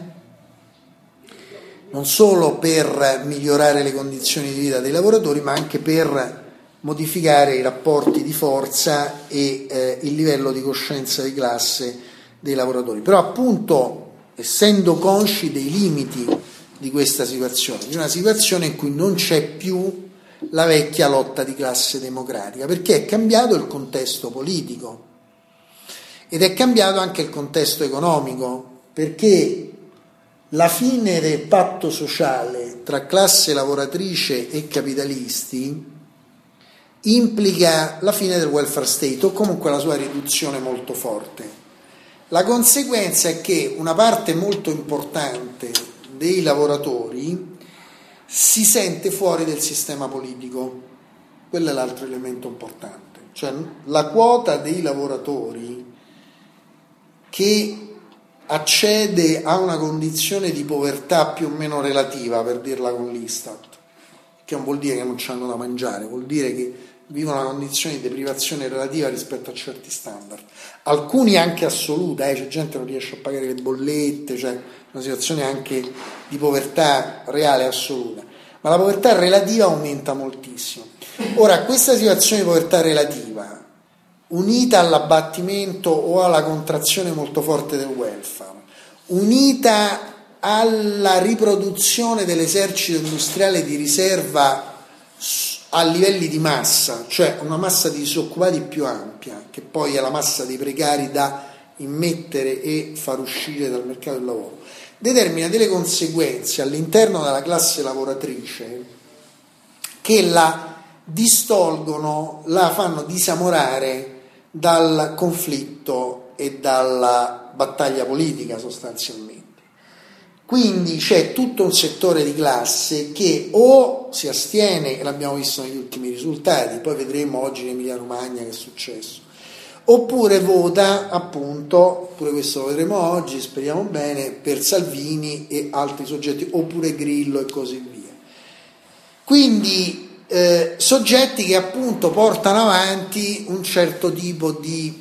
non solo per migliorare le condizioni di vita dei lavoratori, ma anche per modificare i rapporti di forza e eh, il livello di coscienza di classe dei lavoratori. Però appunto, essendo consci dei limiti di questa situazione, di una situazione in cui non c'è più la vecchia lotta di classe democratica, perché è cambiato il contesto politico ed è cambiato anche il contesto economico, perché la fine del patto sociale tra classe lavoratrice e capitalisti implica la fine del welfare state o comunque la sua riduzione molto forte. La conseguenza è che una parte molto importante dei lavoratori si sente fuori del sistema politico. Quello è l'altro elemento importante, cioè la quota dei lavoratori che accede a una condizione di povertà più o meno relativa, per dirla con l'Istat, che non vuol dire che non c'hanno da mangiare, vuol dire che vivono una condizione di deprivazione relativa rispetto a certi standard, alcuni anche assoluta, eh, c'è gente che non riesce a pagare le bollette, cioè una situazione anche di povertà reale assoluta, ma la povertà relativa aumenta moltissimo. Ora, questa situazione di povertà relativa, unita all'abbattimento o alla contrazione molto forte del welfare, unita alla riproduzione dell'esercito industriale di riserva a livelli di massa, cioè una massa di disoccupati più ampia, che poi è la massa dei precari da immettere e far uscire dal mercato del lavoro, determina delle conseguenze all'interno della classe lavoratrice che la distolgono, la fanno disamorare dal conflitto e dalla battaglia politica sostanzialmente. Quindi c'è tutto un settore di classe che o si astiene, e l'abbiamo visto negli ultimi risultati, poi vedremo oggi in Emilia Romagna che è successo, oppure vota appunto, pure questo lo vedremo oggi, speriamo bene, per Salvini e altri soggetti, oppure Grillo e così via. Quindi eh, soggetti che appunto portano avanti un certo tipo di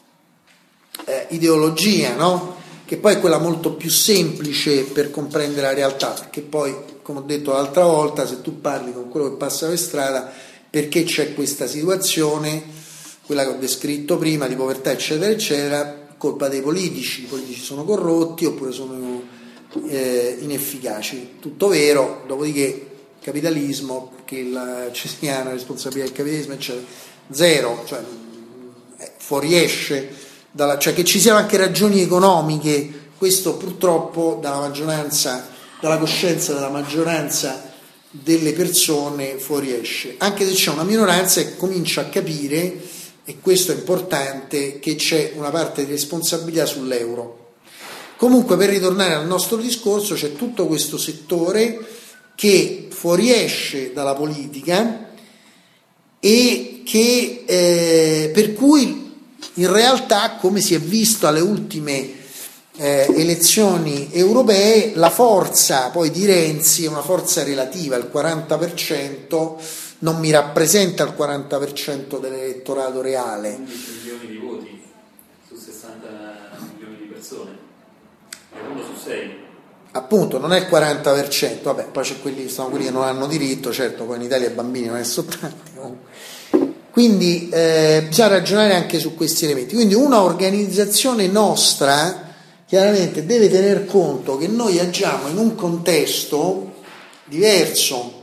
eh, ideologia, no? Che poi è quella molto più semplice per comprendere la realtà, perché poi, come ho detto l'altra volta, se tu parli con quello che passa per strada, perché c'è questa situazione, quella che ho descritto prima, di povertà eccetera eccetera, colpa dei politici, i politici sono corrotti oppure sono eh, inefficaci, tutto vero, dopodiché capitalismo, che la, ci sia una responsabilità del capitalismo eccetera, zero, cioè eh, fuoriesce dalla, cioè che ci siano anche ragioni economiche, questo purtroppo dalla maggioranza, dalla coscienza della maggioranza delle persone fuoriesce, anche se c'è una minoranza che comincia a capire, e questo è importante, che c'è una parte di responsabilità sull'euro. Comunque, per ritornare al nostro discorso, c'è tutto questo settore che fuoriesce dalla politica e che eh, per cui in realtà, come si è visto alle ultime eh, elezioni europee, la forza poi di Renzi è una forza relativa, il quaranta per cento non mi rappresenta il quaranta per cento dell'elettorato reale. undici milioni di voti su sessanta milioni di persone, è uno su sei. Appunto, non è il quaranta per cento, vabbè, poi c'è quelli, sono quelli che non hanno diritto, certo, poi in Italia i bambini non è soltanto. Quindi eh, bisogna ragionare anche su questi elementi. Quindi una organizzazione nostra chiaramente deve tener conto che noi agiamo in un contesto diverso,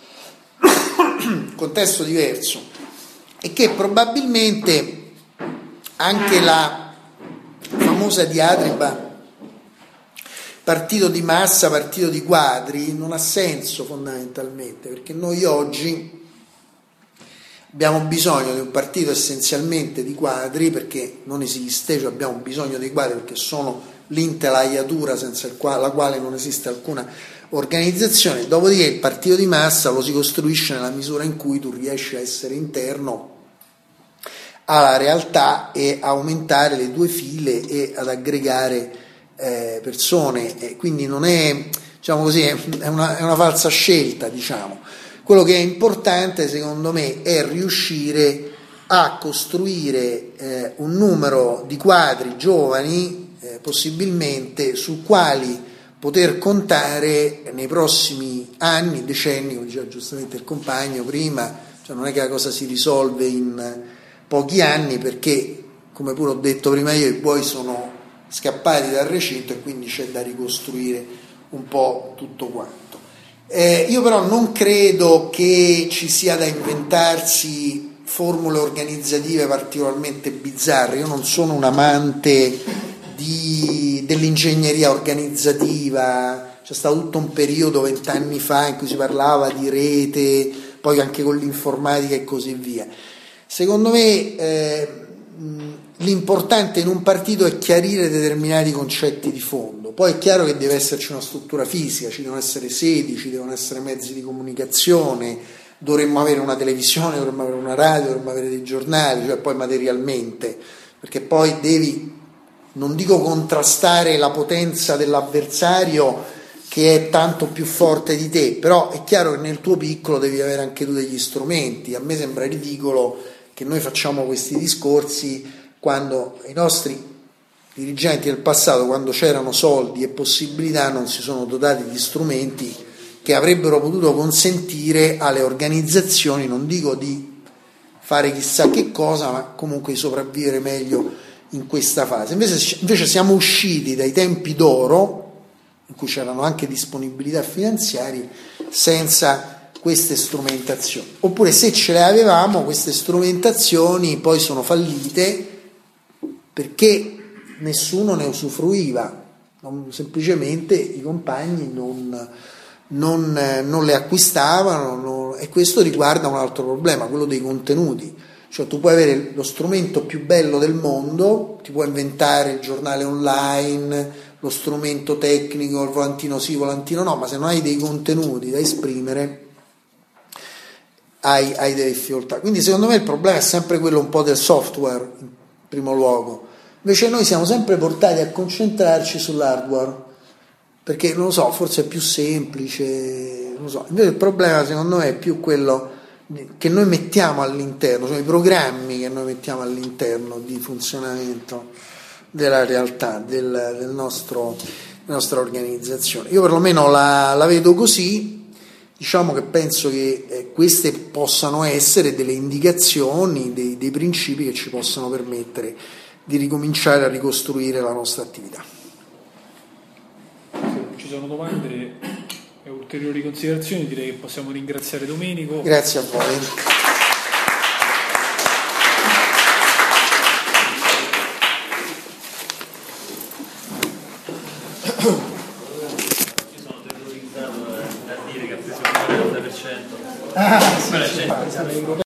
contesto diverso, e che probabilmente anche la famosa diatriba partito di massa, partito di quadri non ha senso fondamentalmente, perché noi oggi abbiamo bisogno di un partito essenzialmente di quadri, perché non esiste, cioè abbiamo bisogno dei quadri perché sono l'intelaiatura senza il quale, la quale non esiste alcuna organizzazione. Dopodiché il partito di massa lo si costruisce nella misura in cui tu riesci a essere interno alla realtà e a aumentare le tue file e ad aggregare eh, persone, e quindi non è, diciamo così, è una, è una falsa scelta, diciamo. Quello che è importante secondo me è riuscire a costruire eh, un numero di quadri giovani eh, possibilmente su quali poter contare nei prossimi anni, decenni, come diceva giustamente il compagno prima, cioè non è che la cosa si risolve in pochi anni, perché come pure ho detto prima io, i buoi sono scappati dal recinto e quindi c'è da ricostruire un po' tutto quanto. Eh, io però non credo che ci sia da inventarsi formule organizzative particolarmente bizzarre. Io non sono un amante di, dell'ingegneria organizzativa, c'è stato tutto un periodo vent'anni fa in cui si parlava di rete, poi anche con l'informatica e così via. Secondo me eh, l'importante in un partito è chiarire determinati concetti di fondo. Poi è chiaro che deve esserci una struttura fisica, ci devono essere sedi, ci devono essere mezzi di comunicazione, dovremmo avere una televisione, dovremmo avere una radio, dovremmo avere dei giornali, cioè poi materialmente, perché poi devi, non dico contrastare la potenza dell'avversario che è tanto più forte di te, però è chiaro che nel tuo piccolo devi avere anche tu degli strumenti. A me sembra ridicolo che noi facciamo questi discorsi quando i nostri dirigenti del passato, quando c'erano soldi e possibilità, non si sono dotati di strumenti che avrebbero potuto consentire alle organizzazioni, non dico di fare chissà che cosa, ma comunque di sopravvivere meglio in questa fase. Invece, invece siamo usciti dai tempi d'oro, in cui c'erano anche disponibilità finanziarie, senza queste strumentazioni. Oppure se ce le avevamo, queste strumentazioni poi sono fallite perché nessuno ne usufruiva, non, semplicemente i compagni non, non, non le acquistavano, non, e questo riguarda un altro problema, quello dei contenuti. Cioè tu puoi avere lo strumento più bello del mondo, ti puoi inventare il giornale online, lo strumento tecnico, il volantino sì, volantino no, ma se non hai dei contenuti da esprimere hai, hai delle difficoltà. Quindi secondo me il problema è sempre quello un po' del software in primo luogo. Invece noi siamo sempre portati a concentrarci sull'hardware, perché non lo so, forse è più semplice, non lo so. Invece il problema secondo me è più quello che noi mettiamo all'interno, cioè i programmi che noi mettiamo all'interno di funzionamento della realtà, del, del nostro, della nostra organizzazione. Io perlomeno la, la vedo così, diciamo che penso che eh, queste possano essere delle indicazioni, dei, dei principi che ci possano permettere di ricominciare a ricostruire la nostra attività. Se non ci sono domande e ulteriori considerazioni, direi che possiamo ringraziare Domenico. Grazie a voi. Io sono terrorizzato da dire che ha preso il quaranta per cento. Ah, sì, sì.